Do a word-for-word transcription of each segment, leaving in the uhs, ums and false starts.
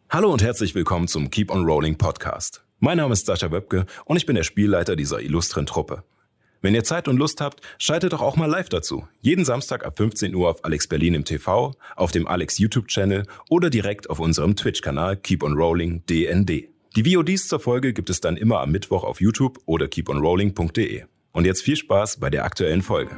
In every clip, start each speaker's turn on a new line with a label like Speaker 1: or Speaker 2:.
Speaker 1: Hallo und herzlich willkommen zum Keep on Rolling Podcast. Mein Name ist Sascha Wöbke und ich bin der Spielleiter dieser illustren Truppe. Wenn ihr Zeit und Lust habt, schaltet doch auch mal live dazu. Jeden Samstag ab fünfzehn Uhr auf Alex Berlin im T V, auf dem Alex YouTube-Channel oder direkt auf unserem Twitch-Kanal Keep on Rolling D N D. Die V O Ds zur Folge gibt es dann immer am Mittwoch auf YouTube oder keep on rolling punkt de. Und jetzt viel Spaß bei der aktuellen Folge.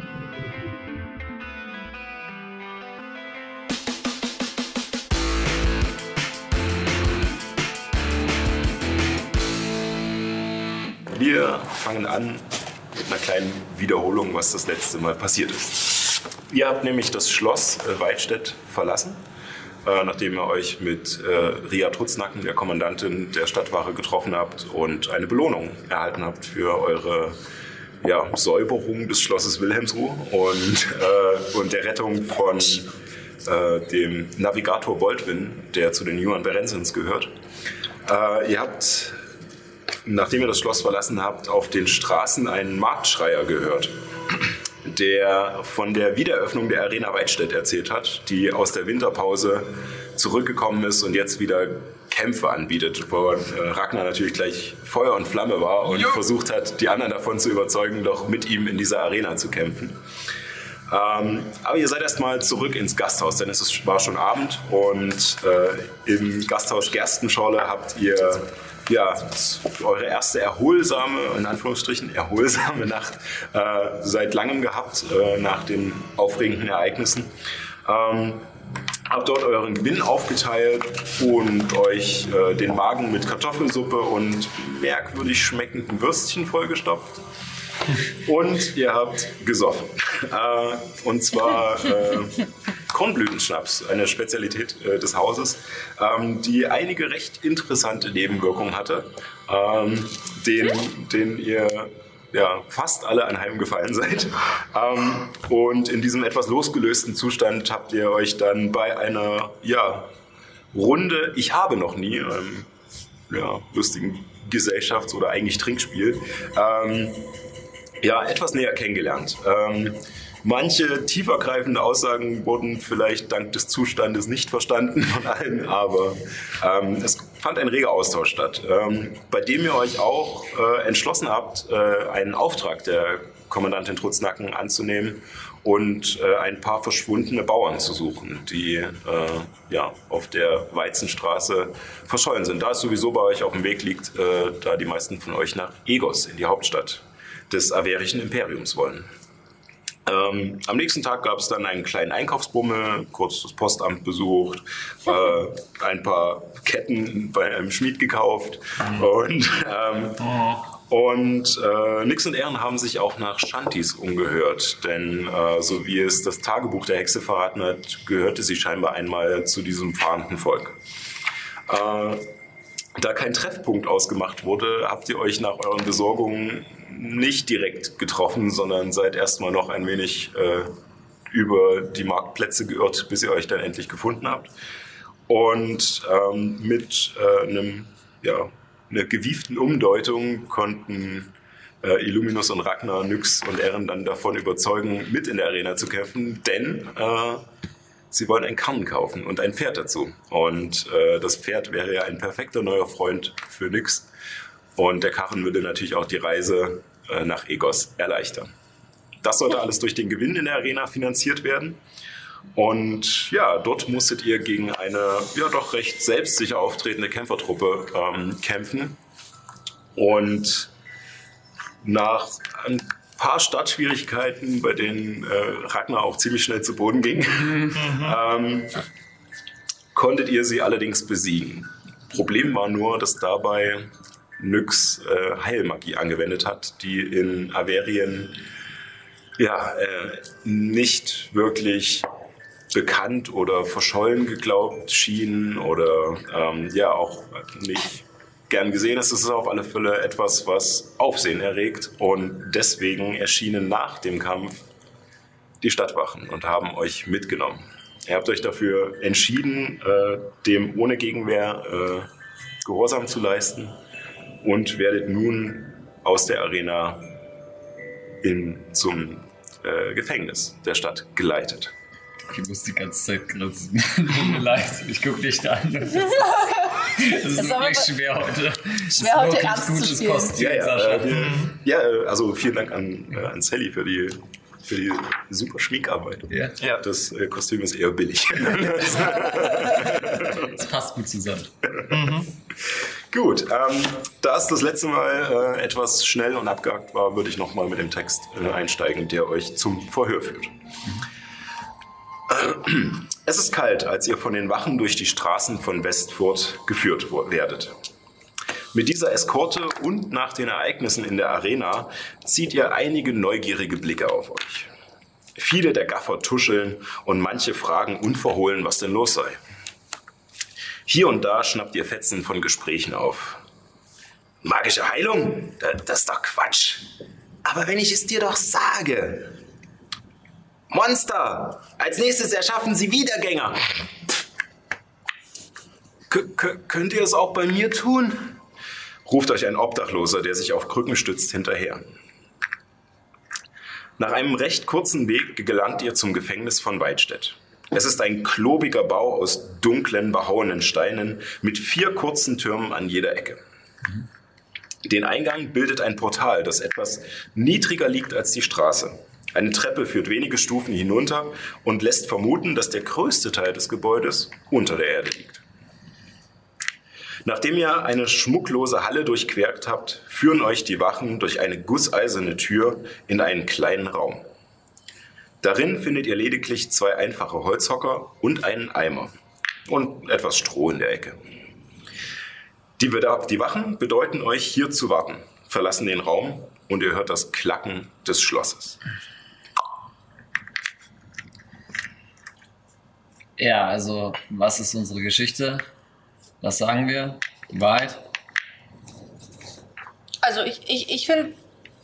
Speaker 1: Wir fangen an mit einer kleinen Wiederholung, was das letzte Mal passiert ist. Ihr habt nämlich das Schloss äh, Weidstedt verlassen, äh, nachdem ihr euch mit äh, Ria Trutznacken, der Kommandantin der Stadtwache, getroffen habt und eine Belohnung erhalten habt für eure ja, Säuberung des Schlosses Wilhelmsruh und, äh, und der Rettung von äh, dem Navigator Boldwin, der zu den Johann Berensens gehört. Äh, ihr habt... Nachdem ihr das Schloss verlassen habt, auf den Straßen einen Marktschreier gehört, der von der Wiedereröffnung der Arena Weidstedt erzählt hat, die aus der Winterpause zurückgekommen ist und jetzt wieder Kämpfe anbietet, wo Ragnar natürlich gleich Feuer und Flamme war und jo. versucht hat, die anderen davon zu überzeugen, doch mit ihm in dieser Arena zu kämpfen. Ähm, aber ihr seid erstmal zurück ins Gasthaus, denn es war schon Abend und äh, im Gasthaus Gerstenschorle habt ihr ja, eure erste erholsame, in Anführungsstrichen erholsame Nacht äh, seit langem gehabt, äh, nach den aufregenden Ereignissen. Ähm, habt dort euren Gewinn aufgeteilt und euch äh, den Magen mit Kartoffelsuppe und merkwürdig schmeckenden Würstchen vollgestopft. Und ihr habt gesoffen. Äh, und zwar äh, Kornblütenschnaps, eine Spezialität äh, des Hauses, ähm, die einige recht interessante Nebenwirkungen hatte, ähm, den, den ihr ja, fast alle anheimgefallen seid. Ähm, und in diesem etwas losgelösten Zustand habt ihr euch dann bei einer ja, Runde, ich habe noch nie, einem ja, lustigen Gesellschafts- oder eigentlich Trinkspiel, ähm, ja, etwas näher kennengelernt. Ähm, manche tiefergreifende Aussagen wurden vielleicht dank des Zustandes nicht verstanden von allen, aber ähm, es fand ein reger Austausch statt, ähm, bei dem ihr euch auch äh, entschlossen habt, äh, einen Auftrag der Kommandantin Trutznacken anzunehmen und äh, ein paar verschwundene Bauern zu suchen, die äh, ja, auf der Weizenstraße verschollen sind. Da es sowieso bei euch auf dem Weg liegt, äh, da die meisten von euch nach Egos in die Hauptstadt des averischen Imperiums wollen. Ähm, am nächsten Tag gab es dann einen kleinen Einkaufsbummel, kurz das Postamt besucht, äh, ein paar Ketten bei einem Schmied gekauft und, ähm, und äh, Nix und Ehren haben sich auch nach Shantis umgehört, denn äh, so wie es das Tagebuch der Hexe verraten hat, gehörte sie scheinbar einmal zu diesem fahrenden Volk. Äh, Da kein Treffpunkt ausgemacht wurde, habt ihr euch nach euren Besorgungen nicht direkt getroffen, sondern seid erstmal noch ein wenig äh, über die Marktplätze geirrt, bis ihr euch dann endlich gefunden habt. Und ähm, mit äh, einem, ja, einer gewieften Umdeutung konnten äh, Illuminus und Ragnar, Nyx und Ehren dann davon überzeugen, mit in der Arena zu kämpfen, denn äh, sie wollen einen Karren kaufen und ein Pferd dazu. Und äh, das Pferd wäre ja ein perfekter neuer Freund für Nyx. Und der Karren würde natürlich auch die Reise äh, nach Egos erleichtern. Das sollte alles durch den Gewinn in der Arena finanziert werden. Und ja, dort musstet ihr gegen eine ja doch recht selbstsicher auftretende Kämpfertruppe ähm, kämpfen. Und nach ein paar Startschwierigkeiten, bei denen äh, Ragnar auch ziemlich schnell zu Boden ging, ähm, konntet ihr sie allerdings besiegen. Problem war nur, dass dabei Nyx äh, Heilmagie angewendet hat, die in Averien ja, äh, nicht wirklich bekannt oder verschollen geglaubt schien oder ähm, ja auch nicht gern gesehen ist. Es ist auf alle Fälle etwas, was Aufsehen erregt, und deswegen erschienen nach dem Kampf die Stadtwachen und haben euch mitgenommen. Ihr habt euch dafür entschieden, äh, dem ohne Gegenwehr äh, Gehorsam zu leisten und werdet nun aus der Arena in, zum äh, Gefängnis der Stadt geleitet.
Speaker 2: Ich muss die ganze Zeit grinsen. Tut mir leid, ich guck dich an. Das ist wirklich schwer heute.
Speaker 3: Schwer heute ernst zu spielen.
Speaker 1: Kostüm, ja, ja, äh, wir, ja, also vielen Dank an, äh, an Sally für die, für die super Schminkarbeit.
Speaker 2: Ja.
Speaker 4: Ja.
Speaker 1: Das äh, Kostüm ist eher billig.
Speaker 2: Das passt gut zusammen.
Speaker 4: Mhm.
Speaker 1: Gut, ähm, da es das letzte Mal äh, etwas schnell und abgehakt war, würde ich nochmal mit dem Text äh, einsteigen, der euch zum Verhör führt. Mhm. Es ist kalt, als ihr von den Wachen durch die Straßen von Westfurt geführt werdet. Mit dieser Eskorte und nach den Ereignissen in der Arena zieht ihr einige neugierige Blicke auf euch. Viele der Gaffer tuscheln und manche fragen unverhohlen, was denn los sei. Hier und da schnappt ihr Fetzen von Gesprächen auf. Magische Heilung? Das ist doch Quatsch. Aber wenn ich es dir doch sage. Monster! Als nächstes erschaffen sie Wiedergänger. K- k- könnt ihr es auch bei mir tun? Ruft euch ein Obdachloser, der sich auf Krücken stützt, hinterher. Nach einem recht kurzen Weg gelangt ihr zum Gefängnis von Weidstedt. Es ist ein klobiger Bau aus dunklen, behauenen Steinen mit vier kurzen Türmen an jeder Ecke. Den Eingang bildet ein Portal, das etwas niedriger liegt als die Straße. Eine Treppe führt wenige Stufen hinunter und lässt vermuten, dass der größte Teil des Gebäudes unter der Erde liegt. Nachdem ihr eine schmucklose Halle durchquert habt, führen euch die Wachen durch eine gusseiserne Tür in einen kleinen Raum. Darin findet ihr lediglich zwei einfache Holzhocker und einen Eimer und etwas Stroh in der Ecke. Die, die Wachen bedeuten euch, hier zu warten, verlassen den Raum und ihr hört das Klacken des Schlosses.
Speaker 2: Ja, also, was ist unsere Geschichte? Was sagen wir? Die Wahrheit?
Speaker 3: Also ich, ich, ich finde,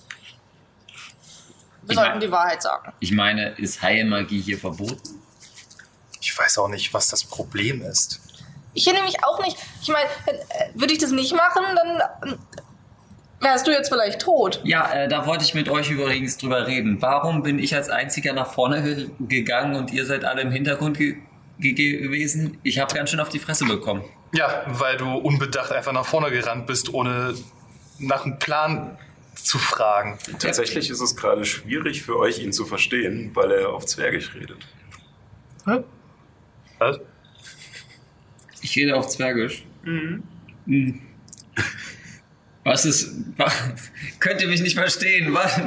Speaker 3: wir
Speaker 2: Ich
Speaker 3: sollten
Speaker 2: mein-
Speaker 3: die Wahrheit sagen.
Speaker 2: Ich meine, ist Heilmagie hier verboten?
Speaker 4: Ich weiß auch nicht, was das Problem ist.
Speaker 3: Ich finde nämlich auch nicht, ich meine, äh, würde ich das nicht machen, dann ähm, wärst du jetzt vielleicht tot.
Speaker 2: Ja, äh, da wollte ich mit euch übrigens drüber reden. Warum bin ich als Einziger nach vorne ge- gegangen und ihr seid alle im Hintergrund ge ge gewesen? Ich habe ganz schön auf die Fresse bekommen.
Speaker 4: Ja, weil du unbedacht einfach nach vorne gerannt bist, ohne nach einem Plan zu fragen.
Speaker 1: Tatsächlich ist es gerade schwierig für euch, ihn zu verstehen, weil er auf Zwergisch redet.
Speaker 4: Hä? Was?
Speaker 2: Ich rede auf Zwergisch. Mhm. Was ist... Was, könnt ihr mich nicht verstehen? Was?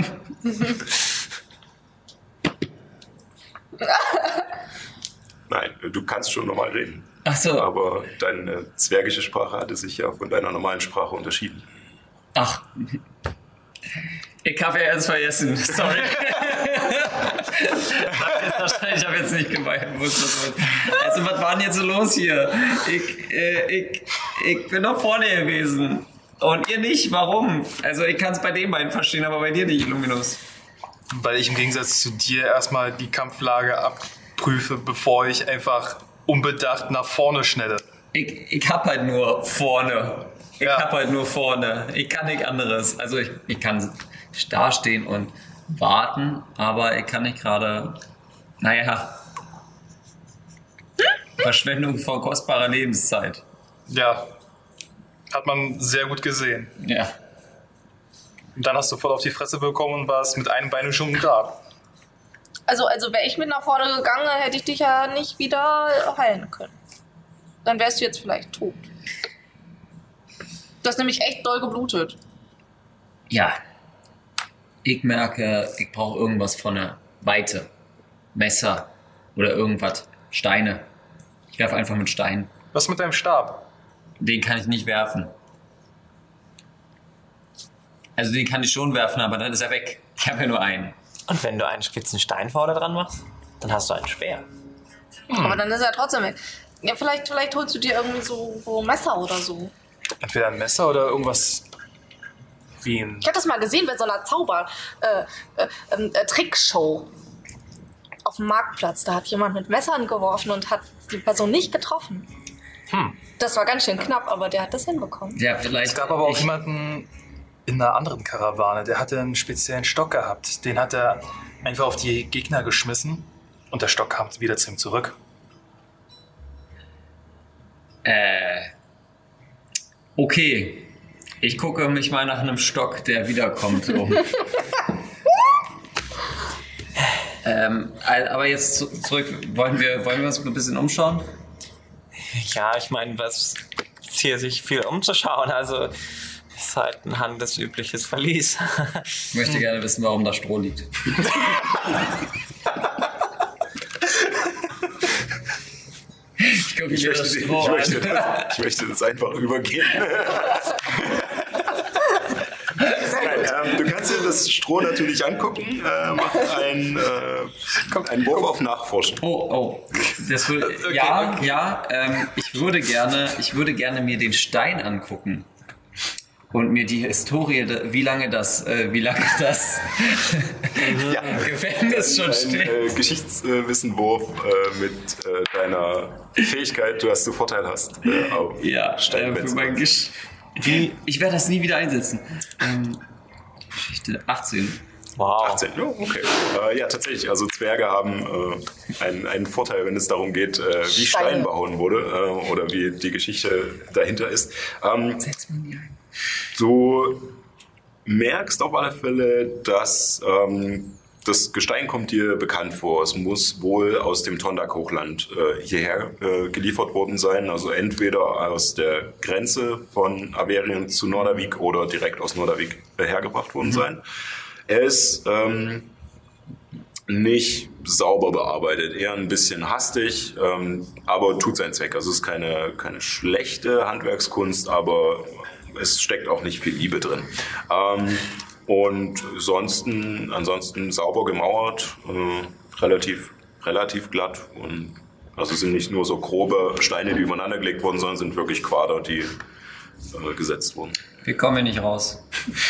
Speaker 1: Nein, du kannst schon normal reden.
Speaker 2: Ach so.
Speaker 1: Aber deine zwergische Sprache hatte sich ja von deiner normalen Sprache unterschieden.
Speaker 2: Ach. Ich habe ja erst vergessen. Sorry. Ich habe jetzt nicht gemeint. Also, was war denn jetzt so los hier? Ich, äh, ich, ich bin doch vorne gewesen. Und ihr nicht. Warum? Also, ich kann es bei den beiden verstehen, aber bei dir nicht, Luminus.
Speaker 4: Weil ich im Gegensatz zu dir erstmal die Kampflage abprüfe, bevor ich einfach unbedacht nach vorne schnelle.
Speaker 2: Ich, ich hab halt nur vorne. Ich
Speaker 4: Ja.
Speaker 2: hab halt nur vorne. Ich kann nichts anderes. Also, ich, ich kann dastehen und warten, aber ich kann nicht gerade, naja, Verschwendung von kostbarer Lebenszeit.
Speaker 4: Ja, hat man sehr gut gesehen.
Speaker 2: Ja.
Speaker 4: Und dann hast du voll auf die Fresse bekommen und warst mit einem Bein schon im Grab.
Speaker 3: Also, also wäre ich mit nach vorne gegangen, dann hätte ich dich ja nicht wieder heilen können. Dann wärst du jetzt vielleicht tot. Du hast nämlich echt doll geblutet.
Speaker 2: Ja. Ich merke, ich brauche irgendwas von der Weite. Messer oder irgendwas. Steine. Ich werfe einfach mit Steinen.
Speaker 4: Was mit deinem Stab?
Speaker 2: Den kann ich nicht werfen. Also den kann ich schon werfen, aber dann ist er weg. Ich habe ja nur einen.
Speaker 5: Und wenn du einen spitzen Stein vorne dran machst, dann hast du ein Schwert.
Speaker 3: Aber dann ist er trotzdem weg. Ja, vielleicht, vielleicht holst du dir irgendwie so, so Messer oder so.
Speaker 4: Entweder ein Messer oder irgendwas wie ein...
Speaker 3: Ich habe das mal gesehen bei so einer Zauber äh, äh, äh, Trickshow auf dem Marktplatz. Da hat jemand mit Messern geworfen und hat die Person nicht getroffen.
Speaker 4: Hm.
Speaker 3: Das war ganz schön knapp, aber der hat das hinbekommen.
Speaker 2: Ja, vielleicht.
Speaker 4: Es gab aber auch
Speaker 2: ich,
Speaker 4: jemanden in einer anderen Karawane, der hatte einen speziellen Stock gehabt. Den hat er einfach auf die Gegner geschmissen und der Stock kam wieder zu ihm zurück.
Speaker 2: Äh. Okay, ich gucke mich mal nach einem Stock, der wiederkommt. Um. ähm, aber jetzt zu, zurück, wollen wir, wollen wir uns ein bisschen umschauen?
Speaker 5: Ja, ich meine, was ist hier sich viel umzuschauen? Also, es ist halt ein handelsübliches Verlies.
Speaker 2: Ich möchte gerne wissen, warum da Stroh liegt. Ich, gucke
Speaker 1: ich,
Speaker 2: mir
Speaker 1: möchte,
Speaker 2: das
Speaker 1: ich,
Speaker 2: Stroh
Speaker 1: möchte
Speaker 2: an.
Speaker 1: das, ich möchte das einfach übergehen. Nein, ähm, du kannst dir das Stroh natürlich angucken. Äh, mach ein, äh, komm, einen Wurf auf Nachforschen.
Speaker 2: Oh, oh. Das will,
Speaker 1: Okay,
Speaker 2: ja,
Speaker 1: okay.
Speaker 2: ja. Ähm, ich würde gerne, ich würde gerne mir den Stein angucken und mir die Historie, de- wie lange das, äh, wie lange das
Speaker 1: Ja.
Speaker 2: Gefängnis schon
Speaker 1: Ein
Speaker 2: steht.
Speaker 1: äh, Geschichtswissenwurf äh, mit äh, deiner Fähigkeit, du hast du Vorteil hast äh, auf
Speaker 2: Ja, äh,
Speaker 1: Steinmetz.
Speaker 2: für mein Gesch wie, ich werde das nie wieder einsetzen. Ähm, Geschichte achtzehn.
Speaker 5: Wow.
Speaker 1: achtzehn, ja, okay. Äh, ja, tatsächlich. Also Zwerge haben äh, einen, einen Vorteil, wenn es darum geht, äh, wie
Speaker 3: Steine.
Speaker 1: Stein behauen wurde äh, oder wie die Geschichte dahinter ist. Ähm,
Speaker 2: Setz man die ein.
Speaker 1: Du merkst auf alle Fälle, dass ähm, das Gestein kommt dir bekannt vor. Es muss wohl aus dem Tondak-Hochland äh, hierher äh, geliefert worden sein. Also entweder aus der Grenze von Averien zu Nordavik oder direkt aus Nordavik äh, hergebracht worden sein. Er ist ähm, nicht sauber bearbeitet, eher ein bisschen hastig, ähm, aber tut seinen Zweck. Also es ist keine, keine schlechte Handwerkskunst, aber es steckt auch nicht viel Liebe drin. Ähm, und ansonsten, ansonsten sauber gemauert, äh, relativ, relativ glatt. Und also es sind nicht nur so grobe Steine, die übereinander gelegt wurden, sondern sind wirklich Quader, die äh, gesetzt wurden.
Speaker 2: Wir kommen hier nicht raus.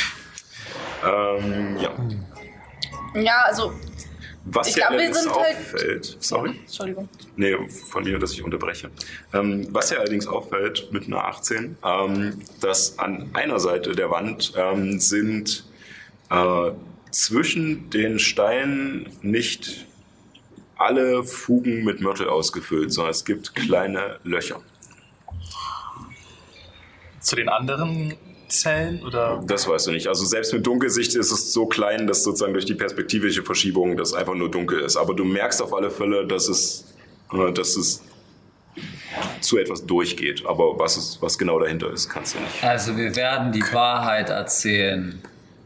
Speaker 1: Ähm, ja.
Speaker 3: Ja, also,
Speaker 1: Was
Speaker 3: Ich
Speaker 1: dir
Speaker 3: glaub, wir
Speaker 1: allerdings
Speaker 3: sind halt-
Speaker 1: auffällt, sorry,
Speaker 3: Entschuldigung.
Speaker 1: nee, von mir, dass ich unterbreche. Ähm, was dir allerdings auffällt mit einer achtzehn, ähm, dass an einer Seite der Wand ähm, sind äh, zwischen den Steinen nicht alle Fugen mit Mörtel ausgefüllt, sondern es gibt kleine Löcher.
Speaker 4: Zu den anderen Zellen oder?
Speaker 1: Das weißt du nicht. Also selbst mit Dunkelsicht ist es so klein, dass sozusagen durch die perspektivische Verschiebung das einfach nur dunkel ist. Aber du merkst auf alle Fälle, dass es, äh, dass es zu etwas durchgeht. Aber was, es, was genau dahinter ist, kannst du nicht.
Speaker 2: Also wir werden die Wahrheit erzählen.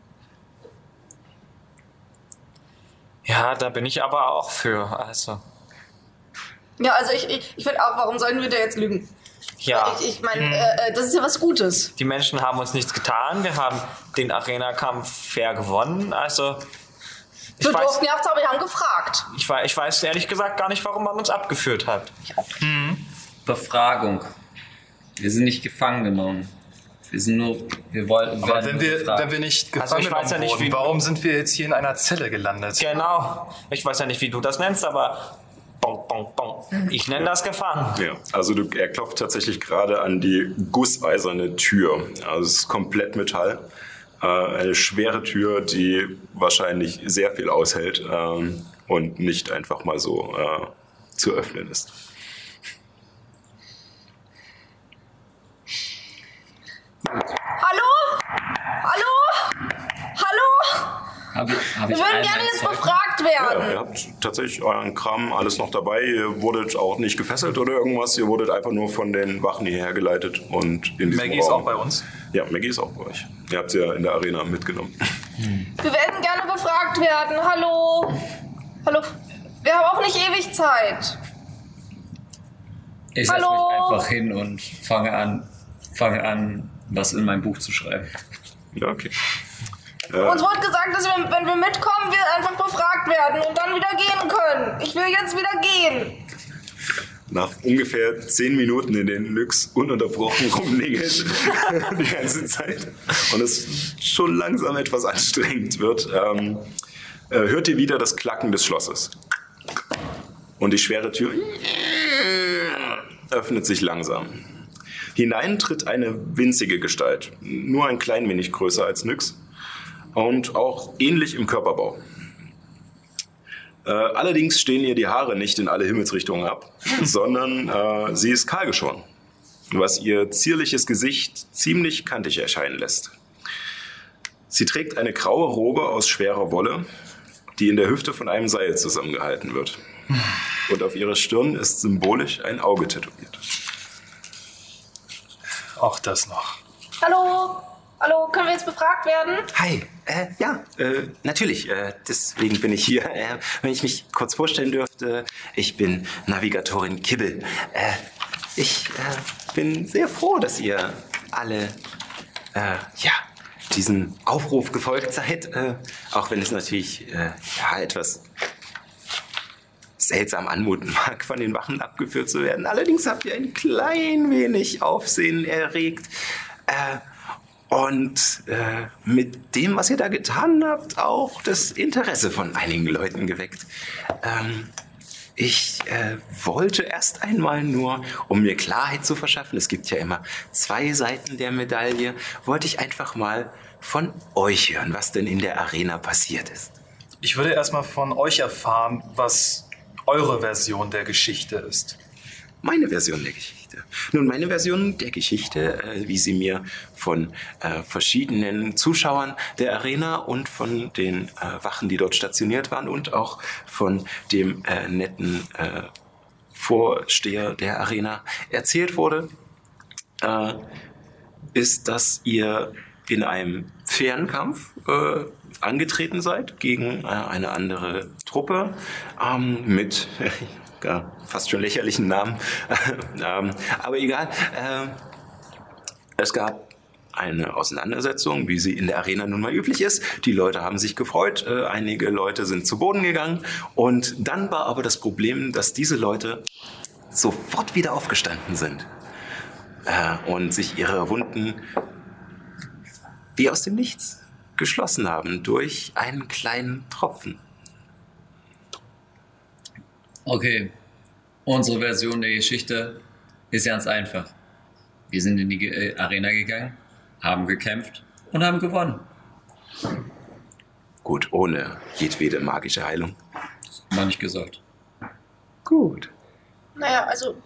Speaker 5: Ja, da bin ich aber auch für. Also,
Speaker 3: Ja, also ich, ich, ich finde auch, warum sollten wir da jetzt lügen?
Speaker 5: ja.
Speaker 3: Ich, ich meine, äh, äh, das ist ja was Gutes.
Speaker 5: Die Menschen haben uns nichts getan. Wir haben den Arena-Kampf fair gewonnen. Also, ich
Speaker 3: Wir
Speaker 5: weiß,
Speaker 3: durften ja auch, aber wir haben gefragt.
Speaker 5: ich, weiß, ich weiß ehrlich gesagt gar nicht, warum man uns abgeführt hat.
Speaker 2: Befragung. Wir sind nicht gefangen genommen. Wir sind nur, wir wollten.
Speaker 4: Aber
Speaker 2: werden
Speaker 4: wenn
Speaker 2: nur
Speaker 4: wir,
Speaker 2: befragt.
Speaker 4: wenn wir nicht
Speaker 5: Also
Speaker 4: gefangen
Speaker 5: ich weiß ja nicht,
Speaker 4: wurden,
Speaker 5: wie-
Speaker 4: warum sind wir jetzt hier in einer Zelle gelandet?
Speaker 5: Genau. Ich weiß ja nicht, wie du das nennst, aber bong, bong, bong. Ich nenne das gefangen.
Speaker 1: Ja, also du, er klopft tatsächlich gerade an die gusseiserne Tür. Also es ist komplett Metall. Äh, eine schwere Tür, die wahrscheinlich sehr viel aushält ähm, und nicht einfach mal so äh, zu öffnen ist.
Speaker 3: Hallo? Hallo? Hallo?
Speaker 2: Hab ich, hab
Speaker 3: Wir
Speaker 2: ich
Speaker 3: würden
Speaker 2: all
Speaker 3: gerne
Speaker 2: mein
Speaker 3: jetzt
Speaker 2: Zeug?
Speaker 3: befragt
Speaker 1: Ja,
Speaker 3: werden.
Speaker 1: ihr habt tatsächlich euren Kram alles noch dabei. Ihr wurdet auch nicht gefesselt oder irgendwas. Ihr wurdet einfach nur von den Wachen hierher geleitet. Und in diesem
Speaker 4: Maggie ist
Speaker 1: Raum-
Speaker 4: auch bei uns.
Speaker 1: Ja, Maggie ist auch bei euch. Ihr habt sie ja in der Arena mitgenommen.
Speaker 3: Wir werden gerne befragt werden. Hallo? Hallo? Wir haben auch nicht ewig Zeit.
Speaker 2: Ich setze mich
Speaker 3: Hallo?
Speaker 2: einfach hin und fange an, fange an, was in mein Buch zu schreiben.
Speaker 1: Ja, okay.
Speaker 3: Uns wurde gesagt, dass wir, wenn wir mitkommen, wir einfach befragt werden und dann wieder gehen können. Ich will jetzt wieder gehen.
Speaker 1: Nach ungefähr zehn Minuten, in denen Nyx ununterbrochen rumningelt die ganze Zeit und es schon langsam etwas anstrengend wird, ähm, äh, hört ihr wieder das Klacken des Schlosses. Und die schwere Tür öffnet sich langsam. Hinein tritt eine winzige Gestalt, nur ein klein wenig größer als Nyx und auch ähnlich im Körperbau. Äh, allerdings stehen ihr die Haare nicht in alle Himmelsrichtungen ab, sondern äh, sie ist kahlgeschoren. was ihr zierliches Gesicht ziemlich kantig erscheinen lässt. Sie trägt eine graue Robe aus schwerer Wolle, die in der Hüfte von einem Seil zusammengehalten wird. Und auf ihrer Stirn ist symbolisch ein Auge tätowiert.
Speaker 4: Auch das noch.
Speaker 3: Hallo? Hallo, können wir jetzt befragt werden?
Speaker 6: Hi, äh, ja, äh, natürlich, äh, deswegen bin ich hier. Äh, wenn ich mich kurz vorstellen dürfte, ich bin Navigatorin Kibbel. Äh, ich äh, bin sehr froh, dass ihr alle, äh, ja, diesem Aufruf gefolgt seid, äh, auch wenn es natürlich, äh, ja, etwas seltsam anmuten mag, von den Wachen abgeführt zu werden. Allerdings habt ihr ein klein wenig Aufsehen erregt. Äh, und äh, mit dem, was ihr da getan habt, auch das Interesse von einigen Leuten geweckt. Ähm, ich äh, wollte erst einmal nur, um mir Klarheit zu verschaffen, es gibt ja immer zwei Seiten der Medaille, wollte ich einfach mal von euch hören, was denn in der Arena passiert ist.
Speaker 4: Ich würde erstmal von euch erfahren, was eure Version der Geschichte ist.
Speaker 6: Meine Version der Geschichte. Nun, meine Version der Geschichte, äh, wie sie mir von äh, verschiedenen Zuschauern der Arena und von den äh, Wachen, die dort stationiert waren und auch von dem äh, netten äh, Vorsteher der Arena erzählt wurde, äh, ist, dass ihr in einem fairen Kampf äh, angetreten seid gegen äh, eine andere Truppe ähm, mit ja, fast schon lächerlichen Namen. ähm, aber egal. Äh, es gab eine Auseinandersetzung, wie sie in der Arena nun mal üblich ist. Die Leute haben sich gefreut, äh, einige Leute sind zu Boden gegangen und dann war aber das Problem, dass diese Leute sofort wieder aufgestanden sind äh, und sich ihre Wunden wie aus dem Nichts geschlossen haben durch einen kleinen Tropfen.
Speaker 2: Okay, unsere Version der Geschichte ist ganz einfach. Wir sind in die Ge- Arena gegangen, haben gekämpft und haben gewonnen.
Speaker 6: Gut, ohne jedwede magische Heilung.
Speaker 2: Das war nicht gesagt.
Speaker 6: Gut.
Speaker 3: Naja, also...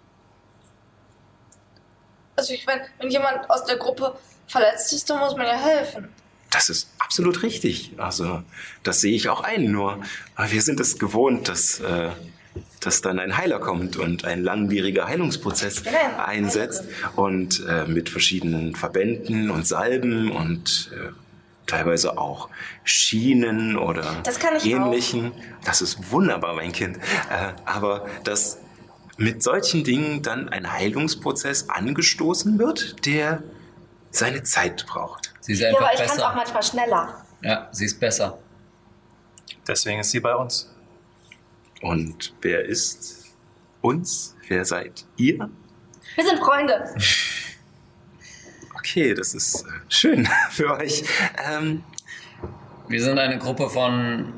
Speaker 3: Also ich meine, wenn jemand aus der Gruppe verletzt ist, dann muss man ja helfen.
Speaker 6: Das ist absolut richtig. Also, das sehe ich auch ein. Nur, wir sind es gewohnt, dass, äh, dass dann ein Heiler kommt und ein langwieriger Heilungsprozess
Speaker 3: Genau.
Speaker 6: einsetzt. Und äh, mit verschiedenen Verbänden und Salben und äh, teilweise auch Schienen oder
Speaker 3: Das kann ich
Speaker 6: ähnlichen. Das ist wunderbar, mein Kind. Äh, aber dass mit solchen Dingen dann ein Heilungsprozess angestoßen wird, der seine Zeit braucht.
Speaker 2: Sie ist
Speaker 3: Ja,
Speaker 2: einfach
Speaker 3: aber ich kann es
Speaker 2: besser.
Speaker 3: auch manchmal schneller.
Speaker 2: Ja, sie ist besser.
Speaker 4: Deswegen ist sie bei uns.
Speaker 6: Und wer ist uns? Wer seid ihr?
Speaker 3: Wir sind Freunde.
Speaker 6: Okay, das ist äh, schön für euch. Ähm,
Speaker 2: Wir sind eine Gruppe von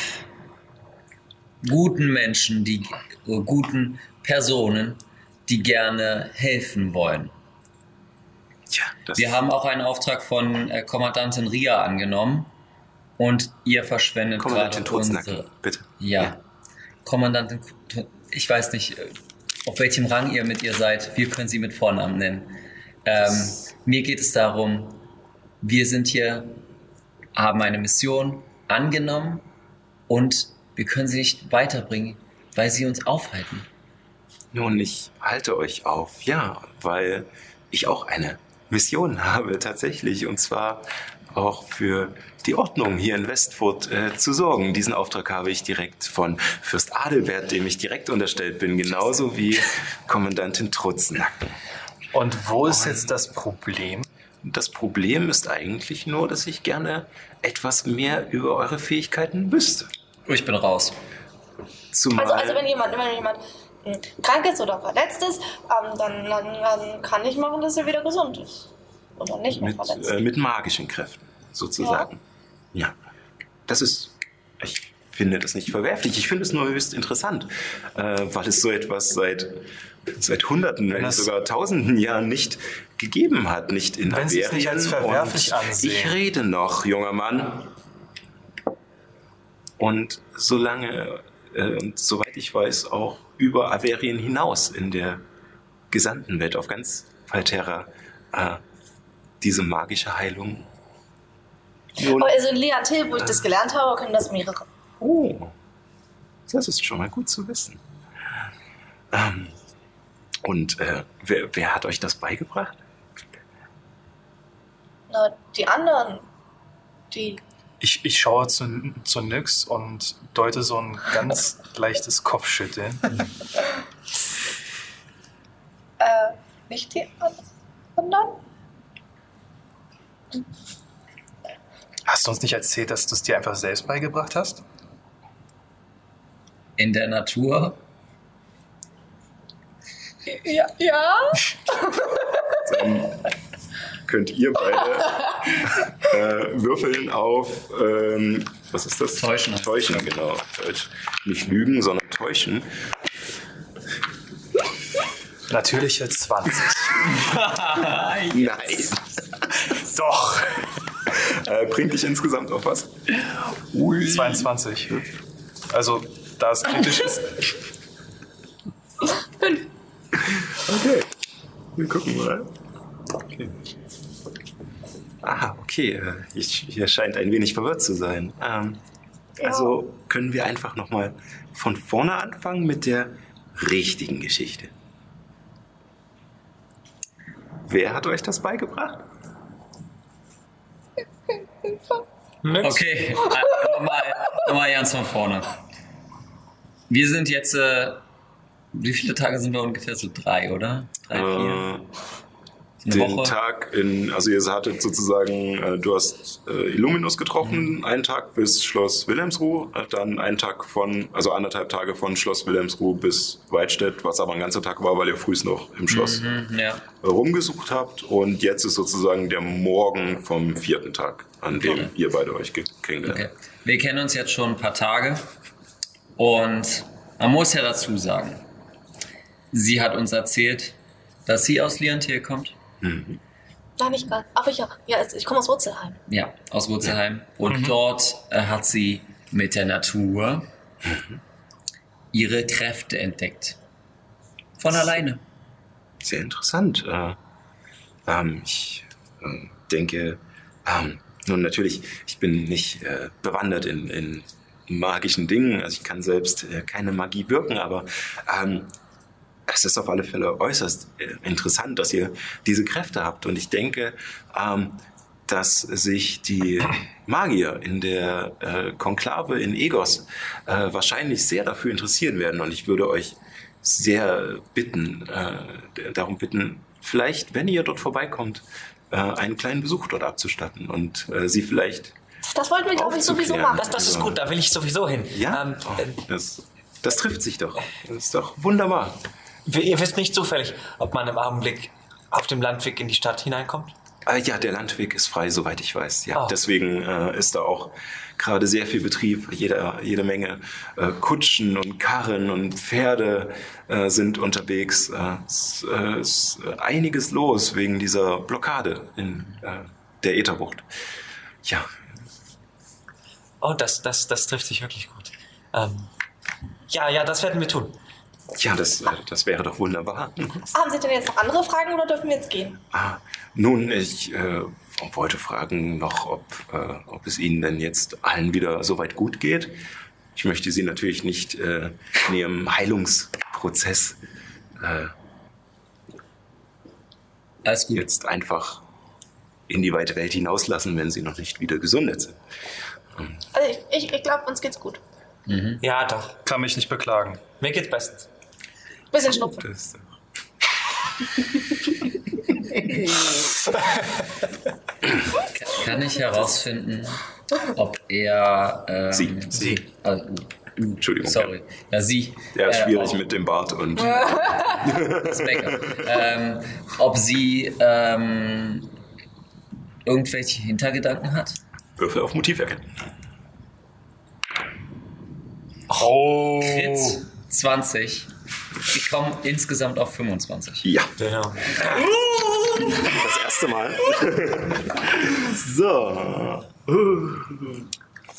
Speaker 2: guten Menschen, die äh, guten Personen, die gerne helfen wollen.
Speaker 6: tja, das
Speaker 2: Wir haben auch einen Auftrag von äh, Kommandantin Ria angenommen und ihr verschwendet
Speaker 6: Kommandantin
Speaker 2: gerade
Speaker 6: Trutznacken,
Speaker 2: unsere...
Speaker 6: bitte.
Speaker 2: Ja.
Speaker 6: Ja.
Speaker 2: Kommandantin, ich weiß nicht, äh, auf welchem Rang ihr mit ihr seid. Wir können sie mit Vornamen nennen. Ähm, mir geht es darum, wir sind hier, haben eine Mission angenommen und wir können sie nicht weiterbringen, weil sie uns aufhalten.
Speaker 6: Nun, ich halte euch auf, ja, weil ich auch eine Mission habe tatsächlich, und zwar auch für die Ordnung hier in Westfurt äh, zu sorgen. Diesen Auftrag habe ich direkt von Fürst Adelbert, dem ich direkt unterstellt bin, genauso wie Kommandantin Trutznacken.
Speaker 4: Und wo ist jetzt das Problem?
Speaker 6: Das Problem ist eigentlich nur, dass ich gerne etwas mehr über eure Fähigkeiten wüsste.
Speaker 2: Ich bin raus.
Speaker 6: Zumal
Speaker 3: Also, also wenn jemand, wenn jemand äh, krank ist oder verletzt ist, ähm, dann, dann, dann kann ich machen, dass er wieder gesund ist. Oder nicht mehr
Speaker 6: mit,
Speaker 3: verletzt.
Speaker 6: äh, mit magischen Kräften, sozusagen. Ja. Das ist, ich finde das nicht verwerflich. Ich finde es nur höchst interessant, äh, weil es so etwas seit, seit Hunderten, wenn nicht
Speaker 4: das-
Speaker 6: sogar Tausenden Jahren nicht gegeben hat. Nicht in
Speaker 4: Wenn Sie es nicht als
Speaker 6: Averien.
Speaker 4: verwerflich
Speaker 6: Und
Speaker 4: ansehen.
Speaker 6: ich rede noch, junger Mann. Und solange, äh, und soweit ich weiß, auch über Averien hinaus in der Gesandtenwelt, auf ganz Valterra, äh, diese magische Heilung. Nun,
Speaker 3: Aber also in Leantil, wo ich das gelernt habe, können das mehrere.
Speaker 6: oh, das ist schon mal gut zu wissen. Ähm, und äh, wer, wer hat euch das beigebracht?
Speaker 3: Na, die anderen, die.
Speaker 4: Ich, ich schaue zu, zu Nyx und deute so ein ganz leichtes Kopfschütteln.
Speaker 3: Äh, nicht die anderen?
Speaker 4: Hast du uns nicht erzählt, dass du es dir einfach selbst beigebracht hast?
Speaker 2: In der Natur.
Speaker 3: Ja, ja.
Speaker 1: Dann könnt ihr beide äh, würfeln auf, ähm, was ist das?
Speaker 2: Täuschen.
Speaker 1: Täuschen, genau. Deutsch. Nicht lügen, sondern täuschen.
Speaker 4: Natürliche zwanzig.
Speaker 1: Nein.
Speaker 4: Doch.
Speaker 1: Äh, bringt dich insgesamt auf was?
Speaker 4: zweiundzwanzig. Also, da es kritisch ist.
Speaker 3: Fünf.
Speaker 1: Okay. Wir gucken mal.
Speaker 6: Okay. Ah, okay. äh, Ich, ihr scheint ein wenig verwirrt zu sein. Ähm,
Speaker 3: Ja.
Speaker 6: Also können wir einfach nochmal von vorne anfangen mit der richtigen Geschichte. Wer hat euch das beigebracht?
Speaker 2: Okay, äh, nochmal nochmal ganz von vorne. Wir sind jetzt, äh, wie viele Tage sind wir ungefähr? So drei, oder? Drei, vier?
Speaker 1: Äh,
Speaker 2: Eine
Speaker 1: den
Speaker 2: Woche?
Speaker 1: Tag in, also ihr hattet sozusagen, äh, du hast äh, Illuminus getroffen, einen Tag bis Schloss Wilhelmsruh, äh, dann einen Tag von, also anderthalb Tage von Schloss Wilhelmsruh bis Weidstedt, was aber ein ganzer Tag war, weil ihr frühst noch im Schloss
Speaker 2: Mhm, ja.
Speaker 1: äh, rumgesucht habt. Und jetzt ist sozusagen der Morgen vom vierten Tag, an dem
Speaker 2: Okay.
Speaker 1: ihr beide euch ge- kennengelernt
Speaker 2: Okay.
Speaker 1: habt.
Speaker 2: Wir kennen uns jetzt schon ein paar Tage und man muss ja dazu sagen, sie hat uns erzählt, dass sie aus Liantil kommt.
Speaker 6: Mhm.
Speaker 3: Nein, nicht ganz. Aber ja, ja, ich komme aus Wurzelheim.
Speaker 2: Ja, aus Wurzelheim. Und dort äh, hat sie mit der Natur ihre Kräfte entdeckt. Von alleine.
Speaker 6: Sehr interessant. Äh, ähm, ich äh, denke, ähm, nun natürlich, ich bin nicht äh, bewandert in, in magischen Dingen, also ich kann selbst äh, keine Magie wirken, aber ähm, es ist auf alle Fälle äußerst äh, interessant, dass ihr diese Kräfte habt. Und ich denke, ähm, dass sich die Magier in der äh, Konklave in Egos äh, wahrscheinlich sehr dafür interessieren werden. Und ich würde euch sehr bitten, äh, darum bitten, vielleicht, wenn ihr dort vorbeikommt, äh, einen kleinen Besuch dort abzustatten und äh, sie vielleicht...
Speaker 3: Das wollten wir, glaube ich, sowieso
Speaker 6: Aufzuklären.
Speaker 3: machen.
Speaker 5: Das, das ist gut, da will ich sowieso hin.
Speaker 6: Ja,
Speaker 5: Ähm,
Speaker 6: oh,
Speaker 5: äh,
Speaker 6: das, das trifft sich doch. Das ist doch wunderbar.
Speaker 5: ihr wisst nicht zufällig, ob man im Augenblick auf dem Landweg in die Stadt hineinkommt?
Speaker 6: Äh, ja, der Landweg ist frei, soweit ich weiß. Ja,
Speaker 5: Oh.
Speaker 6: deswegen äh, ist da auch gerade sehr viel Betrieb. Jede, jede Menge äh, Kutschen und Karren und Pferde äh, sind unterwegs. Äh, es äh, ist einiges los wegen dieser Blockade in äh, der Ätherbucht. Ja,
Speaker 5: Oh, das, das, das trifft sich wirklich gut. Ähm, ja, ja, das werden wir tun.
Speaker 6: ja, das, äh, das wäre doch wunderbar.
Speaker 3: Haben Sie denn jetzt noch andere Fragen oder dürfen wir jetzt gehen?
Speaker 6: Ah, nun, ich äh, wollte fragen noch, ob, äh, ob es Ihnen denn jetzt allen wieder soweit gut geht. Ich möchte Sie natürlich nicht äh, in Ihrem Heilungsprozess äh,
Speaker 2: Alles gut.
Speaker 6: jetzt einfach in die weite Welt hinauslassen, wenn Sie noch nicht wieder gesundet sind.
Speaker 3: Also ich, ich, ich glaube, uns geht's gut.
Speaker 5: Ja, doch.
Speaker 4: Kann mich nicht beklagen.
Speaker 5: Mir geht's bestens.
Speaker 3: Bisschen Schnupfen.
Speaker 6: Das,
Speaker 2: Kann ich herausfinden, ob er... Ähm,
Speaker 6: Sie, Sie.
Speaker 2: äh,
Speaker 6: Entschuldigung.
Speaker 2: sorry. Ja, sie.
Speaker 1: Der ist
Speaker 2: äh,
Speaker 1: schwierig
Speaker 2: ob-
Speaker 1: mit dem Bart und
Speaker 2: das Backup. ähm, ob sie ähm, irgendwelche Hintergedanken hat?
Speaker 1: Würfel auf Motiv erkennen.
Speaker 4: Oh.
Speaker 2: Crit zwanzig. Ich komme insgesamt auf fünfundzwanzig.
Speaker 1: Ja,
Speaker 5: Genau.
Speaker 1: das erste Mal. So.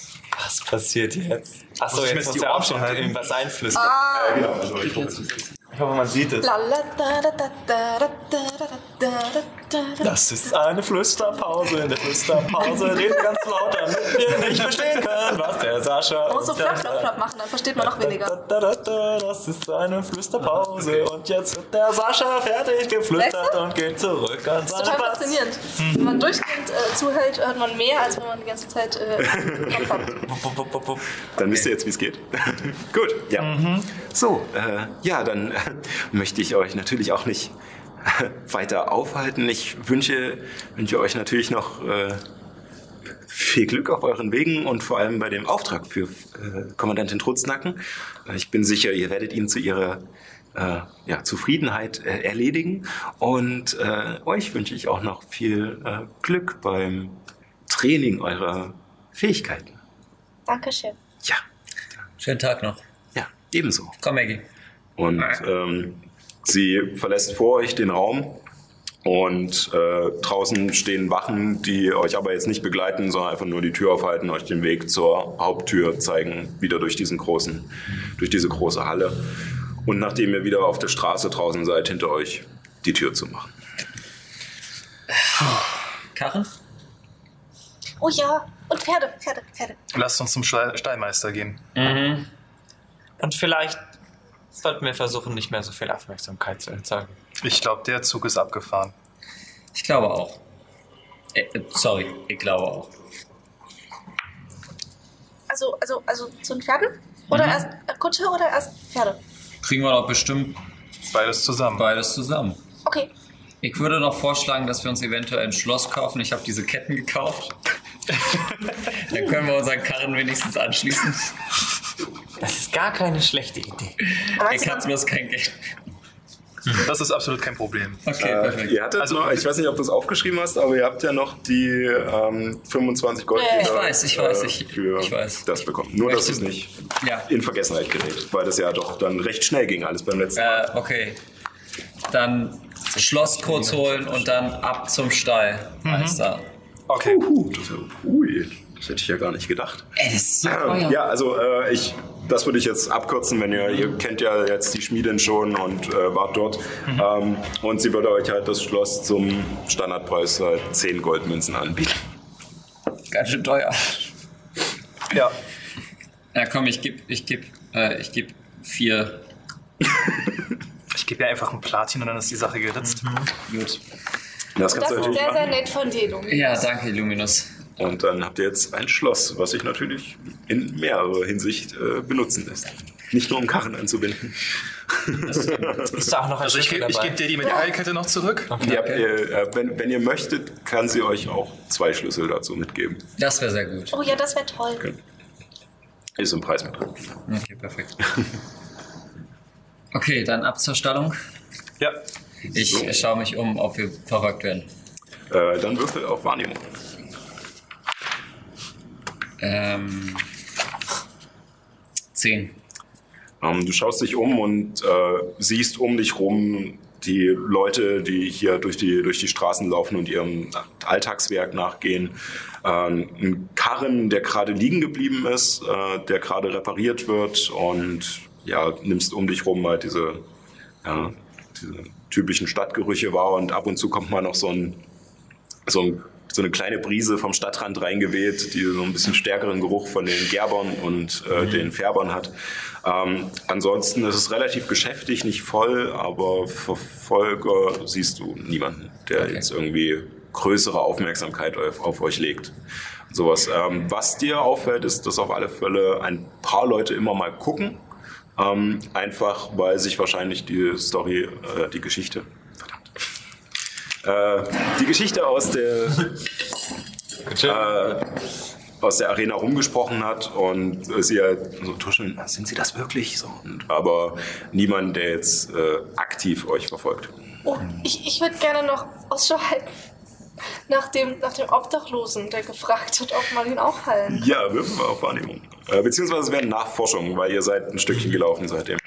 Speaker 5: Was passiert jetzt? Achso,
Speaker 4: Muss ich mir
Speaker 5: jetzt
Speaker 4: jetzt
Speaker 5: muss
Speaker 4: die
Speaker 5: der
Speaker 4: Ohren
Speaker 5: auch schon
Speaker 4: halten?
Speaker 5: irgendwas einflüstern.
Speaker 1: Ja, genau, also ich
Speaker 5: Ich hoffe, man sieht es.
Speaker 3: La, la, da, da, da, da, da, da, da, da, da, da.
Speaker 5: Das ist eine Flüsterpause. In der Flüsterpause reden wir ganz laut, damit wir nicht verstehen können, was der Sascha...
Speaker 3: Man muss so
Speaker 5: und der-
Speaker 3: flap, flap, flap machen, dann versteht man noch weniger.
Speaker 5: Da, da, da, da, das ist eine Flüsterpause. Und jetzt wird der Sascha fertig geflüstert
Speaker 3: Weißt du?
Speaker 5: und geht zurück an
Speaker 3: Das
Speaker 5: seinen
Speaker 3: ist total
Speaker 5: Platz.
Speaker 3: faszinierend. Wenn man durchgehend äh, zuhält, hört man mehr, als wenn man die ganze Zeit äh, Kopf hat.
Speaker 5: Wupp, wupp, wupp, wupp.
Speaker 1: Dann wisst ihr jetzt, wie es geht. Gut, ja. So, äh, ja, dann äh, möchte ich euch natürlich auch nicht äh, weiter aufhalten. Ich wünsche, wünsche euch natürlich noch äh, viel Glück auf euren Wegen und vor allem bei dem Auftrag für äh, Kommandantin Trutznacken. Äh, ich bin sicher, ihr werdet ihn zu ihrer äh, ja, Zufriedenheit äh, erledigen. Und äh, euch wünsche ich auch noch viel äh, Glück beim Training eurer Fähigkeiten.
Speaker 3: Dankeschön.
Speaker 1: Ja,
Speaker 2: Schönen Tag noch.
Speaker 1: ja, ebenso.
Speaker 2: Komm, Maggie.
Speaker 1: Und ähm, sie verlässt vor euch den Raum und äh, draußen stehen Wachen, die euch aber jetzt nicht begleiten, sondern einfach nur die Tür aufhalten, euch den Weg zur Haupttür zeigen, wieder durch diesen großen, durch diese große Halle. Und nachdem ihr wieder auf der Straße draußen seid, hinter euch die Tür zu machen.
Speaker 2: Karren?
Speaker 3: Oh ja, und Pferde, Pferde, Pferde.
Speaker 4: Lasst uns zum Stall- Stallmeister gehen.
Speaker 5: Und vielleicht sollten wir versuchen, nicht mehr so viel Aufmerksamkeit zu erzeugen.
Speaker 4: Ich glaube, der Zug ist abgefahren.
Speaker 2: Ich glaube auch. Äh, äh, sorry, ich glaube auch.
Speaker 3: Also, also, also zu den Pferden? Oder erst äh, Kutsche oder erst Pferde?
Speaker 2: Kriegen wir doch bestimmt
Speaker 4: Beides zusammen.
Speaker 2: beides zusammen.
Speaker 3: Okay.
Speaker 2: Ich würde noch vorschlagen, dass wir uns eventuell ein Schloss kaufen. Ich habe diese Ketten gekauft. Dann können wir unseren Karren wenigstens anschließen.
Speaker 5: Das ist gar keine schlechte Idee.
Speaker 3: Aber
Speaker 2: Ich
Speaker 3: weißt du,
Speaker 2: habe bloß kein Geld.
Speaker 4: Das ist absolut kein Problem.
Speaker 2: Okay,
Speaker 1: Äh,
Speaker 2: perfekt.
Speaker 1: ihr hattet
Speaker 4: Also-
Speaker 1: noch, ich weiß nicht, ob du es aufgeschrieben hast, aber ihr habt ja noch die ähm, fünfundzwanzig Gold
Speaker 3: Ja,
Speaker 2: ich weiß, ich weiß,
Speaker 1: äh,
Speaker 2: ich-
Speaker 1: für
Speaker 2: ich weiß.
Speaker 1: das bekommen. Nur, dass es
Speaker 2: Möchte-
Speaker 1: nicht
Speaker 2: Ja.
Speaker 1: in Vergessenheit gerät, weil das ja doch dann recht schnell ging, alles beim letzten Mal.
Speaker 2: Äh, okay. Dann Schloss kurz holen und dann ab zum Stall. Meister.
Speaker 4: Okay.
Speaker 1: Uh, das, ui, das hätte ich ja gar nicht gedacht.
Speaker 2: Ey, das ist so
Speaker 1: Ähm,
Speaker 2: teuer.
Speaker 1: Ja, also äh, ich, das würde ich jetzt abkürzen, wenn ihr, ihr kennt ja jetzt die Schmiedin schon und äh, wart dort. Ähm, und sie würde euch halt das Schloss zum Standardpreis halt zehn Goldmünzen anbieten.
Speaker 2: Ganz schön teuer.
Speaker 4: Ja.
Speaker 2: Ja, komm, ich geb, ich geb, äh, ich geb vier.
Speaker 4: Ich gebe ihr einfach ein Platin und dann ist die Sache geritzt.
Speaker 2: Gut.
Speaker 1: Das
Speaker 3: das
Speaker 1: kannst du
Speaker 3: ist
Speaker 1: natürlich
Speaker 3: sehr, sehr
Speaker 1: machen.
Speaker 3: nett von dir, Lumi.
Speaker 2: Ja, danke, Illuminus.
Speaker 1: Und dann habt ihr jetzt ein Schloss, was sich natürlich in mehrerer Hinsicht äh, benutzen lässt. Nicht nur um Karren anzubinden.
Speaker 5: Ist da auch noch ein
Speaker 4: Also ich,
Speaker 5: Schlüssel
Speaker 4: ge- ich
Speaker 5: dabei?
Speaker 4: gebe dir die Medaillenkette noch zurück.
Speaker 1: Ihr habt, ihr, äh, wenn, wenn ihr möchtet, kann sie euch auch zwei Schlüssel dazu mitgeben.
Speaker 2: Das wäre sehr gut.
Speaker 3: Oh ja, das wäre toll.
Speaker 1: Ist im Preis mit drin.
Speaker 2: Okay, perfekt. Okay, dann ab zur Stallung.
Speaker 4: Ja.
Speaker 2: Ich
Speaker 1: So.
Speaker 2: schaue mich um, ob wir verfolgt werden.
Speaker 1: Äh, dann würfel auf Wahrnehmung.
Speaker 2: Ähm. Zehn.
Speaker 1: Ähm, du schaust dich um und äh, siehst um dich rum die Leute, die hier durch die, durch die Straßen laufen und ihrem Alltagswerk nachgehen. Ähm, ein Karren, der gerade liegen geblieben ist, äh, der gerade repariert wird und ja, nimmst um dich rum halt diese, ja, diese typischen Stadtgerüche wahr und ab und zu kommt mal noch so ein, so ein so eine kleine Brise vom Stadtrand reingeweht, die so ein bisschen stärkeren Geruch von den Gerbern und äh, den Färbern hat. Ähm, ansonsten ist es relativ geschäftig, nicht voll, aber Verfolger siehst du niemanden, der
Speaker 2: Okay.
Speaker 1: jetzt irgendwie größere Aufmerksamkeit auf, auf euch legt. Sowas. Ähm, was dir auffällt, ist, dass auf alle Fälle ein paar Leute immer mal gucken, ähm, einfach weil sich wahrscheinlich die Story, äh, die Geschichte, verdammt, äh, die Geschichte aus der äh, aus der Arena rumgesprochen hat und äh, sie halt so tuscheln, sind sie das wirklich? So, und, aber niemand, der jetzt äh, aktiv euch verfolgt.
Speaker 3: Oh, ich, ich würde gerne noch Ausschau halten nach dem, nach dem Obdachlosen, der gefragt hat, ob man ihn aufhalten kann.
Speaker 1: Ja, würfen wir auf Wahrnehmung. Äh, beziehungsweise es wäre Nachforschung, weil ihr seid ein Stückchen gelaufen seitdem.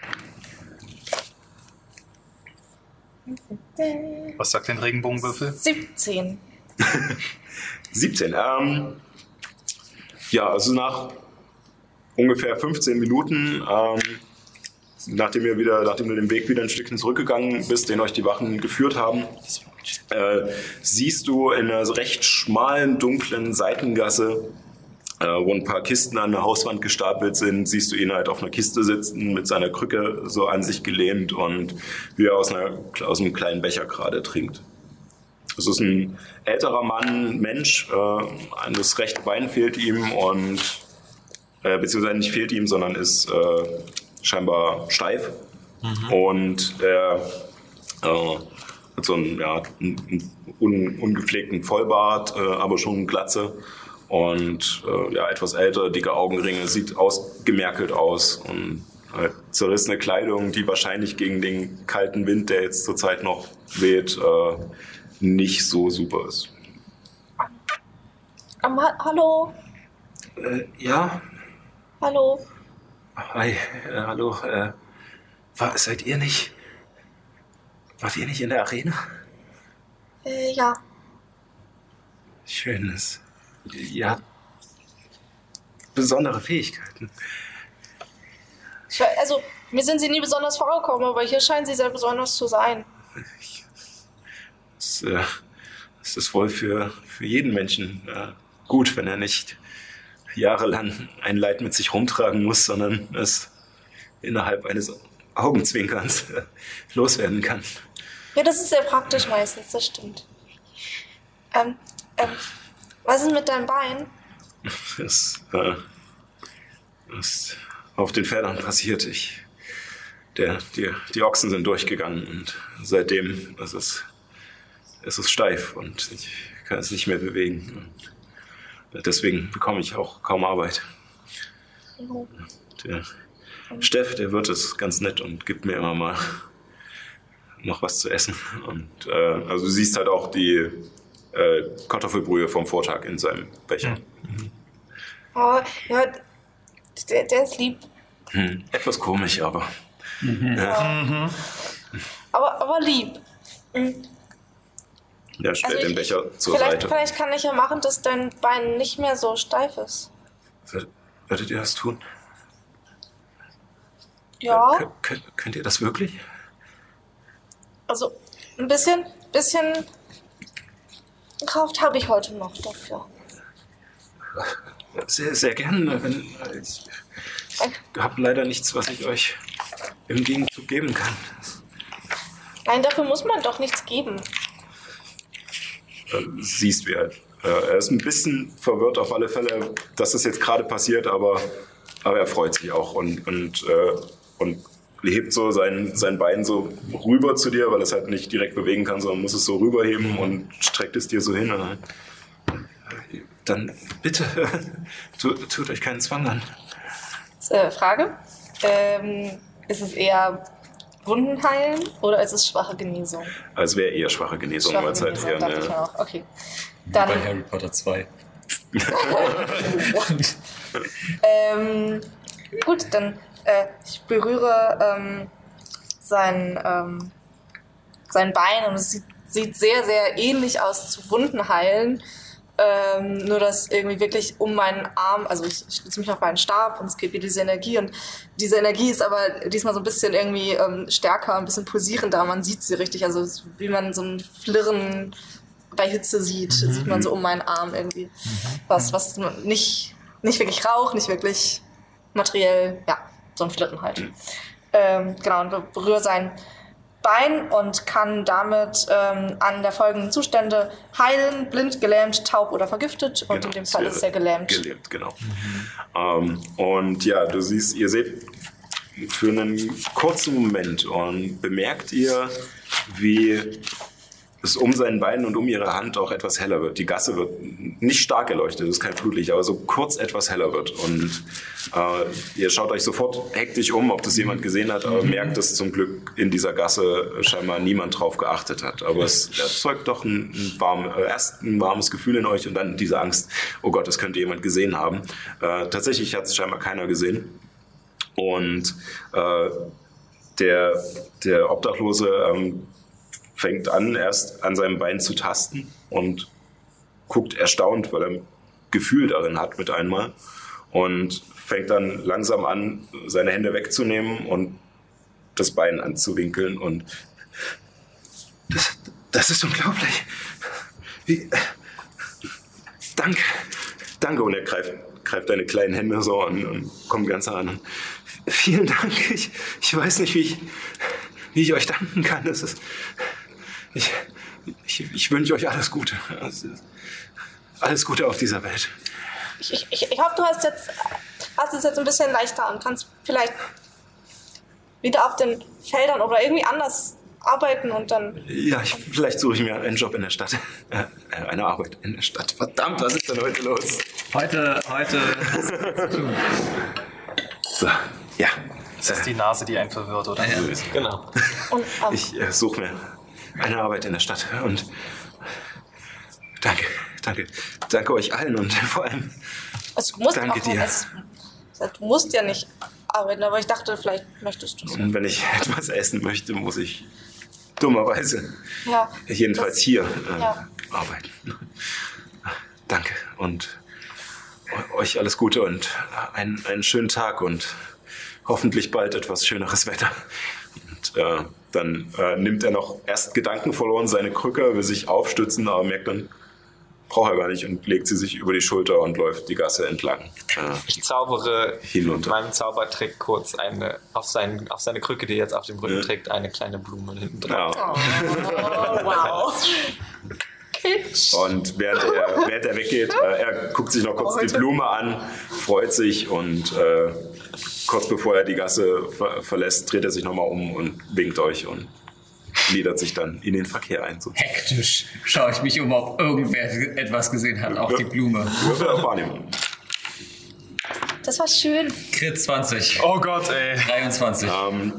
Speaker 4: Was sagt den Regenbogenwürfel?
Speaker 3: siebzehn.
Speaker 1: siebzehn. Ähm, ja, also nach ungefähr fünfzehn Minuten ähm, nachdem, ihr wieder, nachdem du den Weg wieder ein Stückchen zurückgegangen bist, den euch die Wachen geführt haben, äh, siehst du in einer recht schmalen, dunklen Seitengasse, äh, wo ein paar Kisten an der Hauswand gestapelt sind, siehst du ihn halt auf einer Kiste sitzen, mit seiner Krücke so an sich gelehnt und wie er aus, einer, aus einem kleinen Becher gerade trinkt. Das ist ein älterer Mann, Mensch, äh, das rechte Bein fehlt ihm und äh, beziehungsweise nicht fehlt ihm, sondern ist äh, scheinbar steif. Mhm. Und er äh, hat so einen, ja, einen un, ungepflegten Vollbart, äh, aber schon eine Glatze und äh, ja, etwas älter, dicke Augenringe, sieht ausgemerkelt aus und äh, zerrissene Kleidung, die wahrscheinlich gegen den kalten Wind, der jetzt zurzeit noch weht, äh, nicht so super ist.
Speaker 3: Um, ha hallo?
Speaker 6: Äh, ja?
Speaker 3: Hallo?
Speaker 6: Hi, äh, hallo. Äh, war, seid ihr nicht... Wart ihr nicht in der Arena?
Speaker 3: Äh, ja.
Speaker 6: Schönes. Ihr habt besondere Fähigkeiten.
Speaker 3: Ich, also, mir sind sie nie besonders vorgekommen, aber hier scheinen sie sehr besonders zu sein.
Speaker 6: Ich, es, äh, es ist wohl für, für jeden Menschen äh, gut, wenn er nicht jahrelang ein Leid mit sich rumtragen muss, sondern es innerhalb eines Augenzwinkerns äh, loswerden kann.
Speaker 3: Ja, das ist sehr praktisch meistens, das stimmt. Ähm, ähm, was ist mit deinem Bein?
Speaker 6: Das äh, ist auf den Feldern passiert. Ich, der, die, die Ochsen sind durchgegangen und seitdem ist es, ist es steif und ich kann es nicht mehr bewegen. Und deswegen bekomme ich auch kaum Arbeit.
Speaker 3: Mhm.
Speaker 6: Der Steff, der wird es ganz nett und gibt mir immer mal noch was zu essen. Und äh, also du siehst halt auch die äh, Kartoffelbrühe vom Vortag in seinem Becher.
Speaker 3: Mhm. Oh, ja, der, der ist lieb.
Speaker 6: Hm, etwas komisch, aber.
Speaker 3: Mhm.
Speaker 6: Ja.
Speaker 3: Mhm. Aber, aber lieb. Mhm.
Speaker 6: Der stellt
Speaker 3: also
Speaker 6: den
Speaker 3: ich,
Speaker 6: Becher zur
Speaker 3: vielleicht,
Speaker 6: Seite.
Speaker 3: Vielleicht kann ich ja machen, dass dein Bein nicht mehr so steif ist.
Speaker 6: Würdet ihr das tun?
Speaker 3: Ja.
Speaker 6: Äh, könnt, könnt ihr das wirklich?
Speaker 3: Also ein bisschen, bisschen Kraft habe ich heute noch dafür.
Speaker 6: Sehr, sehr gerne. Wenn, ich ich habe leider nichts, was ich euch im Gegenzug geben kann.
Speaker 3: Nein, dafür muss man doch nichts geben.
Speaker 1: Äh, siehst wie er. Äh, er ist ein bisschen verwirrt auf alle Fälle, dass das jetzt gerade passiert, aber, aber er freut sich auch und, und, äh, und hebt so sein, sein Bein so rüber zu dir, weil er es halt nicht direkt bewegen kann, sondern muss es so rüberheben und streckt es dir so hin. Und
Speaker 6: dann bitte, tut, tut euch keinen Zwang an.
Speaker 3: Äh, Frage, ähm, ist es eher Wunden heilen oder ist es schwache Genesung?
Speaker 1: Also wäre eher schwache Genesung,
Speaker 3: Schwache
Speaker 1: weil es halt
Speaker 3: Genesung,
Speaker 1: eher
Speaker 3: dachte ich
Speaker 1: eine...
Speaker 3: mir auch. Okay. Dann,
Speaker 4: Bei Harry Potter zwei.
Speaker 3: ähm, gut, dann äh, ich berühre ähm, sein, ähm, sein Bein und es sieht, sieht sehr, sehr ähnlich aus zu Wunden heilen. Ähm, nur, dass irgendwie wirklich um meinen Arm, also ich stütze mich auf meinen Stab und es gibt wieder diese Energie und diese Energie ist aber diesmal so ein bisschen irgendwie ähm, stärker, ein bisschen pulsierender, man sieht sie richtig, also wie man so ein Flirren bei Hitze sieht, mhm. sieht man so um meinen Arm irgendwie. Mhm. Was, was nicht, nicht wirklich Rauch, nicht wirklich materiell, ja, so ein Flirren halt. Mhm. Ähm, genau, und berühre sein Bein und kann damit ähm, an der folgenden Zustände heilen, blind, gelähmt, taub oder vergiftet. Und
Speaker 1: Genau,
Speaker 3: in dem Fall ist er gelähmt.
Speaker 1: Gelähmt, genau. Mhm. Ähm, und ja, du siehst, ihr seht für einen kurzen Moment und bemerkt ihr, wie es um seinen Beinen und um ihre Hand auch etwas heller wird. Die Gasse wird nicht stark erleuchtet, es ist kein Flutlicht, aber so kurz etwas heller wird. Und äh, ihr schaut euch sofort hektisch um, ob das jemand gesehen hat, aber merkt, dass zum Glück in dieser Gasse scheinbar niemand drauf geachtet hat. Aber es erzeugt doch ein, ein, warm, äh, erst ein warmes Gefühl in euch und dann diese Angst, oh Gott, das könnte jemand gesehen haben. Äh, tatsächlich hat es scheinbar keiner gesehen. Und äh, der, der Obdachlose ähm, fängt an, erst an seinem Bein zu tasten und guckt erstaunt, weil er ein Gefühl darin hat mit einmal und fängt dann langsam an, seine Hände wegzunehmen und das Bein anzuwinkeln und
Speaker 6: Das, das ist unglaublich. Wie, danke.
Speaker 1: danke, und er greift, greift deine kleinen Hände so und, und kommt ganz nah an.
Speaker 6: Vielen Dank. Ich, ich weiß nicht, wie ich, wie ich euch danken kann. Das ist, ich, ich, ich wünsche euch alles Gute. Alles Gute auf dieser Welt.
Speaker 3: Ich, ich, ich, ich hoffe, du hast, jetzt, hast es jetzt ein bisschen leichter und kannst vielleicht wieder auf den Feldern oder irgendwie anders arbeiten und dann...
Speaker 1: Ja, ich, vielleicht suche ich mir einen Job in der Stadt. Äh, eine Arbeit in der Stadt. Verdammt, was ist denn heute los?
Speaker 2: Heute, heute.
Speaker 1: So, ja.
Speaker 4: Ist das die Nase, die einen verwirrt, oder?
Speaker 2: Ja.
Speaker 5: Genau.
Speaker 3: Und, ähm,
Speaker 1: Ich äh, suche mir eine Arbeit in der Stadt und danke, danke, danke euch allen und vor allem
Speaker 3: also du musst
Speaker 1: danke
Speaker 3: auch
Speaker 1: dir.
Speaker 3: Es, du musst ja nicht arbeiten, aber ich dachte, vielleicht möchtest du es.
Speaker 1: Und wenn ich etwas essen möchte, muss ich dummerweise
Speaker 3: Ja,
Speaker 1: jedenfalls
Speaker 3: das-
Speaker 1: hier äh,
Speaker 3: ja.
Speaker 1: arbeiten. Danke und euch alles Gute und einen, einen schönen Tag und hoffentlich bald etwas schöneres Wetter. Und äh, dann äh, nimmt er noch erst Gedanken verloren seine Krücke, will sich aufstützen, aber merkt dann, braucht er gar nicht und legt sie sich über die Schulter und läuft die Gasse entlang. Äh,
Speaker 5: Ich zaubere
Speaker 1: Hinunter.
Speaker 5: mit meinem Zaubertrick kurz eine auf, seinen, auf seine Krücke, die er jetzt auf dem Rücken
Speaker 1: Ja.
Speaker 5: trägt, eine kleine Blume hinten drauf.
Speaker 1: ja.
Speaker 3: Oh, wow. Kitsch.
Speaker 1: Und während er, während er weggeht, äh, er guckt sich noch kurz die Blume an, freut sich und äh, kurz bevor er die Gasse ver verlässt, dreht er sich nochmal um und winkt euch und gliedert sich dann in den Verkehr ein. So.
Speaker 2: Hektisch schaue ich mich um, ob irgendwer etwas gesehen hat, auch die Blume.
Speaker 1: Würfel auf Wahrnehmung.
Speaker 3: Das war schön.
Speaker 2: Crit zwanzig.
Speaker 4: Oh Gott, ey.
Speaker 2: dreiundzwanzig.
Speaker 1: Ähm,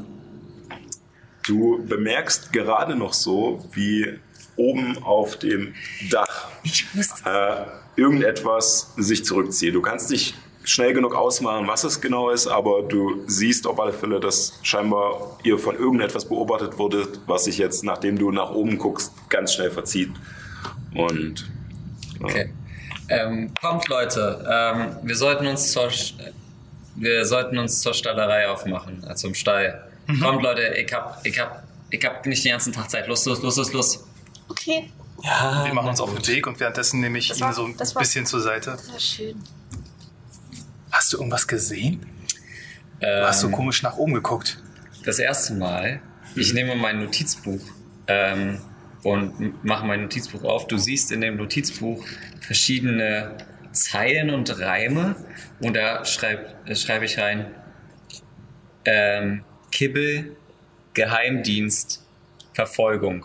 Speaker 1: du bemerkst gerade noch so, wie oben auf dem Dach äh, irgendetwas sich zurückzieht. Du kannst nicht schnell genug ausmalen, was es genau ist, aber du siehst auf alle Fälle, dass scheinbar ihr von irgendetwas beobachtet wurdet, was sich jetzt, nachdem du nach oben guckst, ganz schnell verzieht. Und ja.
Speaker 2: Okay. Ähm, kommt Leute, ähm, wir sollten uns zur Sch- wir sollten uns zur Stallerei aufmachen, also zum Stall. Kommt Leute, ich hab, ich hab, ich hab nicht den ganzen Tag Zeit. Los, los, los, los, los.
Speaker 3: Okay,
Speaker 5: Ja,
Speaker 4: Wir machen uns auf den Weg und währenddessen nehme ich
Speaker 3: Das
Speaker 4: ihn
Speaker 3: war-
Speaker 4: so ein
Speaker 3: das war-
Speaker 4: bisschen zur Seite.
Speaker 3: das war schön.
Speaker 4: Hast du irgendwas gesehen? Du
Speaker 2: Ähm,
Speaker 4: hast so komisch nach oben geguckt.
Speaker 2: Das erste Mal, ich nehme mein Notizbuch ähm, und mache mein Notizbuch auf. Du siehst in dem Notizbuch verschiedene Zeilen und Reime und da schreibe schreib ich rein ähm, Kibbel, Geheimdienst, Verfolgung.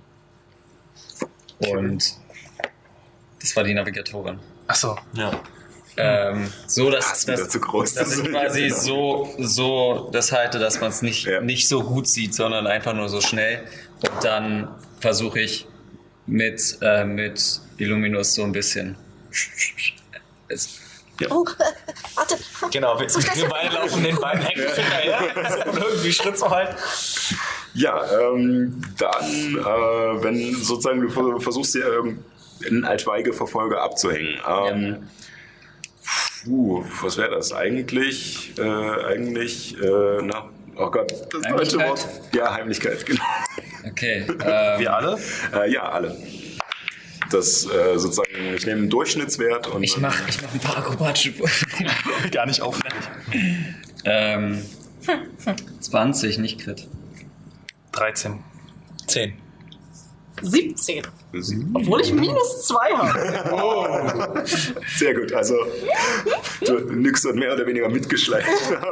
Speaker 2: Und das war die Navigatorin.
Speaker 4: Ach so.
Speaker 5: ja.
Speaker 2: Ähm, so, dass,
Speaker 1: Das ist wieder
Speaker 2: dass,
Speaker 1: zu groß.
Speaker 2: dass ich quasi so, so das halte, dass man es nicht,
Speaker 1: Ja.
Speaker 2: nicht so gut sieht, sondern einfach nur so schnell. Und dann versuche ich mit, äh, mit Illuminus so ein bisschen. Es,
Speaker 3: Oh, warte.
Speaker 5: Genau, wir, wir beide laufen den beiden hektisch hinterher, um irgendwie Schritt zu halten.
Speaker 1: Ja, ähm, dann, äh, wenn sozusagen du ver- versuchst, dir irgendeinen altweige Verfolger abzuhängen. Ähm, puh, was wäre das? Eigentlich, äh, eigentlich, äh, na, oh Gott, das deutsche
Speaker 2: Heimlichkeit?
Speaker 1: Wort. Ja, Heimlichkeit, genau.
Speaker 2: okay. Ähm,
Speaker 4: Wir alle?
Speaker 1: Äh, ja, alle. Das äh, sozusagen, ich nehme einen Durchschnittswert und.
Speaker 2: ich mache ich mach ein paar akrobatische.
Speaker 4: Gar nicht auffällig.
Speaker 2: ähm, zwanzig, nicht Crit.
Speaker 4: dreizehn.
Speaker 5: Zehn.
Speaker 3: siebzehn. Obwohl ich minus zwei habe.
Speaker 1: Sehr gut, also du nix wird mehr oder weniger mitgeschleift.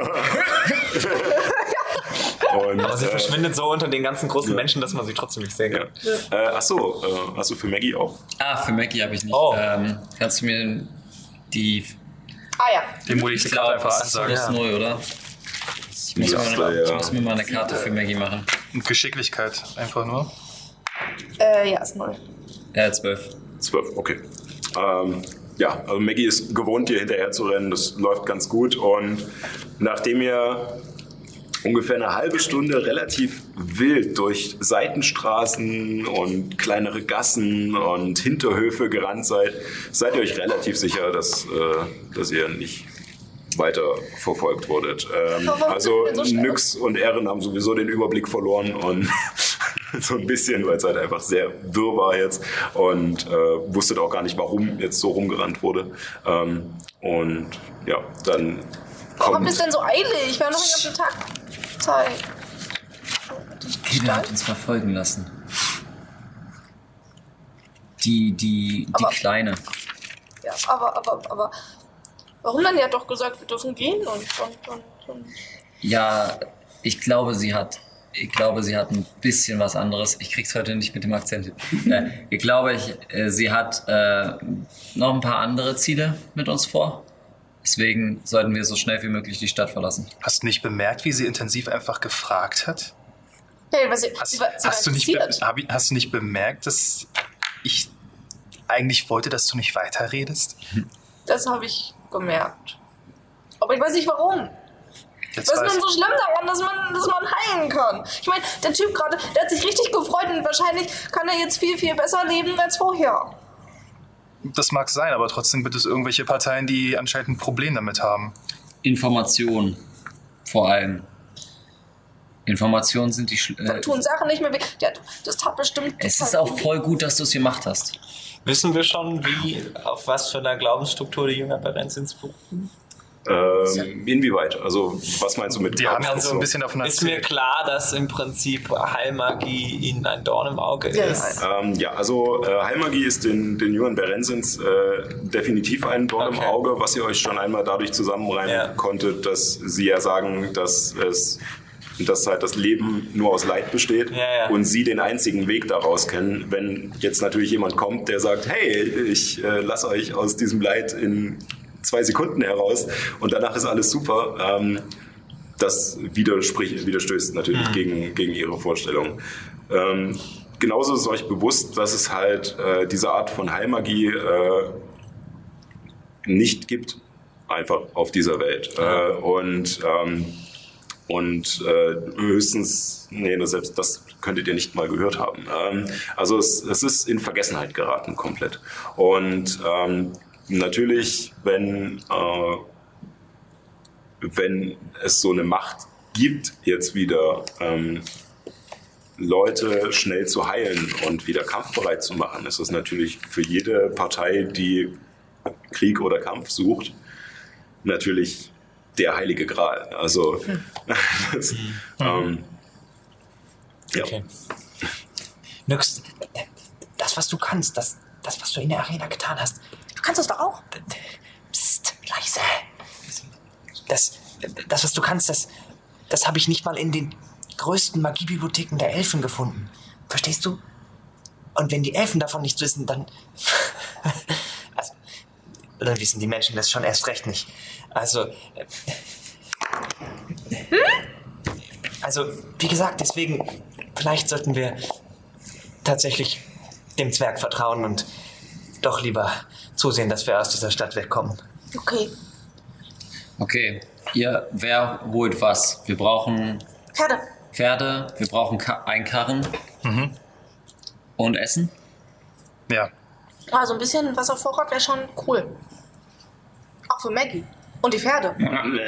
Speaker 1: Und,
Speaker 5: Aber sie
Speaker 1: äh,
Speaker 5: verschwindet so unter den ganzen großen
Speaker 1: ja.
Speaker 5: Menschen, dass man sie trotzdem nicht sehen kann.
Speaker 1: ja. Äh, achso, äh, hast du für Maggie auch?
Speaker 2: Ah, für Maggie habe ich nicht.
Speaker 5: Oh.
Speaker 2: Ähm, kannst du mir die.
Speaker 3: Ah ja.
Speaker 4: Den muss ich gerade einfach
Speaker 2: das ist
Speaker 4: ansagen.
Speaker 2: alles neu, oder? Ich muss,
Speaker 1: Ja,
Speaker 2: mir mal, ich
Speaker 1: ja.
Speaker 2: muss mir mal eine Karte für Maggie machen.
Speaker 4: Und Geschicklichkeit einfach nur.
Speaker 3: Äh, ja, ist null.
Speaker 2: Ja, zwölf.
Speaker 1: Zwölf, okay. Ähm, ja, also Maggie ist gewohnt, dir hinterher zu rennen. Das läuft ganz gut. Und nachdem ihr ungefähr eine halbe Stunde relativ wild durch Seitenstraßen und kleinere Gassen und Hinterhöfe gerannt seid, seid ihr euch relativ sicher, dass, äh, dass ihr nicht weiter verfolgt wurdet. Ähm,
Speaker 3: Warum
Speaker 1: also
Speaker 3: sind wir so schnell?
Speaker 1: Nyx und Erin haben sowieso den Überblick verloren und so ein bisschen, weil es halt einfach sehr wirr war jetzt und äh, wusstet auch gar nicht, warum jetzt so rumgerannt wurde. Ähm, und ja, dann
Speaker 3: Warum
Speaker 1: kommt...
Speaker 3: ist denn so eilig? Wir haben noch nicht auf den Tag Zeit.
Speaker 2: Okay, der hat uns verfolgen lassen. Die, die, die
Speaker 3: Aber-
Speaker 2: Kleine.
Speaker 3: Ja, aber, aber, aber. Warum dann? Die hat doch gesagt, wir dürfen gehen und. und, und, und.
Speaker 2: Ja, ich glaube, sie hat. Ich glaube, sie hat ein bisschen was anderes. Ich krieg's heute nicht mit dem Akzent hin. äh, ich glaube, ich, äh, sie hat äh, noch ein paar andere Ziele mit uns vor. Deswegen sollten wir so schnell wie möglich die Stadt verlassen.
Speaker 4: Hast du nicht bemerkt, wie sie intensiv einfach gefragt hat?
Speaker 3: Hey, was sie,
Speaker 4: Hast,
Speaker 3: sie war, sie
Speaker 4: hast, du
Speaker 3: war
Speaker 4: nicht be
Speaker 3: interessiert.
Speaker 4: hab ich- hast du nicht bemerkt, dass ich eigentlich wollte, dass du nicht weiterredest?
Speaker 3: Das habe ich gemerkt. Aber ich weiß nicht warum.
Speaker 4: Jetzt
Speaker 3: Was ist
Speaker 4: weißt-
Speaker 3: denn so schlimm daran, dass man, dass man heilen kann? Ich meine, der Typ gerade, der hat sich richtig gefreut und wahrscheinlich kann er jetzt viel, viel besser leben als vorher.
Speaker 4: Das mag sein, aber trotzdem gibt es irgendwelche Parteien, die anscheinend ein Problem damit haben.
Speaker 2: Information vor allem. Informationen sind die... Schl
Speaker 3: Dann
Speaker 2: äh,
Speaker 3: tun Sachen nicht mehr weh. Ja, das tat bestimmt.
Speaker 2: es
Speaker 3: total
Speaker 2: ist auch
Speaker 3: weh.
Speaker 2: voll gut, dass du es gemacht hast.
Speaker 5: Wissen wir schon, wie, auf was für einer Glaubensstruktur die Jünger Berenzins beruhen?
Speaker 1: Ähm, inwieweit? Also, was meinst du mit
Speaker 4: Die haben ja
Speaker 1: Glaubensstruktur?
Speaker 4: so ein bisschen davon
Speaker 5: Ist mir
Speaker 4: erzählt.
Speaker 5: klar, dass im Prinzip Heilmagie ihnen ein Dorn im Auge
Speaker 3: Ja,
Speaker 5: ist.
Speaker 1: Ähm, ja, also äh, Heilmagie ist den, den Jüngern Berenzins äh, definitiv ein Dorn im
Speaker 5: Okay.
Speaker 1: Auge, was ihr euch schon einmal dadurch zusammenreimen
Speaker 5: Ja.
Speaker 1: konntet, dass sie ja sagen, dass es dass halt das Leben nur aus Leid besteht
Speaker 5: Ja, ja.
Speaker 1: und sie den einzigen Weg daraus kennen. Wenn jetzt natürlich jemand kommt, der sagt, hey, ich äh, lasse euch aus diesem Leid in zwei Sekunden heraus und danach ist alles super, ähm, das widerspricht, widerstößt natürlich gegen, gegen ihre Vorstellung. Ähm, genauso ist euch bewusst, dass es halt äh, diese Art von Heilmagie äh, nicht gibt, einfach auf dieser Welt. Äh, und ähm, und äh, höchstens, nee, nur selbst das könntet ihr nicht mal gehört haben. Ähm, also es, es ist in Vergessenheit geraten komplett. Und ähm, natürlich, wenn, äh, wenn es so eine Macht gibt, jetzt wieder ähm, Leute schnell zu heilen und wieder kampfbereit zu machen, ist es natürlich für jede Partei, die Krieg oder Kampf sucht, natürlich der heilige Gral. Also, das, ähm, ja.
Speaker 5: Okay. Nyx, das, was du kannst, das, das, was du in der Arena getan hast,
Speaker 3: Du kannst das doch auch.
Speaker 5: psst, leise. Das, das, was du kannst, das, das habe ich nicht mal in den größten Magiebibliotheken der Elfen gefunden. Verstehst du? Und wenn die Elfen davon nichts wissen, dann... also, dann wissen die Menschen das schon erst recht nicht. Also... äh, Also, wie gesagt, deswegen, vielleicht sollten wir tatsächlich dem Zwerg vertrauen und doch lieber zusehen, dass wir aus dieser Stadt wegkommen.
Speaker 3: Okay.
Speaker 2: Okay, ihr, wer holt was? Wir brauchen
Speaker 3: Pferde.
Speaker 2: Pferde, wir brauchen Ka einen Karren und Essen.
Speaker 4: Ja,
Speaker 3: Also ein bisschen was auf Vorrat wäre schon cool. Auch für Maggie. Und die Pferde.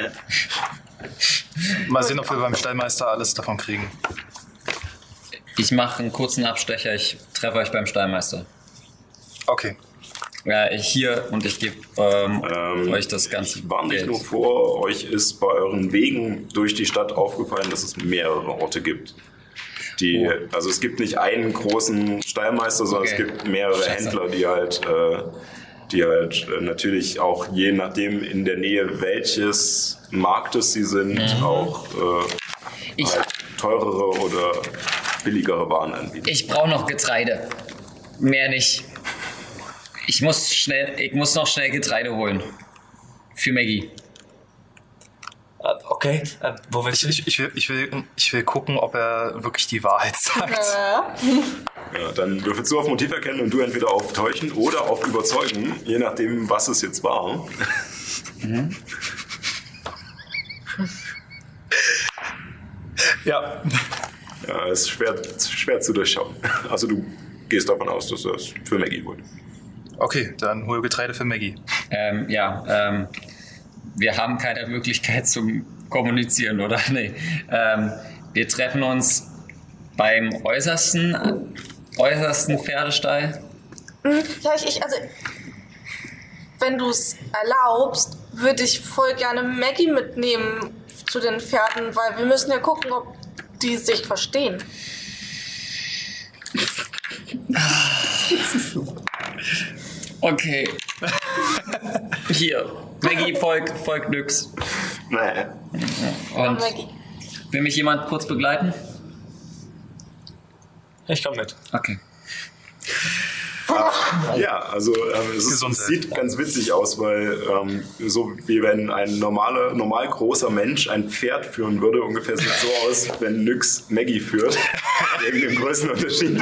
Speaker 4: mal sehen, ob wir beim Stallmeister alles davon kriegen.
Speaker 2: Ich mache einen kurzen Abstecher, ich treffe euch beim Stallmeister.
Speaker 4: Okay.
Speaker 2: Ja, ich hier und ich gebe ähm,
Speaker 1: Ähm,
Speaker 2: euch das ganze
Speaker 1: Ich warne nicht
Speaker 2: Geld.
Speaker 1: nur vor, euch ist bei euren Wegen durch die Stadt aufgefallen, dass es mehrere Orte gibt. Die, also es gibt nicht einen großen Stallmeister, sondern
Speaker 2: Okay.
Speaker 1: es gibt mehrere
Speaker 2: Scheiße.
Speaker 1: Händler, die halt, äh, die halt äh, natürlich auch je nachdem in der Nähe welches Marktes sie sind, auch äh,
Speaker 2: Ich-
Speaker 1: halt teurere oder billigere Waren anbieten.
Speaker 2: Ich brauche noch Getreide. Mehr nicht. Ich muss schnell, ich muss noch schnell Getreide holen. Für Maggie.
Speaker 5: Äh, okay, äh, wo willst
Speaker 4: Ich,
Speaker 5: du?
Speaker 4: ich, ich, will, ich, will, ich will gucken, ob er wirklich die Wahrheit sagt.
Speaker 3: Ja.
Speaker 1: Ja, dann würfelst du auf Motiv erkennen und du entweder auf Täuschen oder auf Überzeugen, je nachdem, was es jetzt war.
Speaker 4: Ja.
Speaker 1: Ja, es ist schwer, schwer zu durchschauen. Also du gehst davon aus, dass das für Maggie holt.
Speaker 4: Okay, dann hol Getreide für Maggie.
Speaker 2: Ähm, ja, ähm, wir haben keine Möglichkeit zum Kommunizieren, oder? Nee. Ähm, wir treffen uns beim äußersten, äußersten Pferdestall.
Speaker 3: Ja, ich, ich also, wenn du es erlaubst, würde ich voll gerne Maggie mitnehmen zu den Pferden, weil wir müssen ja gucken, ob die sich verstehen.
Speaker 2: Okay. Hier, Maggie, folg, folg nix.
Speaker 1: Nee.
Speaker 2: Und
Speaker 3: Maggie.
Speaker 2: will mich jemand kurz begleiten?
Speaker 7: Ich komme mit.
Speaker 2: Okay.
Speaker 1: Ja, also ähm, es, ist, es
Speaker 4: Gesundheit.
Speaker 1: sieht ganz witzig aus, weil ähm, so wie wenn ein normaler, normal großer Mensch ein Pferd führen würde, ungefähr sieht es so aus, wenn Nyx Maggie führt. Wegen dem Größenunterschied.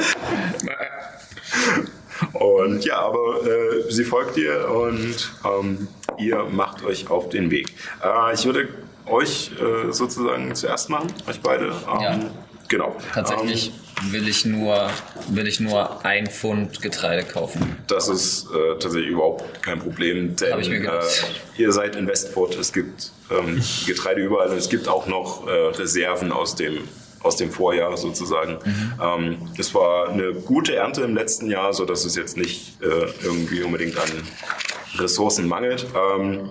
Speaker 1: Und ja, aber äh, sie folgt ihr und ähm, ihr macht euch auf den Weg. Äh, ich würde euch äh, sozusagen zuerst machen, euch beide. Ähm,
Speaker 2: Ja.
Speaker 1: Genau.
Speaker 2: Tatsächlich
Speaker 1: Ähm,
Speaker 2: will ich nur, will ich nur ein Pfund Getreide kaufen.
Speaker 1: Das ist äh, tatsächlich überhaupt kein Problem, denn
Speaker 2: Hab ich mir gedacht.
Speaker 1: äh, ihr seid in Westford, es gibt ähm, Getreide überall und es gibt auch noch äh, Reserven aus dem, aus dem Vorjahr sozusagen.
Speaker 2: Mhm.
Speaker 1: Ähm, es war eine gute Ernte im letzten Jahr, sodass es jetzt nicht äh, irgendwie unbedingt an Ressourcen mangelt. Ähm,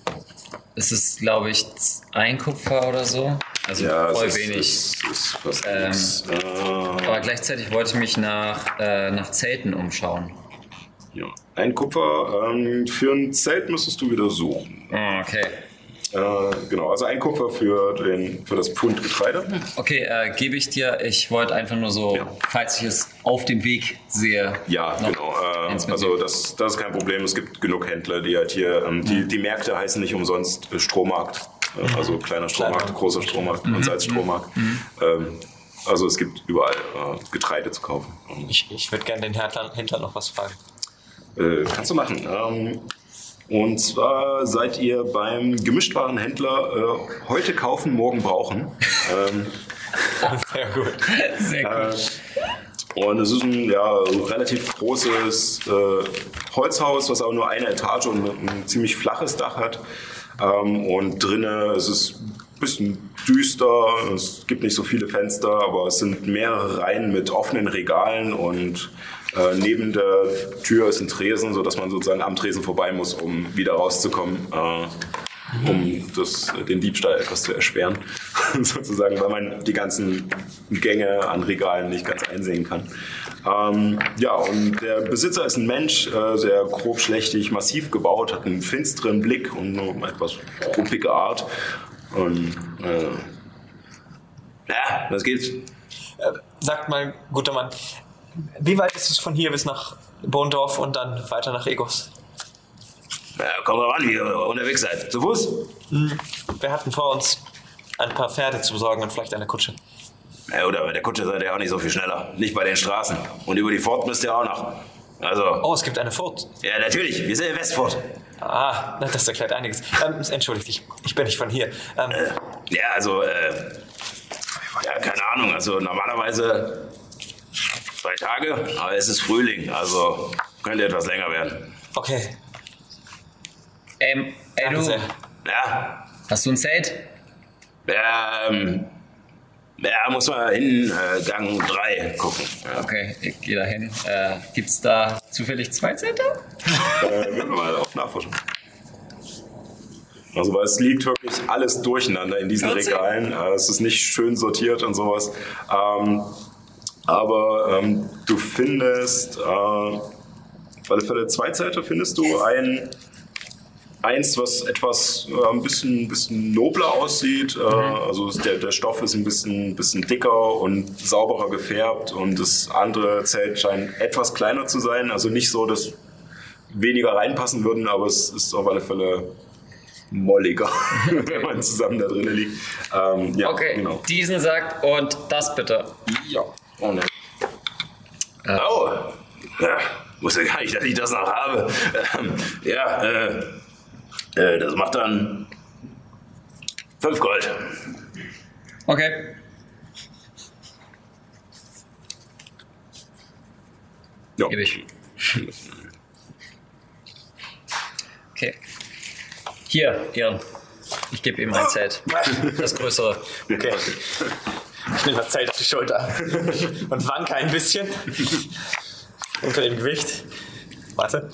Speaker 2: Es ist, glaube ich, ein Kupfer oder so. Also
Speaker 1: ja,
Speaker 2: voll
Speaker 1: es ist,
Speaker 2: wenig.
Speaker 1: Ist, ist fast
Speaker 2: Ähm,
Speaker 1: nichts. Äh,
Speaker 2: Aber gleichzeitig wollte ich mich nach, äh, nach Zelten umschauen.
Speaker 1: ja. Ein Kupfer, ähm, für ein Zelt müsstest du wieder suchen.
Speaker 2: Oh, okay.
Speaker 1: Äh, genau, also ein Kupfer für, den, für das Pfund Getreide.
Speaker 2: Okay, äh, gebe ich dir. Ich wollte einfach nur so,
Speaker 1: Ja.
Speaker 2: falls ich es auf dem Weg sehe.
Speaker 1: Ja,
Speaker 2: noch
Speaker 1: genau. Äh,
Speaker 2: eins
Speaker 1: also
Speaker 2: mitnehmen.
Speaker 1: das, das ist kein Problem. Es gibt genug Händler, die halt hier, ähm, die, die Märkte heißen nicht umsonst äh, Strohmarkt. Äh, also kleiner Strohmarkt, großer Strohmarkt und Salzstrohmarkt. Ähm, also es gibt überall äh, Getreide zu kaufen.
Speaker 7: Ich, ich würde gerne den Händler, Händler noch was fragen.
Speaker 1: Äh, kannst du machen. Ähm, und zwar seid ihr beim Gemischtwarenhändler äh, heute kaufen, morgen brauchen. Ähm,
Speaker 7: Sehr gut.
Speaker 2: Sehr gut.
Speaker 1: Und es ist ein ja, relativ großes äh, Holzhaus, was aber nur eine Etage und ein ziemlich flaches Dach hat. Ähm, und drinnen ist es ein bisschen düster, es gibt nicht so viele Fenster, aber es sind mehrere Reihen mit offenen Regalen und äh, neben der Tür ist ein Tresen, sodass man sozusagen am Tresen vorbei muss, um wieder rauszukommen. Äh, um das, den Diebstahl etwas zu erschweren, sozusagen, weil man die ganzen Gänge an Regalen nicht ganz einsehen kann. Ähm, ja, und der Besitzer ist ein Mensch, äh, sehr grobschlächtig, massiv gebaut, hat einen finsteren Blick und eine etwas ruppige Art. Und äh, ja, was geht's?
Speaker 7: Äh, sagt mal, guter Mann, wie weit ist es von hier bis nach Bohndorf und dann weiter nach Egos?
Speaker 1: Ja, kommt drauf an, wie ihr unterwegs seid. Zu Fuß?
Speaker 7: Hm, wir hatten vor, uns ein paar Pferde zu besorgen und vielleicht eine Kutsche.
Speaker 1: Ja, oder bei der Kutsche seid ihr auch nicht so viel schneller. Nicht bei den Straßen. Und über die Fort müsst ihr auch noch. Also.
Speaker 7: Oh, es gibt eine Furt.
Speaker 1: Ja, natürlich. Wir sind in Westfort.
Speaker 7: Ah, na, das erklärt einiges. Ähm, entschuldigt, ich, ich bin nicht von hier. Ähm,
Speaker 1: Ja, also, äh, ja, keine Ahnung. Also normalerweise zwei Tage, aber es ist Frühling. Also könnte etwas länger werden.
Speaker 7: okay,
Speaker 2: Ähm, ey
Speaker 7: danke
Speaker 2: du,
Speaker 7: sehr.
Speaker 1: Ja,
Speaker 2: hast du ein Zelt?
Speaker 1: ähm, ja, muss man hin, äh, Gang drei gucken. Ja.
Speaker 2: Okay, ich gehe da hin. Äh, gibt's da zufällig zwei Zelte?
Speaker 1: Äh, würden wir mal auf Nachforschung. Also, weil es liegt wirklich alles durcheinander in diesen
Speaker 2: vierzehn.
Speaker 1: Regalen. Äh, es ist nicht schön sortiert und sowas. Ähm, aber ähm, du findest, äh, auf alle Fälle zwei Zelte findest du ein, eins, was etwas äh, ein bisschen, bisschen nobler aussieht. Äh, also der, der Stoff ist ein bisschen, bisschen dicker und sauberer gefärbt und das andere Zelt scheint etwas kleiner zu sein. Also nicht so, dass weniger reinpassen würden, aber es ist auf alle Fälle molliger, wenn man zusammen da drinnen liegt. Ähm, ja,
Speaker 2: Okay,
Speaker 1: genau.
Speaker 2: diesen Sack und das bitte.
Speaker 1: Ja. Oh, ne. Oh, ja, wusste gar nicht, dass ich das noch habe. Ähm, ja, äh, äh, das macht dann fünf Gold.
Speaker 2: Okay.
Speaker 1: Ja.
Speaker 2: Gebe ich. Okay. Hier, Ehren. Ich gebe ihm ein Zelt. Das größere.
Speaker 7: Okay. Ich nehme das Zelt auf die Schulter und wanke ein bisschen unter dem Gewicht. Warte.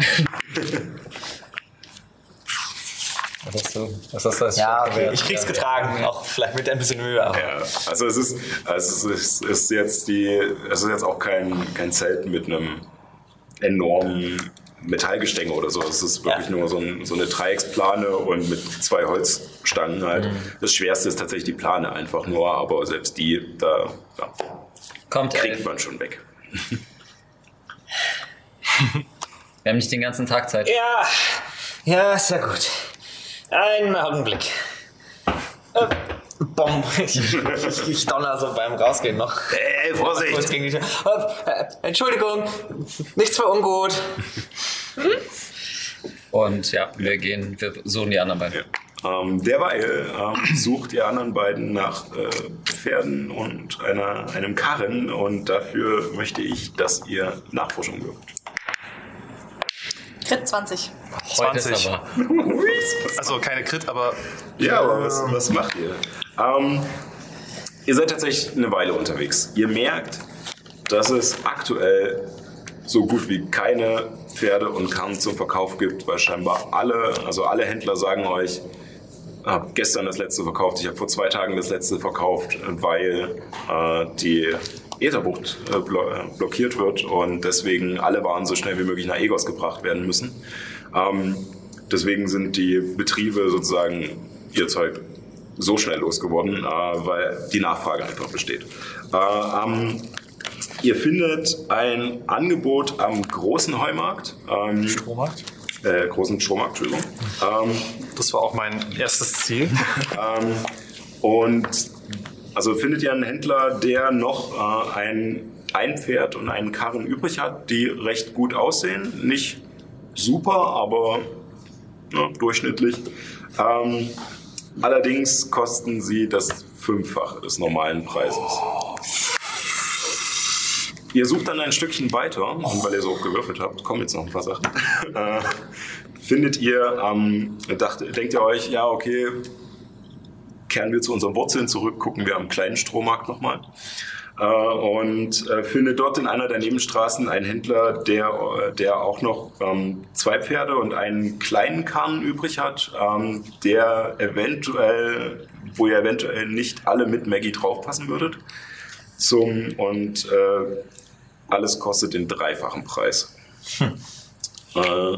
Speaker 2: Was hast du? Was hast du als
Speaker 7: Ja,
Speaker 2: okay.
Speaker 7: ich krieg's getragen, auch vielleicht mit ein bisschen Mühe. Aber.
Speaker 1: Ja, also es ist, also es ist, ist jetzt die, es ist jetzt auch kein, kein Zelt mit einem enormen Metallgestänge oder so. Es ist wirklich ja. nur so, ein, so eine Dreiecksplane und mit zwei Holzstangen halt. Mhm. Das Schwerste ist tatsächlich die Plane einfach nur, aber selbst die, da ja,
Speaker 2: Kommt,
Speaker 1: kriegt
Speaker 2: elf.
Speaker 1: man schon weg.
Speaker 2: Wir haben nicht den ganzen Tag Zeit.
Speaker 7: Ja, ja, sehr gut. Einen Augenblick. Äh, Bom. Ich, ich, ich donner so beim Rausgehen noch.
Speaker 1: Ey, Vorsicht!
Speaker 7: Kurz gegen die Tür. Äh, Entschuldigung, nichts für ungut. Hm?
Speaker 2: Und ja, wir gehen, wir suchen die anderen beiden.
Speaker 1: Ja. Ähm, derweil ähm, sucht die anderen beiden nach äh, Pferden und einer, einem Karren und dafür möchte ich, dass ihr Nachforschung wirft.
Speaker 3: Crit zwanzig.
Speaker 2: Heute
Speaker 4: zwanzig.
Speaker 2: ist aber.
Speaker 4: Also keine Crit, aber...
Speaker 1: Ja, aber was, was macht ihr? Ähm, ihr seid tatsächlich eine Weile unterwegs. Ihr merkt, dass es aktuell so gut wie keine Pferde und Karren zum Verkauf gibt, weil scheinbar alle, also alle Händler sagen euch, ich habe gestern das letzte verkauft, ich habe vor zwei Tagen das letzte verkauft, weil äh, die Ätherbucht äh, blo- äh, blockiert wird und deswegen alle Waren so schnell wie möglich nach Egos gebracht werden müssen. Ähm, deswegen sind die Betriebe sozusagen ihr Zeug so schnell losgeworden, äh, weil die Nachfrage einfach besteht. Äh, ähm, ihr findet ein Angebot am großen Heumarkt. Ähm,
Speaker 4: Strohmarkt?
Speaker 1: Äh, großen Strohmarkt, Entschuldigung. Ähm,
Speaker 4: Das war auch mein erstes Ziel.
Speaker 1: ähm, und also findet ihr einen Händler, der noch äh, ein, ein Pferd und einen Karren übrig hat, die recht gut aussehen. Nicht super, aber ja, durchschnittlich. Ähm, allerdings kosten sie das Fünffache des normalen Preises. Ihr sucht dann ein Stückchen weiter, und weil ihr so gewürfelt habt, kommen jetzt noch ein paar Sachen. äh, findet ihr, ähm, dacht, denkt ihr euch, ja okay, kehren wir zu unseren Wurzeln zurück, gucken wir am kleinen Strohmarkt nochmal. Äh, und äh, findet dort in einer der Nebenstraßen einen Händler, der, der auch noch ähm, zwei Pferde und einen kleinen Karren übrig hat, ähm, der eventuell, wo ihr eventuell nicht alle mit Maggie draufpassen würdet. Zum, und äh, alles kostet den dreifachen Preis. Hm. Äh,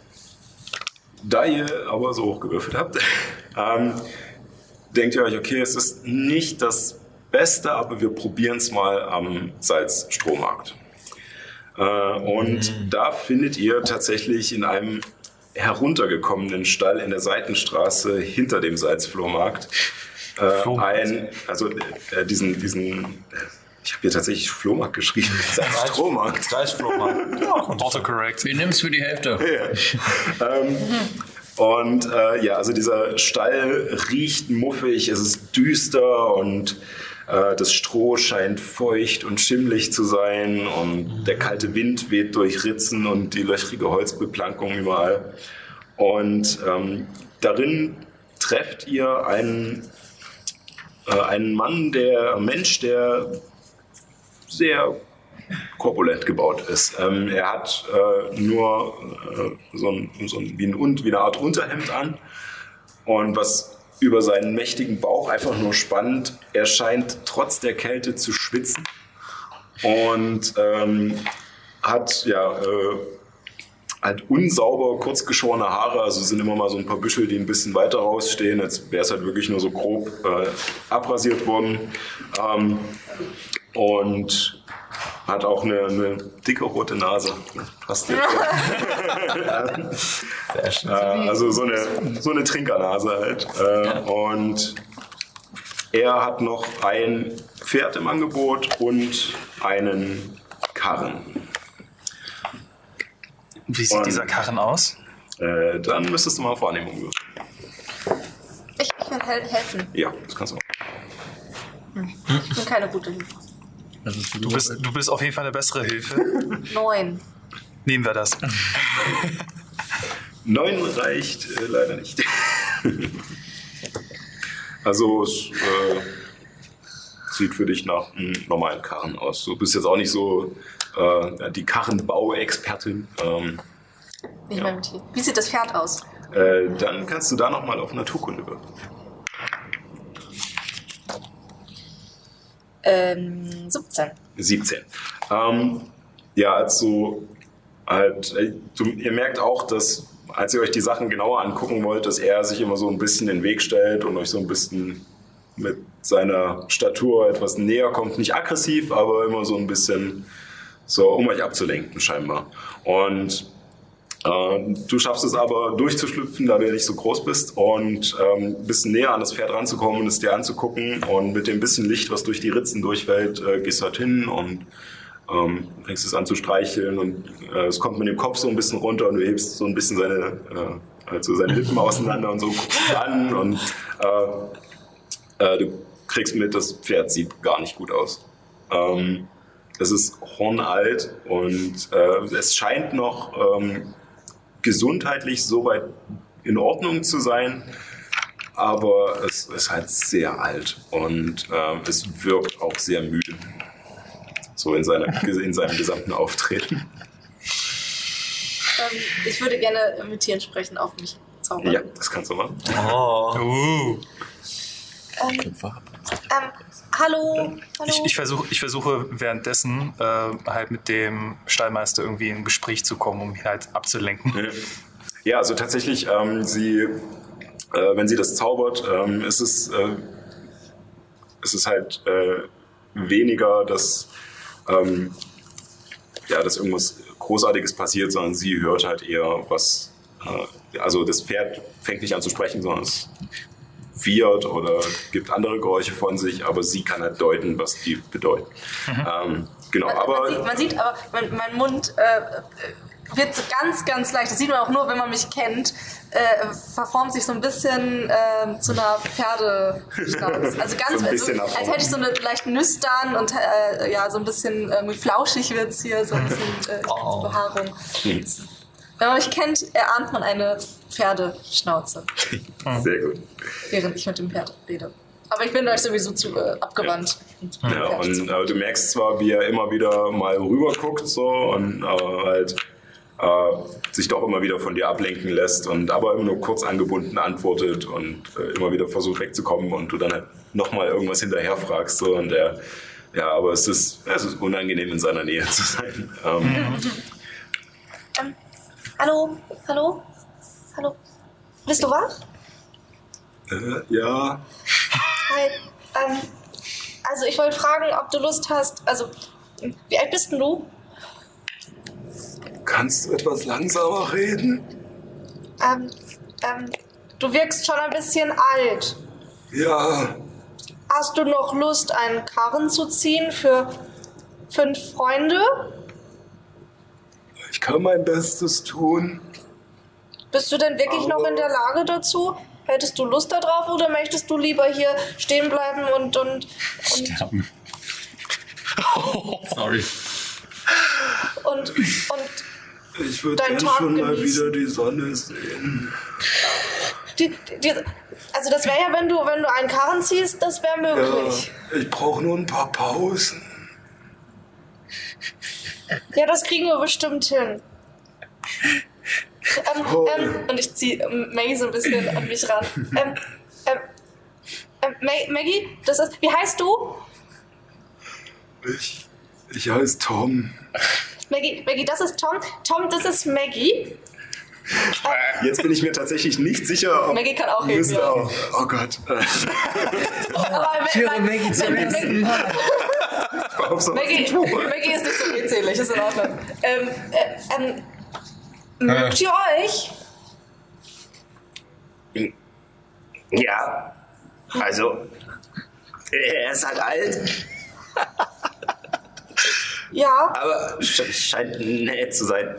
Speaker 1: da ihr aber so hoch gewürfelt habt, ähm, denkt ihr euch, okay, es ist nicht das Beste, aber wir probieren es mal am Salzstrohmarkt. Äh, und mhm. da findet ihr tatsächlich in einem heruntergekommenen Stall in der Seitenstraße hinter dem Salzflohmarkt äh, ein, also äh, diesen, diesen, ich habe hier tatsächlich Flohmarkt geschrieben, Salzstrohmarkt.
Speaker 7: Salzflohmarkt.
Speaker 4: Ja, autocorrect.
Speaker 2: Wir nehmen es für die Hälfte.
Speaker 1: Ja. ähm, Und äh, ja, also dieser Stall riecht muffig, es ist düster und äh, das Stroh scheint feucht und schimmlig zu sein und der kalte Wind weht durch Ritzen und die löchrige Holzbeplankung überall. Und ähm, darin trefft ihr einen, äh, einen Mann, der Mensch, der sehr korpulent gebaut ist. Ähm, er hat äh, nur äh, so, ein, so ein, wie, ein, wie eine Art Unterhemd an und was über seinen mächtigen Bauch einfach nur spannt, er scheint trotz der Kälte zu schwitzen und ähm, hat ja äh, halt unsauber kurz geschorene Haare, also sind immer mal so ein paar Büschel, die ein bisschen weiter rausstehen, als wäre es halt wirklich nur so grob äh, abrasiert worden ähm, und hat auch eine, eine dicke rote Nase. Passt jetzt. Sehr schön. Äh, also so eine, so eine Trinkernase halt. Äh, ja. Und er hat noch ein Pferd im Angebot und einen Karren.
Speaker 4: Wie sieht und, dieser Karren aus?
Speaker 1: Äh, dann müsstest du mal auf Wahrnehmung würfeln.
Speaker 3: Ich, ich will hel- helfen.
Speaker 1: Ja, das kannst du auch.
Speaker 3: Hm. Ich bin keine gute Hilfe.
Speaker 4: Du bist, du bist auf jeden Fall eine bessere Hilfe.
Speaker 3: Neun.
Speaker 4: Nehmen wir das.
Speaker 1: Neun reicht äh, leider nicht. Also es äh, sieht für dich nach einem normalen Karren aus. Du bist jetzt auch nicht so äh, die Karrenbau-Expertin. Ähm,
Speaker 3: Ich
Speaker 1: ja.
Speaker 3: meine, mit hier. Wie sieht das Pferd aus?
Speaker 1: äh, dann kannst du da nochmal auf Naturkunde wirken.
Speaker 3: Ähm, siebzehn.
Speaker 1: siebzehn. Ähm, ja, also halt, äh, du, ihr merkt auch, dass als ihr euch die Sachen genauer angucken wollt, dass er sich immer so ein bisschen in den Weg stellt und euch so ein bisschen mit seiner Statur etwas näher kommt. Nicht aggressiv, aber immer so ein bisschen so, um euch abzulenken scheinbar. Und äh, du schaffst es aber durchzuschlüpfen, da du ja nicht so groß bist und ähm, ein bisschen näher an das Pferd ranzukommen und es dir anzugucken. Und mit dem bisschen Licht, was durch die Ritzen durchfällt, äh, gehst du halt hin und Ähm, fängst es an zu streicheln und äh, es kommt mit dem Kopf so ein bisschen runter und du hebst so ein bisschen seine, äh, also seine Lippen auseinander und so guckst an und äh, äh, du kriegst mit, das Pferd sieht gar nicht gut aus. Ähm, es ist hornalt und äh, es scheint noch ähm, gesundheitlich soweit in Ordnung zu sein, aber es ist halt sehr alt und äh, es wirkt auch sehr müde. So in, seiner, in seinem gesamten Auftreten.
Speaker 3: Ähm, ich würde gerne mit Tieren sprechen, auf mich zaubern.
Speaker 1: Ja, das kannst du machen.
Speaker 4: Oh.
Speaker 3: Ähm, ähm, hallo, hallo.
Speaker 4: Ich, ich, versuch, ich versuche währenddessen äh, halt mit dem Stallmeister irgendwie in ein Gespräch zu kommen, um ihn halt abzulenken.
Speaker 1: Ja, also tatsächlich, ähm, sie, äh, wenn sie das zaubert, ähm, ist es, äh, ist es halt äh, weniger, dass Ähm, ja, dass irgendwas Großartiges passiert, sondern sie hört halt eher was, äh, also das Pferd fängt nicht an zu sprechen, sondern es wiehert oder gibt andere Geräusche von sich, aber sie kann halt deuten, was die bedeuten. Mhm. Ähm, genau,
Speaker 3: man,
Speaker 1: aber...
Speaker 3: Man sieht, man sieht aber, mein, mein Mund äh, wird so ganz, ganz leicht, das sieht man auch nur, wenn man mich kennt, äh, verformt sich so ein bisschen äh, zu einer Pferdeschnauz. Also ganz,
Speaker 1: so ein bisschen
Speaker 3: also, als hätte ich so eine leicht nüstern und äh, ja, so ein bisschen irgendwie flauschig wird es hier, so ein bisschen äh, oh. Behaarung.
Speaker 1: Hm.
Speaker 3: Wenn man mich kennt, erahnt man eine Pferdeschnauze.
Speaker 1: Sehr gut.
Speaker 3: Während ich mit dem Pferd rede. Aber ich bin euch sowieso zu äh, abgewandt.
Speaker 1: Ja, ja und äh, du merkst zwar, wie er immer wieder mal rüber guckt so, und äh, halt äh, sich doch immer wieder von dir ablenken lässt und aber immer nur kurz angebunden antwortet und äh, immer wieder versucht wegzukommen und du dann halt nochmal irgendwas hinterher fragst. So, und er, ja, aber es ist, es ist unangenehm, in seiner Nähe zu sein. Ähm,
Speaker 3: mhm. ähm, hallo, hallo, hallo. Bist du wach?
Speaker 1: Äh, ja.
Speaker 3: Hi. Ähm, also ich wollte fragen, ob du Lust hast, also wie alt bist denn du?
Speaker 1: Kannst du etwas langsamer reden?
Speaker 3: Ähm, ähm, du wirkst schon ein bisschen alt.
Speaker 1: Ja.
Speaker 3: Hast du noch Lust, einen Karren zu ziehen für fünf Freunde?
Speaker 1: Ich kann mein Bestes tun.
Speaker 3: Bist du denn wirklich
Speaker 1: Aber
Speaker 3: noch in der Lage dazu? Hättest du Lust darauf oder möchtest du lieber hier stehen bleiben und... und, und
Speaker 2: Sterben. Oh, sorry.
Speaker 3: Und, und
Speaker 1: ich würde
Speaker 3: gerne
Speaker 1: schon
Speaker 3: genießen.
Speaker 1: mal wieder die Sonne sehen.
Speaker 3: Die, die, also das wäre ja, wenn du, wenn du einen Karren ziehst, das wäre möglich.
Speaker 1: Ja, ich brauche nur ein paar Pausen.
Speaker 3: Ja, das kriegen wir bestimmt hin. Ähm, ähm, und ich ziehe Maggie so ein bisschen an mich ran. Ähm, ähm, ähm, Maggie, das ist, wie heißt du?
Speaker 1: Ich, ich heiße Tom.
Speaker 3: Maggie, Maggie, das ist Tom. Tom, das ist Maggie.
Speaker 1: Jetzt bin ich mir tatsächlich nicht sicher, ob...
Speaker 3: Maggie kann auch reden,
Speaker 1: müsste
Speaker 3: ja.
Speaker 1: auch. Oh Gott.
Speaker 3: Aber
Speaker 7: ich höre Maggie zum ersten Mal.
Speaker 3: Maggie, Maggie ist nicht so redselig, ist in Ordnung. Ähm, äh, ähm, mögt ihr euch?
Speaker 5: Ja, also, er ist halt alt,
Speaker 3: Ja.
Speaker 5: aber sch- scheint nett zu sein.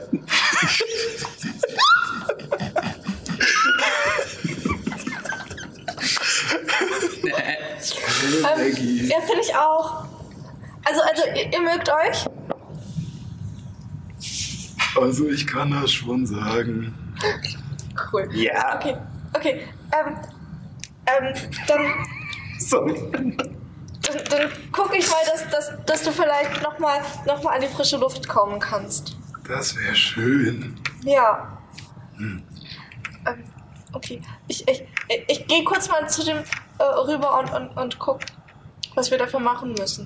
Speaker 3: Ähm, ja, finde ich auch. Also, also ihr, ihr mögt euch?
Speaker 1: Also ich kann das schon sagen.
Speaker 3: Cool.
Speaker 6: Ja.
Speaker 3: Okay, okay. Ähm, ähm, dann,
Speaker 1: So.
Speaker 3: dann, dann gucke ich mal, dass, dass, dass du vielleicht nochmal noch mal an die frische Luft kommen kannst.
Speaker 1: Das wäre schön.
Speaker 3: Ja. Hm. Ähm, okay. Ich, ich, ich, ich gehe kurz mal zu dem äh, rüber und, und, und guck, was wir dafür machen müssen.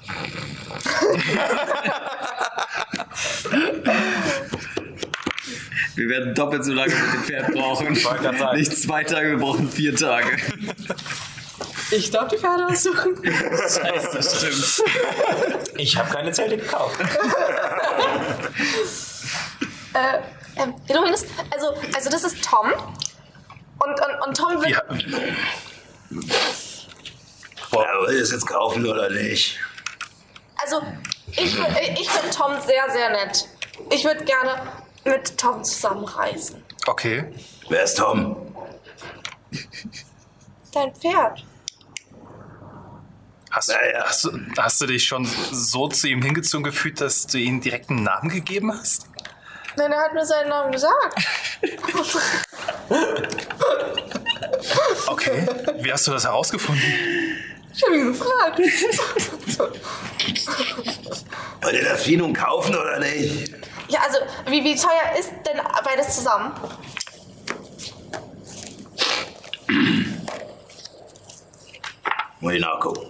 Speaker 2: Wir werden doppelt so lange mit dem Pferd brauchen. Nicht zwei Tage, wir brauchen vier Tage.
Speaker 3: Ich darf die Pferde aussuchen.
Speaker 2: Scheiße, das stimmt.
Speaker 5: Ich habe keine Zelte gekauft.
Speaker 3: äh, ähm, übrigens, also, also das ist Tom. Und, und, und Tom will...
Speaker 4: Ja.
Speaker 6: Ja, will ich es jetzt kaufen oder nicht?
Speaker 3: Also, ich, wür- ich finde Tom sehr, sehr nett. Ich würde gerne mit Tom zusammenreisen.
Speaker 4: Okay.
Speaker 6: Wer ist Tom?
Speaker 3: Dein Pferd.
Speaker 4: Hast,
Speaker 6: Ja, ja.
Speaker 4: hast, du, hast du dich schon so zu ihm hingezogen gefühlt, dass du ihm direkt einen Namen gegeben hast?
Speaker 3: Nein, er hat mir seinen Namen gesagt.
Speaker 4: Okay. Wie hast du das herausgefunden?
Speaker 3: Ich habe ihn gefragt.
Speaker 6: Wollt ihr das Vieh nun kaufen oder nicht?
Speaker 3: Ja, also, wie, wie teuer ist denn beides zusammen?
Speaker 6: Muss ich nachgucken.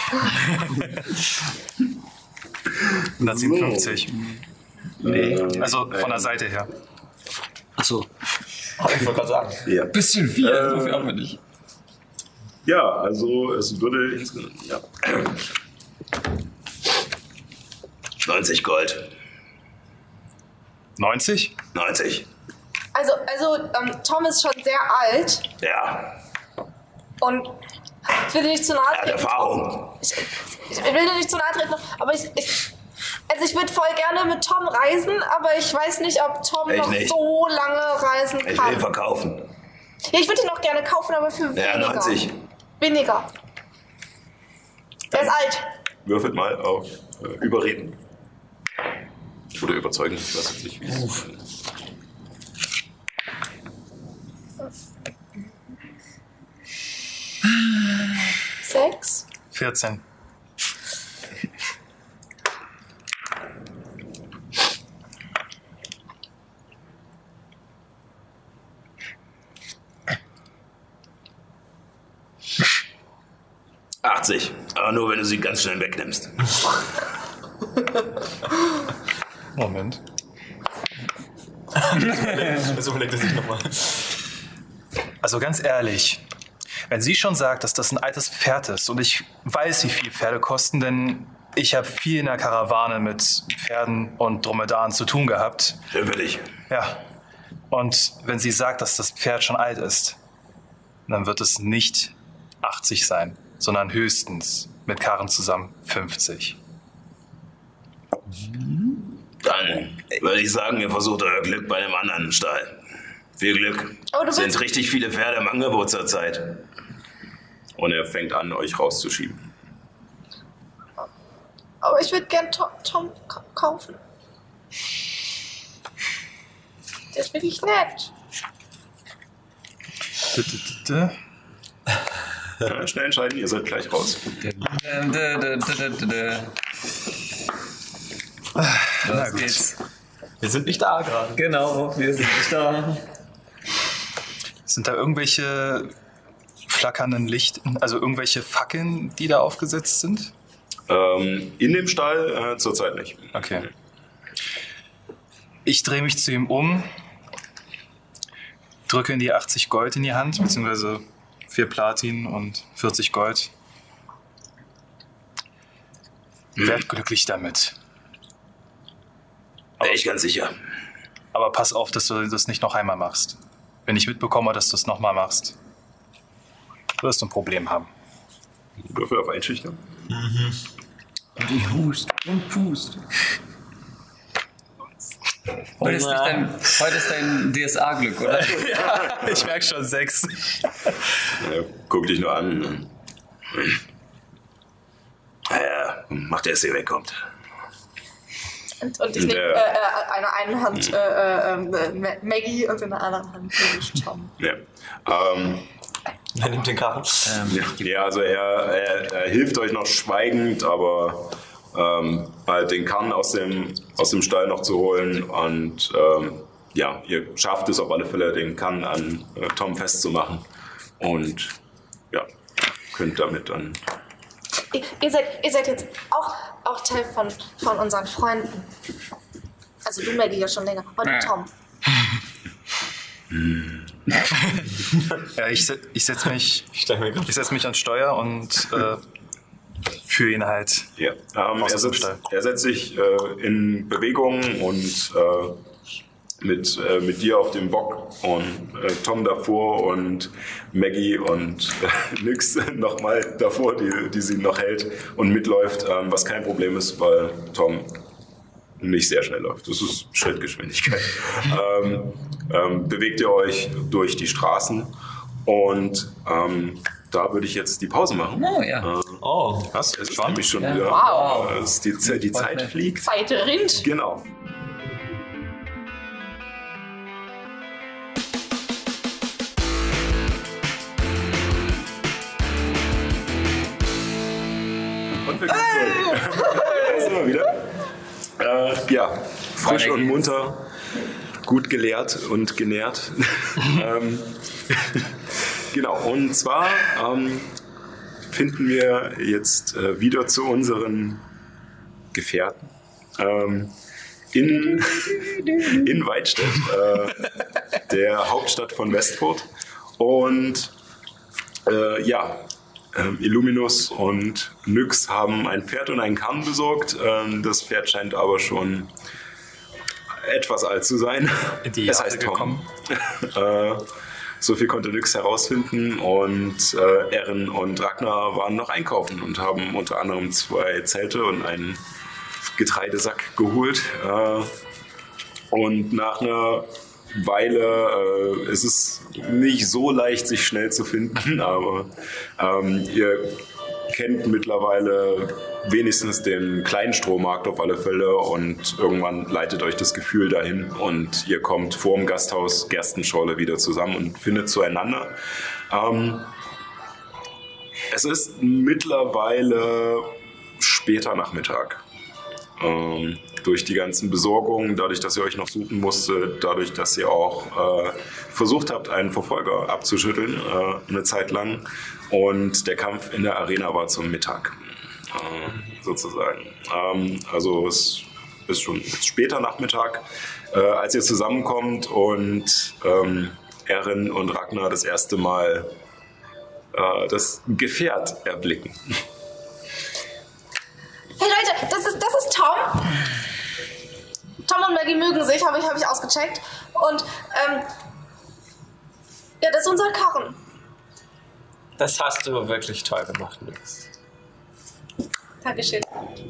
Speaker 4: hundertsiebenundfünfzig.
Speaker 6: Nee.
Speaker 4: Also von der Seite her.
Speaker 5: Achso. Ich wollte gerade sagen.
Speaker 6: Ja.
Speaker 2: Bisschen viel, so viel haben wir nicht.
Speaker 1: Ja, also es würde insgesamt. Ja.
Speaker 6: neunzig Gold.
Speaker 4: neunzig?
Speaker 6: neunzig.
Speaker 3: Also, also ähm, Tom ist schon sehr alt
Speaker 6: Ja.
Speaker 3: und ich will dir nicht zu nahe
Speaker 6: Er hat
Speaker 3: treten.
Speaker 6: Erfahrung.
Speaker 3: Ich, ich will dir nicht zu nahe treten, aber ich, ich also ich würde voll gerne mit Tom reisen, aber ich weiß nicht, ob Tom
Speaker 6: Ich
Speaker 3: noch
Speaker 6: nicht.
Speaker 3: so lange reisen
Speaker 6: Ich will
Speaker 3: kann.
Speaker 6: ihn verkaufen.
Speaker 3: Ja, ich würde ihn auch gerne kaufen, aber für weniger.
Speaker 6: Ja, neunzig.
Speaker 3: Weniger. Er ist alt.
Speaker 1: Würfelt mal auf äh, Überreden. Oder überzeugen, ich weiß jetzt nicht, wie es
Speaker 3: Sechs.
Speaker 4: vierzehn.
Speaker 6: achtzig. Aber nur, wenn du sie ganz schnell wegnimmst.
Speaker 4: Moment.
Speaker 7: Das überlegt er sich nochmal.
Speaker 4: Also ganz ehrlich, wenn sie schon sagt, dass das ein altes Pferd ist und ich weiß, wie viel Pferde kosten, denn ich habe viel in der Karawane mit Pferden und Dromedaren zu tun gehabt.
Speaker 6: Schön für dich.
Speaker 4: Ja. Und wenn sie sagt, dass das Pferd schon alt ist, dann wird es nicht achtzig sein, sondern höchstens mit Karren zusammen fünfzig.
Speaker 6: Dann würde ich sagen, ihr versucht euer Glück bei dem anderen Stall. Viel Glück.
Speaker 3: Aber du
Speaker 6: Es sind
Speaker 3: willst-
Speaker 6: richtig viele Pferde im Angebot zurzeit.
Speaker 1: Und er fängt an, euch rauszuschieben.
Speaker 3: Aber ich würde gern Tom, Tom ka- kaufen. Der ist wirklich nett.
Speaker 1: Ja, schnell entscheiden, ihr seid gleich raus.
Speaker 2: Ähm, dä, dä, dä, dä, dä, dä. Los geht's.
Speaker 7: Wir sind nicht da gerade.
Speaker 2: Genau, wir sind nicht da.
Speaker 4: Sind da irgendwelche flackernden Licht, also irgendwelche Fackeln, die da aufgesetzt sind?
Speaker 1: Ähm, in dem Stall äh, zurzeit nicht.
Speaker 4: Okay. Ich drehe mich zu ihm um, drücke ihm die achtzig Gold in die Hand, beziehungsweise vier Platin und vierzig Gold. Werd glücklich damit.
Speaker 6: Bin ich ganz sicher.
Speaker 4: Aber pass auf, dass du das nicht noch einmal machst. Wenn ich mitbekomme, dass du es nochmal machst, wirst du ein Problem haben.
Speaker 1: Würfel auf Einschüchtern.
Speaker 2: Und ich hust und pust. Heute ist, nicht dein, heute ist dein D S A-Glück, oder?
Speaker 4: Ich merke schon sechs.
Speaker 1: Ja, guck dich nur an.
Speaker 6: Naja, macht, der es hier wegkommt.
Speaker 3: Und, und ich nehme äh, äh, eine eine Hand äh, äh, Maggie und in der anderen Hand Tom.
Speaker 1: Ja. Ähm,
Speaker 7: Er nimmt den Karren.
Speaker 1: Ähm, ja, also er, er, er hilft euch noch schweigend, aber ähm, halt den Karren aus dem, aus dem Stall noch zu holen und ähm, ja, ihr schafft es auf alle Fälle, den Karren an äh, Tom festzumachen und ja, könnt damit dann...
Speaker 3: Ihr, ihr, seid, ihr seid jetzt auch, auch Teil von, von unseren Freunden. Also du, Maggie, ja schon länger. Und
Speaker 2: Ja.
Speaker 3: Tom.
Speaker 4: Ja, ich, se- ich setze mich,
Speaker 7: Ich stell mir
Speaker 4: ich setz mich ans Steuer und äh, führe ihn halt.
Speaker 1: Ja, ähm,
Speaker 4: Aus
Speaker 1: er,
Speaker 4: dem
Speaker 1: setzt,
Speaker 4: Stall.
Speaker 1: er setzt sich äh, in Bewegung und äh, mit, äh, mit dir auf dem Bock und äh, Tom davor und Maggie und äh, Nyx nochmal davor, die, die sie noch hält und mitläuft, ähm, was kein Problem ist, weil Tom nicht sehr schnell läuft. Das ist Schrittgeschwindigkeit. ähm, ähm, bewegt ihr euch durch die Straßen und ähm, da würde ich jetzt die Pause machen.
Speaker 2: Oh ja.
Speaker 1: Äh,
Speaker 7: Oh.
Speaker 1: was? Es ist nämlich schon
Speaker 2: Ja.
Speaker 1: wieder.
Speaker 3: Wow.
Speaker 1: äh, es ist die, Ze- die Zeit fliegt.
Speaker 3: Zeit rinnt.
Speaker 1: Genau. Und wir kommen zurück. Da sind wir wieder. Äh, ja, frisch und munter, gut gelehrt und genährt. ähm, genau, und zwar ähm, finden wir jetzt äh, wieder zu unseren Gefährten ähm, in, in Weidstedt, äh, der Hauptstadt von Westfurt. Und äh, ja, ähm, Illuminus und Nyx haben ein Pferd und einen Karren besorgt. Ähm, das Pferd scheint aber schon etwas alt zu sein.
Speaker 4: In die
Speaker 1: es
Speaker 4: Jahre
Speaker 1: heißt Tom.
Speaker 4: gekommen.
Speaker 1: äh, so viel konnte Nyx herausfinden und äh, Erin und Ragnar waren noch einkaufen und haben unter anderem zwei Zelte und einen Getreidesack geholt. Äh, und nach einer Weile äh, ist es nicht so leicht, sich schnell zu finden, aber ähm, ihr kennt mittlerweile wenigstens den kleinen Strommarkt auf alle Fälle und irgendwann leitet euch das Gefühl dahin und ihr kommt vor dem Gasthaus Gerstenschorle wieder zusammen und findet zueinander. Ähm, es ist mittlerweile später Nachmittag. Ähm, durch die ganzen Besorgungen, dadurch, dass ihr euch noch suchen musstet, dadurch, dass ihr auch äh, versucht habt, einen Verfolger abzuschütteln, äh, eine Zeit lang. Und der Kampf in der Arena war zum Mittag, äh, sozusagen. Ähm, also es ist schon später Nachmittag, äh, als ihr zusammenkommt und ähm, Erin und Ragnar das erste Mal äh, das Gefährt erblicken.
Speaker 3: Hey Leute, das ist, das ist Tom. Tom und Maggie mögen sich, habe ich, hab ich ausgecheckt. Und, ähm, ja, das ist unser Karren.
Speaker 7: Das hast du wirklich toll gemacht, Nyx.
Speaker 3: Dankeschön.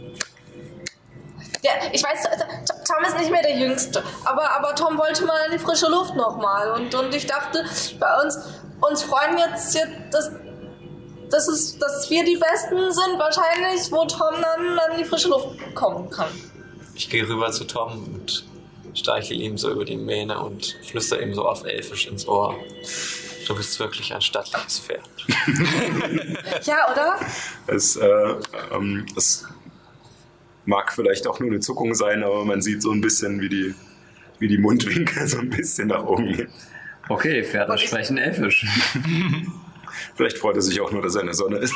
Speaker 3: Ja, ich weiß, Tom ist nicht mehr der Jüngste, aber, aber Tom wollte mal in die frische Luft nochmal. Und, und ich dachte, bei uns, uns freuen jetzt, jetzt das, das ist, dass wir die Besten sind, wahrscheinlich, wo Tom dann an die frische Luft kommen kann.
Speaker 7: Ich gehe rüber zu Tom und streichel ihm so über die Mähne und flüster ihm so auf Elfisch ins Ohr. Du bist wirklich ein stattliches Pferd.
Speaker 3: Ja, oder?
Speaker 1: Es, äh, ähm, es mag vielleicht auch nur eine Zuckung sein, aber man sieht so ein bisschen, wie die, wie die Mundwinkel so ein bisschen nach oben gehen.
Speaker 2: Okay, Pferde sprechen Elfisch.
Speaker 1: Vielleicht freut er sich auch nur, dass er in der Sonne ist.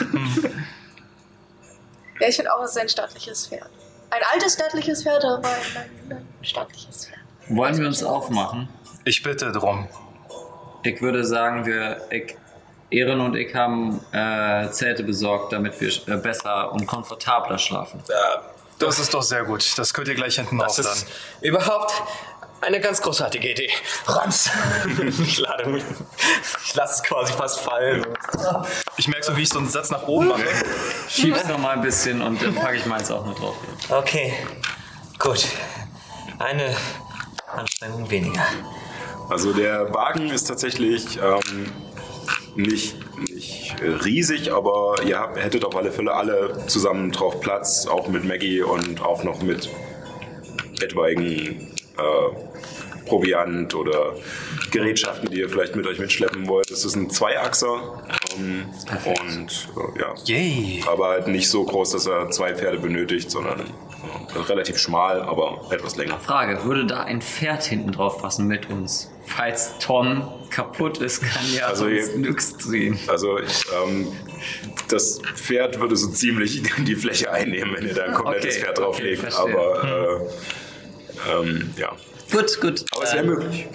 Speaker 3: Ja, ich finde auch, es ist ein stattliches Pferd. Ein altes stattliches Pferd, aber ein, ein stattliches Pferd.
Speaker 2: Wollen wir uns aufmachen?
Speaker 4: Ich bitte drum.
Speaker 2: Ich würde sagen, wir, ich, Erin und ich haben äh, Zelte besorgt, damit wir äh, besser und komfortabler schlafen.
Speaker 4: Das ist doch sehr gut. Das könnt ihr gleich hinten
Speaker 7: Das
Speaker 4: rauf dann.
Speaker 7: ist überhaupt eine ganz großartige Idee. Rams! Ich lade mich. Ich lasse es quasi fast fallen.
Speaker 4: Ich merke so, wie ich so einen Satz nach oben mache.
Speaker 2: Schieb's noch mal ein bisschen und dann packe ich meins auch mit drauf.
Speaker 7: Okay, gut. Eine Anstrengung weniger.
Speaker 1: Also der Wagen ist tatsächlich ähm, nicht, nicht riesig, aber ihr habt, hättet auf alle Fälle alle zusammen drauf Platz, auch mit Maggie und auch noch mit etwaigen äh, Proviant oder Gerätschaften, die ihr vielleicht mit euch mitschleppen wollt. Es ist ein Zweiachser ähm, und äh, ja,
Speaker 4: Yay.
Speaker 1: aber halt nicht so groß, dass er zwei Pferde benötigt, sondern äh, relativ schmal, aber etwas länger.
Speaker 2: Frage, würde da ein Pferd hinten drauf passen mit uns? Falls Tom kaputt ist, kann ja
Speaker 1: Also
Speaker 2: sonst
Speaker 1: ihr-
Speaker 2: nix ziehen.
Speaker 1: Also ähm, das Pferd würde so ziemlich die Fläche einnehmen, wenn ihr da ein komplettes
Speaker 2: Okay,
Speaker 1: Pferd
Speaker 2: okay,
Speaker 1: drauflegt.
Speaker 2: verstehe.
Speaker 1: aber äh, ähm, ja,
Speaker 2: Gut, gut.
Speaker 1: aber es wäre
Speaker 2: Ähm,
Speaker 1: möglich.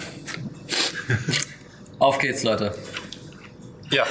Speaker 2: Auf geht's, Leute.
Speaker 4: Ja.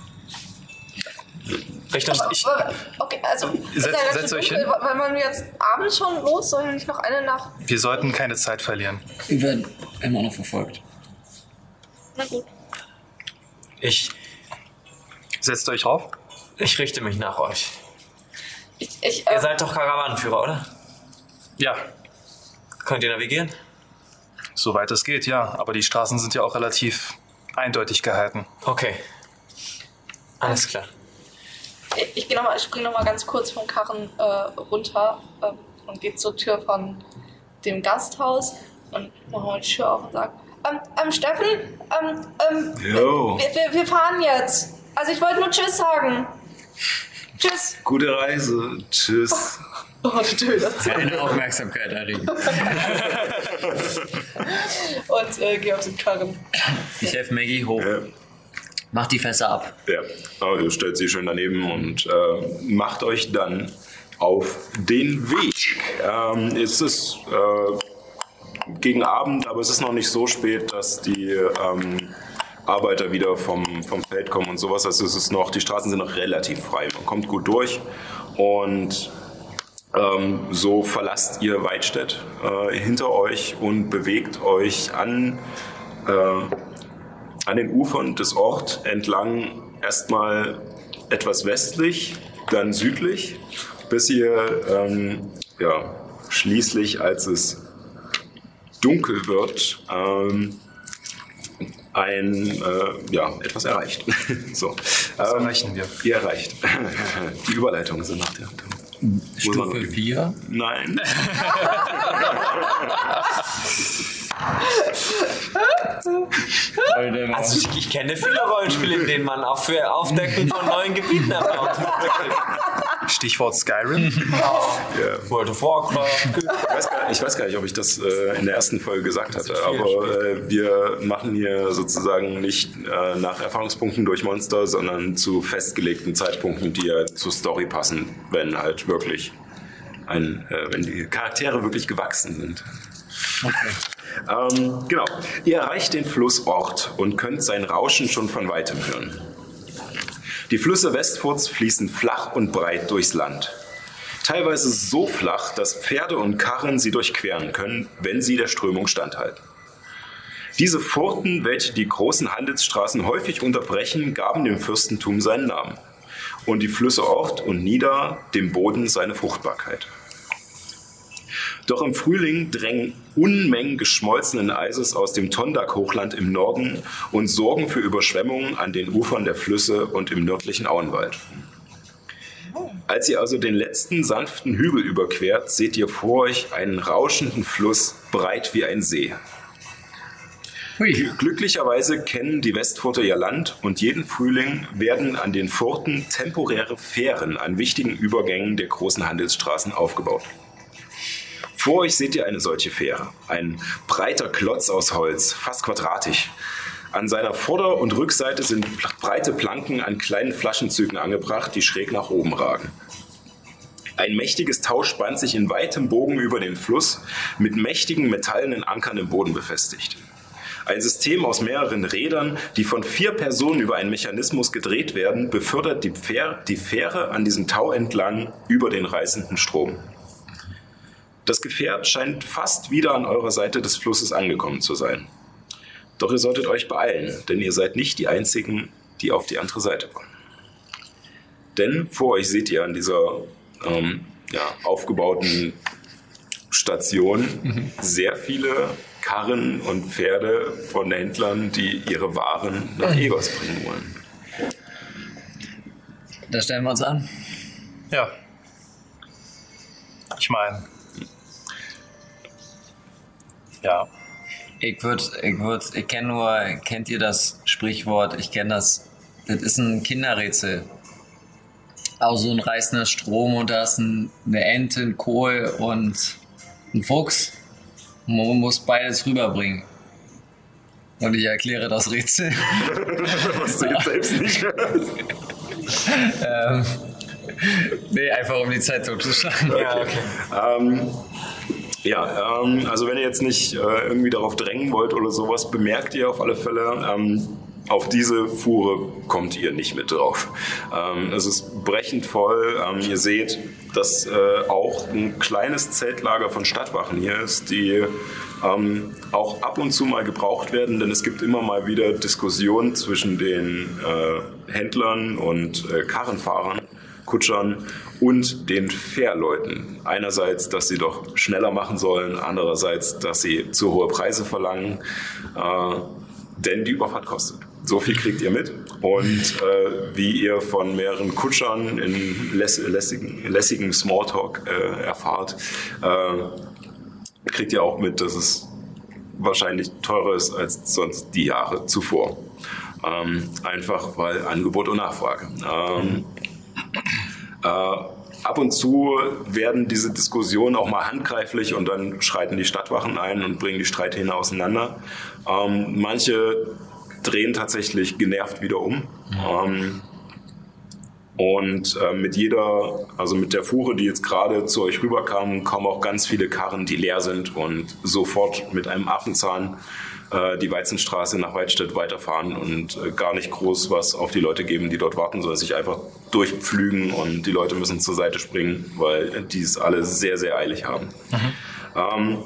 Speaker 4: Richtung. Ich,
Speaker 3: Okay, also ist
Speaker 4: Setz-
Speaker 3: ja ganz
Speaker 4: setzt
Speaker 3: schön
Speaker 4: euch
Speaker 3: dunkel.
Speaker 4: hin.
Speaker 3: Wollen wir jetzt abends schon los? Sollen wir nicht noch eine Nacht?
Speaker 4: wir sollten keine Zeit verlieren.
Speaker 2: Wir werden immer noch verfolgt.
Speaker 3: Na gut.
Speaker 5: Ich,
Speaker 4: Setzt euch rauf.
Speaker 5: ich richte mich nach euch.
Speaker 3: Ich, ich,
Speaker 5: Ihr
Speaker 3: äh,
Speaker 5: seid doch Karawanenführer, oder?
Speaker 4: Ja,
Speaker 5: Könnt ihr navigieren?
Speaker 4: soweit es geht, ja. Aber die Straßen sind ja auch relativ eindeutig gehalten.
Speaker 5: Okay. Alles klar.
Speaker 3: ich, ich, geh noch mal, ich springe noch mal ganz kurz vom Karren äh, runter ähm, und gehe zur Tür von dem Gasthaus und mache mal die Tür auf und sage, ähm, ähm, Steffen, ähm, ähm,
Speaker 1: Jo.
Speaker 3: wir, wir, wir fahren jetzt. Also ich wollte nur Tschüss sagen. Tschüss.
Speaker 1: Gute Reise. Tschüss.
Speaker 3: Oh, die Tür das
Speaker 2: Keine Aufmerksamkeit erregen.
Speaker 3: und äh, gehe auf den Karren.
Speaker 2: Ich helfe Maggie hoch.
Speaker 1: Ja.
Speaker 2: Mach die Fässer ab.
Speaker 1: Ja, aber ihr stellt sie schön daneben und äh, macht euch dann auf den Weg. Ähm, es ist äh, gegen Abend, aber es ist noch nicht so spät, dass die ähm, Arbeiter wieder vom, vom Feld kommen und sowas. Also es ist noch, die Straßen sind noch relativ frei. Man kommt gut durch und ähm, so verlasst ihr Weidstedt äh, hinter euch und bewegt euch an äh, an den Ufern des Orts entlang erstmal etwas westlich, dann südlich, bis ihr ähm, ja, schließlich, als es dunkel wird, ähm, ein, äh, ja, etwas erreicht. so,
Speaker 4: Was
Speaker 1: ähm,
Speaker 4: erreichen wir?
Speaker 1: Ihr erreicht. Die Überleitungen sind nach der
Speaker 2: Stufe vier.
Speaker 1: Nein.
Speaker 5: Also ich, ich kenne viele Rollenspiele, in denen man auch für Aufdecken von neuen Gebieten erbraucht.
Speaker 4: Stichwort Skyrim.
Speaker 1: Ja.
Speaker 5: World of Warcraft.
Speaker 1: Ich weiß, gar, ich weiß gar nicht, ob ich das äh, in der ersten Folge gesagt hatte, aber äh, wir machen hier sozusagen nicht äh, nach Erfahrungspunkten durch Monster, sondern zu festgelegten Zeitpunkten, die ja zur Story passen, wenn halt wirklich ein, äh, wenn die Charaktere wirklich gewachsen sind. Okay. Ähm, genau. Ihr erreicht den Flussort und könnt sein Rauschen schon von weitem hören. Die Flüsse Westfurts fließen flach und breit durchs Land. Teilweise so flach, dass Pferde und Karren sie durchqueren können, wenn sie der Strömung standhalten. Diese Furten, welche die großen Handelsstraßen häufig unterbrechen, gaben dem Fürstentum seinen Namen und die Flüsse Ort und Nida dem Boden seine Fruchtbarkeit. Doch im Frühling drängen Unmengen geschmolzenen Eises aus dem Tondak-Hochland im Norden und sorgen für Überschwemmungen an den Ufern der Flüsse und im nördlichen Auenwald. Als ihr also den letzten sanften Hügel überquert, seht ihr vor euch einen rauschenden Fluss, breit wie ein See.
Speaker 2: Hui.
Speaker 1: Glücklicherweise kennen die Westfurter ihr Land und jeden Frühling werden an den Furten temporäre Fähren an wichtigen Übergängen der großen Handelsstraßen aufgebaut. Vor euch seht ihr eine solche Fähre, ein breiter Klotz aus Holz, fast quadratisch. An seiner Vorder- und Rückseite sind breite Planken an kleinen Flaschenzügen angebracht, die schräg nach oben ragen. Ein mächtiges Tau spannt sich in weitem Bogen über den Fluss, mit mächtigen metallenen Ankern im Boden befestigt. Ein System aus mehreren Rädern, die von vier Personen über einen Mechanismus gedreht werden, befördert die Fähre, die Fähre an diesem Tau entlang über den reißenden Strom. Das Gefährt scheint fast wieder an eurer Seite des Flusses angekommen zu sein. Doch ihr solltet euch beeilen, denn ihr seid nicht die Einzigen, die auf die andere Seite wollen. Denn vor euch seht ihr an dieser ähm, ja, aufgebauten Station mhm. sehr viele Karren und Pferde von Händlern, die ihre Waren nach Egos bringen wollen.
Speaker 2: Da stellen wir uns an.
Speaker 4: Ja. Ich meine, Ja.
Speaker 2: Ich würde, ich würde, ich kenne nur, kennt ihr das Sprichwort? Ich kenne das, das ist ein Kinderrätsel. Auch so ein reißender Strom und da ist ein, eine Ente, ein Kohl und ein Fuchs. Und man muss beides rüberbringen. Und ich erkläre das Rätsel.
Speaker 1: Was du jetzt selbst nicht hörst.
Speaker 2: ähm, nee, einfach um die Zeit totzuschlagen.
Speaker 1: Okay. Ja, okay. ähm, ja ähm, also wenn ihr jetzt nicht äh, irgendwie darauf drängen wollt oder sowas, bemerkt ihr auf alle Fälle, ähm, auf diese Fuhre kommt ihr nicht mit drauf. Ähm, es ist brechend voll. Ähm, ihr seht, dass äh, auch ein kleines Zeltlager von Stadtwachen hier ist, die ähm, auch ab und zu mal gebraucht werden, denn es gibt immer mal wieder Diskussionen zwischen den äh, Händlern und äh, Karrenfahrern, Kutschern und den Fährleuten. Einerseits, dass sie doch schneller machen sollen, andererseits, dass sie zu hohe Preise verlangen, äh, denn die Überfahrt kostet. So viel kriegt ihr mit und äh, wie ihr von mehreren Kutschern in läss lässigen, lässigem Smalltalk äh, erfahrt, äh, kriegt ihr auch mit, dass es wahrscheinlich teurer ist als sonst die Jahre zuvor. Ähm, einfach weil Angebot und Nachfrage. Ähm, äh, ab und zu werden diese Diskussionen auch mal handgreiflich und dann schreiten die Stadtwachen ein und bringen die Streithähne auseinander. Ähm, manche drehen tatsächlich genervt wieder um. Ähm, und äh, mit jeder, also mit der Fuhre, die jetzt gerade zu euch rüberkam, kommen auch ganz viele Karren, die leer sind und sofort mit einem Affenzahn äh, die Weizenstraße nach Weidstedt weiterfahren und äh, gar nicht groß was auf die Leute geben, die dort warten, sondern sich einfach durchpflügen und die Leute müssen zur Seite springen, weil die es alle sehr, sehr eilig haben. Mhm. Ähm,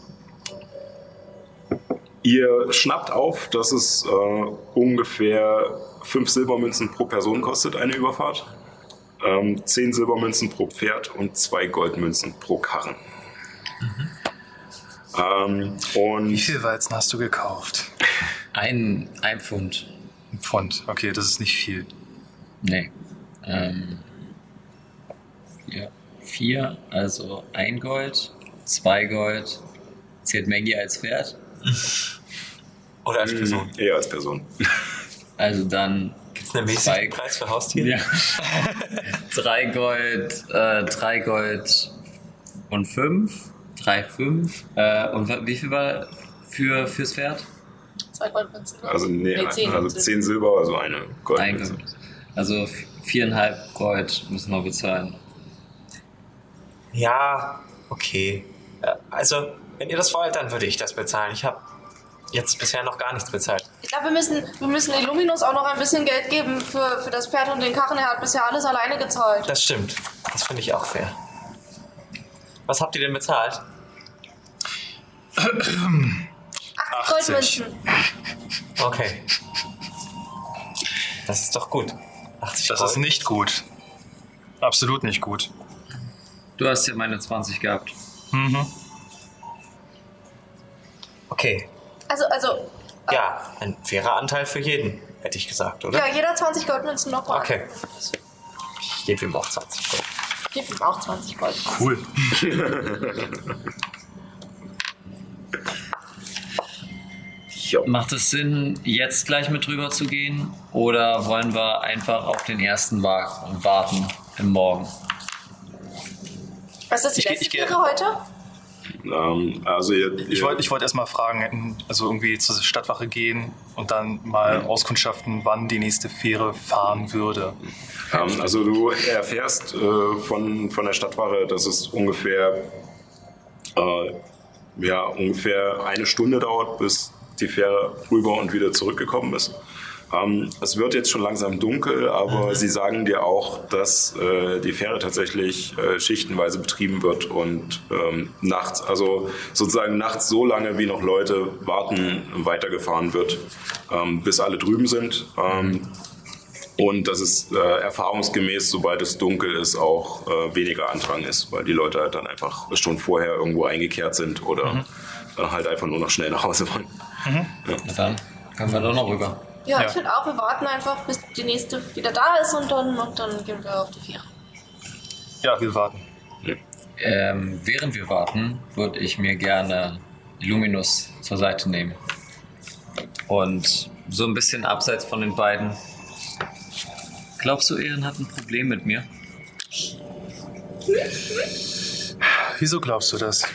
Speaker 1: Ihr schnappt auf, dass es äh, ungefähr fünf Silbermünzen pro Person kostet, eine Überfahrt. Ähm, zehn Silbermünzen pro Pferd und zwei Goldmünzen pro Karren. Mhm. Ähm, und
Speaker 4: Wie viel Weizen hast du gekauft?
Speaker 2: Ein, ein Pfund.
Speaker 4: Ein Pfund, okay, das ist nicht viel.
Speaker 2: Nee. Ähm, ja, vier, also ein Gold, zwei Gold. Zählt Maggie als Pferd?
Speaker 7: Oder als Person?
Speaker 1: Eher als Person.
Speaker 2: Also dann.
Speaker 7: Gibt es einen mäßigen Preis für Haustiere?
Speaker 2: Ja. drei Gold, äh, drei Gold und fünf. Drei, fünf. Äh, und wie viel war für, fürs Pferd?
Speaker 3: Zwei Goldmünzen.
Speaker 1: Also, nee,
Speaker 3: nee, zehn,
Speaker 1: also zehn Silber, also eine Goldmünze.
Speaker 2: Ein Gold. Also viereinhalb Gold müssen wir bezahlen.
Speaker 7: Ja, okay. Also, wenn ihr das wollt, dann würde ich das bezahlen. Ich habe jetzt bisher noch gar nichts bezahlt.
Speaker 3: Ich glaube, wir müssen, wir müssen Illuminus auch noch ein bisschen Geld geben für, für das Pferd und den Karren. Er hat bisher alles alleine gezahlt.
Speaker 7: Das stimmt. Das finde ich auch fair. Was habt ihr denn bezahlt?
Speaker 3: achtzig Goldmünzen.
Speaker 7: Okay. Das ist doch gut. achtzig
Speaker 4: Das
Speaker 7: Gold.
Speaker 4: ist nicht gut. Absolut nicht gut.
Speaker 2: Du hast ja meine zwanzig gehabt.
Speaker 4: Mhm.
Speaker 7: Okay.
Speaker 3: Also, also,
Speaker 7: Ja, ein fairer Anteil für jeden, hätte ich gesagt, oder?
Speaker 3: ja, jeder zwanzig Goldmünzen nochmal.
Speaker 7: Okay. Ich gebe ihm auch zwanzig Gold.
Speaker 3: Gib ihm auch zwanzig Goldmünzen.
Speaker 4: Cool.
Speaker 1: Ja.
Speaker 2: Macht es Sinn, jetzt gleich mit drüber zu gehen? Oder wollen wir einfach auf den ersten Wagen warten im Morgen?
Speaker 3: Was ist die
Speaker 4: Ich geh-
Speaker 3: letzte
Speaker 4: ich geh-
Speaker 3: Fähre heute?
Speaker 1: Ähm, also ihr, ihr,
Speaker 4: Ich wollte ich wollt erst mal fragen, also irgendwie zur Stadtwache gehen und dann mal auskundschaften, wann die nächste Fähre fahren würde.
Speaker 1: Ähm, also du erfährst äh, von, von der Stadtwache, dass es ungefähr, äh, ja, ungefähr eine Stunde dauert, bis die Fähre rüber und wieder zurückgekommen ist. Ähm, es wird jetzt schon langsam dunkel, aber mhm. sie sagen dir auch, dass äh, die Fähre tatsächlich äh, schichtenweise betrieben wird und ähm, nachts, also sozusagen nachts so lange, wie noch Leute warten, weitergefahren wird, ähm, bis alle drüben sind. Ähm, Und dass es äh, erfahrungsgemäß, sobald es dunkel ist, auch äh, weniger Andrang ist, weil die Leute halt dann einfach schon vorher irgendwo eingekehrt sind oder mhm. äh, halt einfach nur noch schnell nach Hause wollen.
Speaker 4: Mhm.
Speaker 1: Ja.
Speaker 2: Na dann können wir doch noch rüber.
Speaker 3: Ja,
Speaker 4: Ja.
Speaker 3: ich finde auch, wir warten einfach, bis die nächste wieder da ist und dann, und dann gehen wir auf die Fähre.
Speaker 4: Ja, wir warten.
Speaker 2: Ähm, während wir warten, würde ich mir gerne Luminus zur Seite nehmen. Und so ein bisschen abseits von den beiden. Glaubst du, Ehren hat ein Problem mit mir?
Speaker 4: Wieso glaubst du das?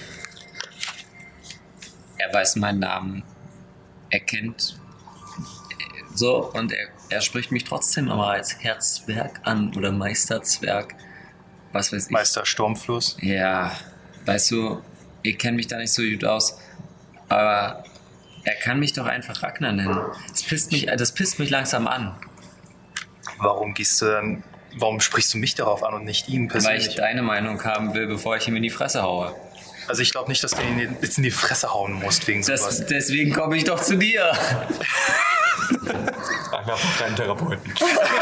Speaker 2: Er weiß meinen Namen. Er kennt so und er, er spricht mich trotzdem immer als Herzzwerg an oder Meisterzwerg. Was weiß ich.
Speaker 4: Meister Sturmfluss?
Speaker 2: Ja, weißt du, ich kenne mich da nicht so gut aus, aber er kann mich doch einfach Ragnar nennen. Das pisst mich, das pisst mich langsam an.
Speaker 4: Warum gehst du dann, warum sprichst du mich darauf an und nicht ihn persönlich?
Speaker 2: Weil ich deine Meinung haben will, bevor ich ihm in die Fresse haue.
Speaker 4: Also ich glaube nicht, dass du ihn jetzt in die Fresse hauen musst wegen sowas.
Speaker 2: Das, deswegen komme ich doch zu dir.
Speaker 7: Ragnar von kleinen Therapeuten.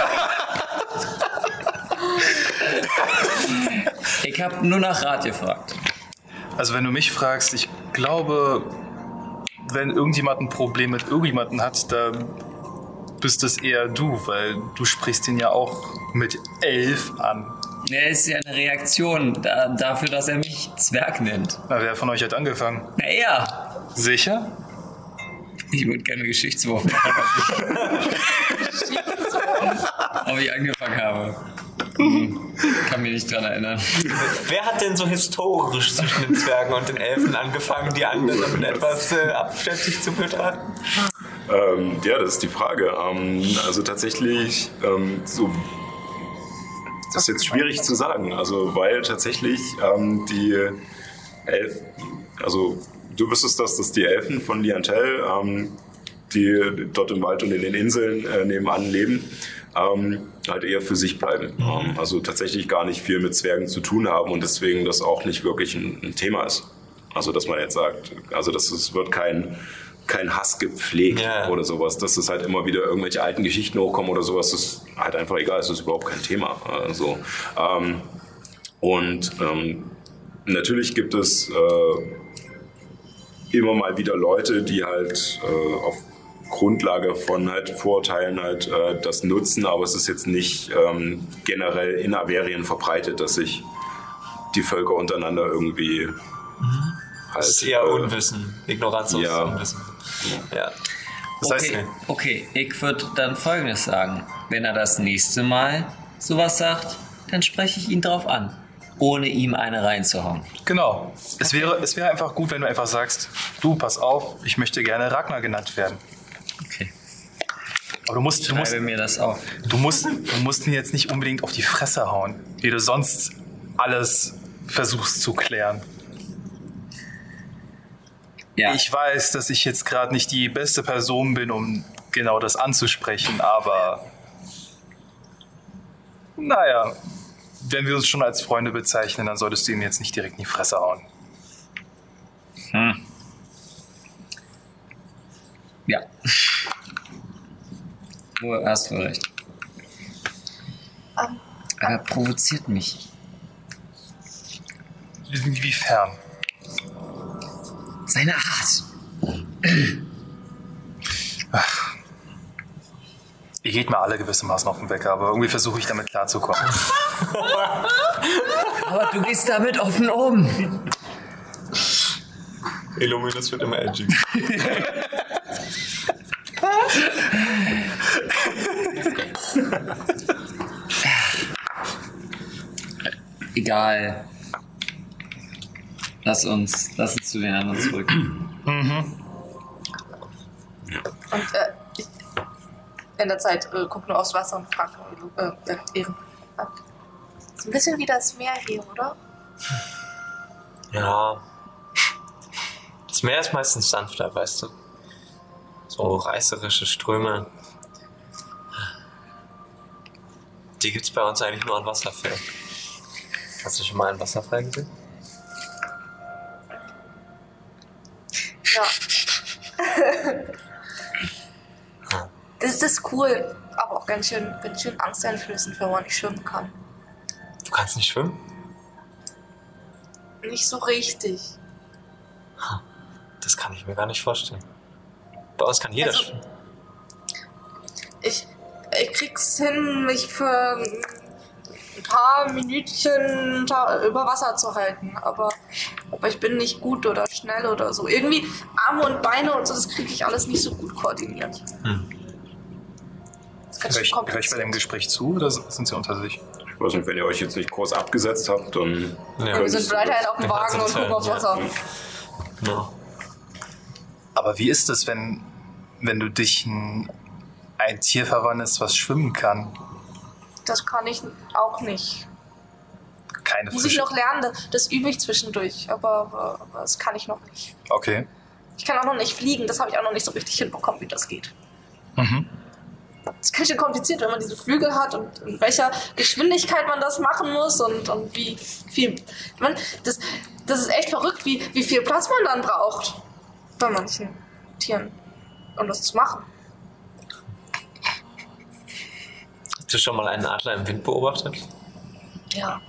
Speaker 2: Ich habe nur nach Rat gefragt.
Speaker 4: Also wenn du mich fragst, ich glaube, wenn irgendjemand ein Problem mit irgendjemandem hat, da bist es eher du, weil du sprichst ihn ja auch mit elf an.
Speaker 2: Er ist ja eine Reaktion da, dafür, dass er mich Zwerg nennt.
Speaker 4: Na, wer von euch hat angefangen?
Speaker 2: Na er.
Speaker 4: Sicher?
Speaker 2: Ich würde gerne Geschichtswurf machen, ob ich angefangen habe. Hm. Kann mich nicht dran erinnern.
Speaker 7: Wer hat denn so historisch zwischen den Zwergen und den Elfen angefangen, die anderen damit etwas äh, abschätzig zu betrachten?
Speaker 1: Ähm, ja, das ist die Frage. Ähm, also tatsächlich, ähm, so, das ist jetzt schwierig zu sagen. Also weil tatsächlich ähm, die Elfen, also du wüsstest das, dass die Elfen von Liantel, ähm, die dort im Wald und in den Inseln äh, nebenan leben, ähm, halt eher für sich bleiben. Mhm. Ähm, also tatsächlich gar nicht viel mit Zwergen zu tun haben und deswegen das auch nicht wirklich ein, ein Thema ist. Also dass man jetzt sagt, also dass es wird kein kein Hass gepflegt yeah. oder sowas, dass es halt immer wieder irgendwelche alten Geschichten hochkommen oder sowas, das ist halt einfach egal, es ist überhaupt kein Thema. Also, ähm, und ähm, natürlich gibt es äh, immer mal wieder Leute, die halt äh, auf Grundlage von halt Vorurteilen halt äh, das nutzen, aber es ist jetzt nicht ähm, generell in Averien verbreitet, dass sich die Völker untereinander irgendwie mhm. halt,
Speaker 7: das ist eher Unwissen, Ignoranz aus
Speaker 1: ja.
Speaker 7: Unwissen. Ja.
Speaker 4: Das heißt,
Speaker 2: okay, okay, ich würde dann Folgendes sagen. Wenn er das nächste Mal sowas sagt, dann spreche ich ihn drauf an, ohne ihm eine reinzuhauen.
Speaker 4: Genau. Es wäre, es wäre einfach gut, wenn du einfach sagst, du, pass auf, ich möchte gerne Ragnar genannt werden.
Speaker 2: Okay.
Speaker 4: Aber du musst, du musst,
Speaker 2: Schreibe mir das auf.
Speaker 4: du musst, du musst ihn jetzt nicht unbedingt auf die Fresse hauen, wie du sonst alles versuchst zu klären.
Speaker 2: Ja.
Speaker 4: Ich weiß, dass ich jetzt gerade nicht die beste Person bin, um genau das anzusprechen, aber naja, wenn wir uns schon als Freunde bezeichnen, dann solltest du ihn jetzt nicht direkt in die Fresse hauen.
Speaker 2: Hm. Ja. Wo hast du recht.
Speaker 3: Um,
Speaker 2: Aber er provoziert mich.
Speaker 4: Inwiefern?
Speaker 2: Seine Art.
Speaker 4: Ach. Ihr geht mir alle gewissermaßen auf den Wecker, aber irgendwie versuche ich damit klarzukommen.
Speaker 2: Aber du gehst damit offen um.
Speaker 7: Illuminus wird immer edgy.
Speaker 2: Egal. Lass uns, lass uns zu den anderen zurück.
Speaker 4: Mhm.
Speaker 3: Und äh, ich in der Zeit äh, guck nur aufs Wasser und frage äh, Ehren. So ein bisschen wie das Meer hier, oder?
Speaker 7: Ja. Das Meer ist meistens sanfter, weißt du. So reißerische Ströme. Die gibt's bei uns eigentlich nur an Wasserfällen. Hast du schon mal einen Wasserfall gesehen?
Speaker 3: Ja. Das ist cool, aber auch ganz schön, ganz schön angsteinflößend, wenn man nicht schwimmen kann.
Speaker 7: Du kannst nicht schwimmen?
Speaker 3: Nicht so richtig.
Speaker 7: Das kann ich mir gar nicht vorstellen. Bei uns kann jeder
Speaker 3: Also,
Speaker 7: schwimmen.
Speaker 3: Ich, ich krieg's hin, mich für ein paar Minütchen unter, über Wasser zu halten, aber Aber ich bin nicht gut oder schnell oder so. Irgendwie Arme und Beine und so, das kriege ich alles nicht so gut koordiniert. Hm.
Speaker 4: Hör ich, hör ich bei dem Gespräch zu oder sind sie unter sich?
Speaker 1: Ich weiß nicht, wenn ihr euch jetzt nicht groß abgesetzt habt, dann...
Speaker 3: Ja, wir sind weiterhin auf dem Wagen und gucken aufs Wasser.
Speaker 4: Ja. Aber wie ist es, wenn, wenn du dich in ein Tier verwandelst, was schwimmen kann?
Speaker 3: Das kann ich auch nicht.
Speaker 4: Keine
Speaker 3: Muss
Speaker 4: Fische.
Speaker 3: ich noch lernen, das, das übe ich zwischendurch, aber, aber, aber das kann ich noch nicht.
Speaker 4: Okay.
Speaker 3: Ich kann auch noch nicht fliegen, das habe ich auch noch nicht so richtig hinbekommen, wie das geht.
Speaker 4: Mhm.
Speaker 3: Das ist ganz schön kompliziert, wenn man diese Flügel hat und in welcher Geschwindigkeit man das machen muss und, und wie viel. Man, das, das ist echt verrückt, wie, wie viel Platz man dann braucht bei manchen Tieren, um das zu machen.
Speaker 2: Hast du schon mal einen Adler im Wind beobachtet?
Speaker 3: Ja.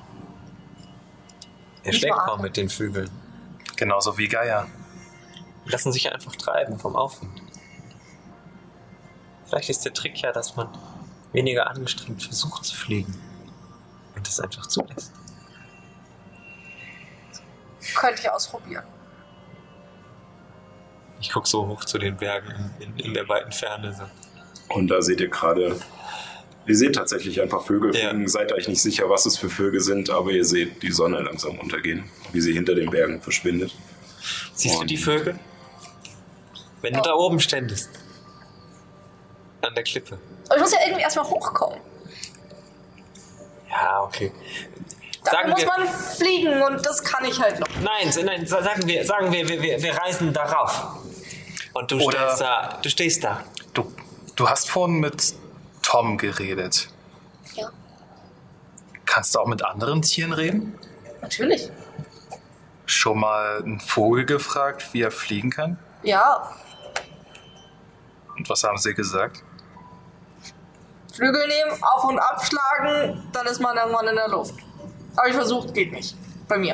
Speaker 2: Er
Speaker 3: Nicht
Speaker 2: schlägt
Speaker 3: nur
Speaker 2: kaum
Speaker 3: Adler.
Speaker 2: mit den Flügeln.
Speaker 4: Genauso wie Geier.
Speaker 2: Die lassen sich einfach treiben vom Aufwind. Vielleicht ist der Trick ja, dass man weniger angestrengt versucht zu fliegen und das einfach zulässt.
Speaker 3: Könnte ich ausprobieren.
Speaker 2: Ich gucke so hoch zu den Bergen in, in, in der weiten Ferne. So.
Speaker 1: Und da seht ihr gerade, ihr seht tatsächlich ein paar Vögel fliegen.
Speaker 2: Ja.
Speaker 1: Seid euch nicht sicher, was es für Vögel sind, aber ihr seht die Sonne langsam untergehen, wie sie hinter den Bergen verschwindet.
Speaker 2: Siehst du
Speaker 1: Und-
Speaker 2: die Vögel? Wenn du da oben ständest. An der Klippe.
Speaker 3: Aber ich muss ja irgendwie erstmal hochkommen.
Speaker 2: Ja, okay.
Speaker 3: Da
Speaker 2: Sagen
Speaker 3: muss
Speaker 2: wir,
Speaker 3: man fliegen und das kann ich halt noch.
Speaker 2: nein, nein, sagen wir, sagen wir, wir, wir, wir reisen darauf. Und du
Speaker 4: Oder-
Speaker 2: stehst da, du stehst da.
Speaker 4: Du, du hast vorhin mit Tom geredet.
Speaker 3: Ja,
Speaker 4: Kannst du auch mit anderen Tieren reden?
Speaker 3: natürlich.
Speaker 4: Schon mal einen Vogel gefragt, wie er fliegen kann?
Speaker 3: Ja,
Speaker 4: Und was haben sie gesagt?
Speaker 3: Flügel nehmen, auf- und abschlagen, dann ist man irgendwann in der Luft. Aber ich versucht, geht nicht. Bei mir.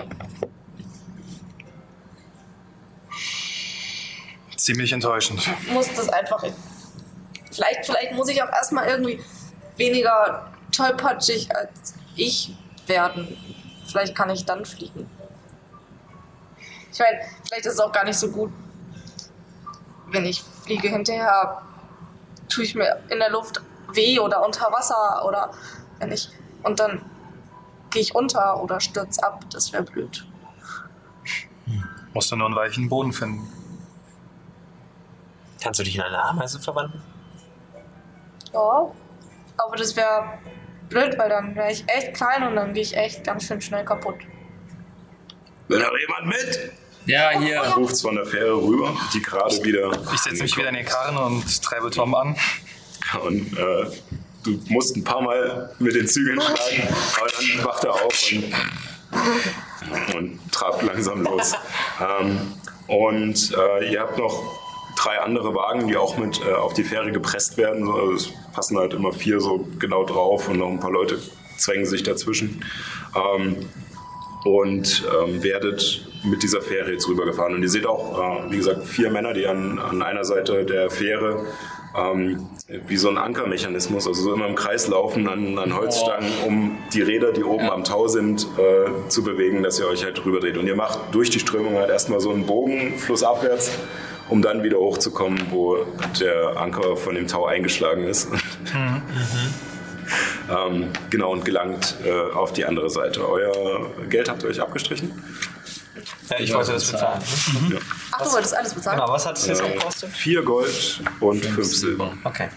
Speaker 4: Ziemlich enttäuschend.
Speaker 3: Muss das einfach hin. Vielleicht, vielleicht muss ich auch erstmal irgendwie weniger tollpatschig als ich werden. Vielleicht kann ich dann fliegen. Ich meine, vielleicht ist es auch gar nicht so gut, wenn ich fliege hinterher, tue ich mir in der Luft weh oder unter Wasser oder wenn ich und dann gehe ich unter oder stürz ab. Das wäre blöd.
Speaker 4: Musst du nur einen weichen Boden finden.
Speaker 2: Kannst du dich in eine Ameise verwandeln?
Speaker 3: Ja, aber das wäre blöd, weil dann wäre ich echt klein und dann gehe ich echt ganz schön schnell kaputt.
Speaker 1: Will da jemand mit?
Speaker 2: Ja, hier.
Speaker 1: Ruft's von der Fähre rüber, die gerade wieder...
Speaker 4: Ich setze mich wieder in den Karren und treibe Tom an.
Speaker 1: Und äh, du musst ein paar Mal mit den Zügeln schlagen, aber dann wacht er auf und, und trabt langsam los. Ähm, und äh, ihr habt noch drei andere Wagen, die auch mit äh, auf die Fähre gepresst werden. So, also es passen halt immer vier so genau drauf und noch ein paar Leute zwängen sich dazwischen. Ähm, und ähm, werdet mit dieser Fähre jetzt rübergefahren. Und ihr seht auch, äh, wie gesagt, vier Männer, die an, an einer Seite der Fähre ähm, wie so ein Ankermechanismus, also so immer im Kreis laufen an, an Holzstangen, um die Räder, die oben am Tau sind, äh, zu bewegen, dass ihr euch halt rüberdreht. Und ihr macht durch die Strömung halt erstmal so einen Bogen flussabwärts, um dann wieder hochzukommen, wo der Anker von dem Tau eingeschlagen ist. Mhm. ähm, genau, und gelangt äh, auf die andere Seite. Euer Geld habt ihr euch abgestrichen?
Speaker 4: Ja, ich wollte das bezahlen.
Speaker 3: Mhm. Ja. Ach, du wolltest alles bezahlen?
Speaker 2: Genau, was hat es jetzt
Speaker 1: Äh,
Speaker 2: gekostet?
Speaker 1: vier Gold und fünf, fünf Silber.
Speaker 2: Okay.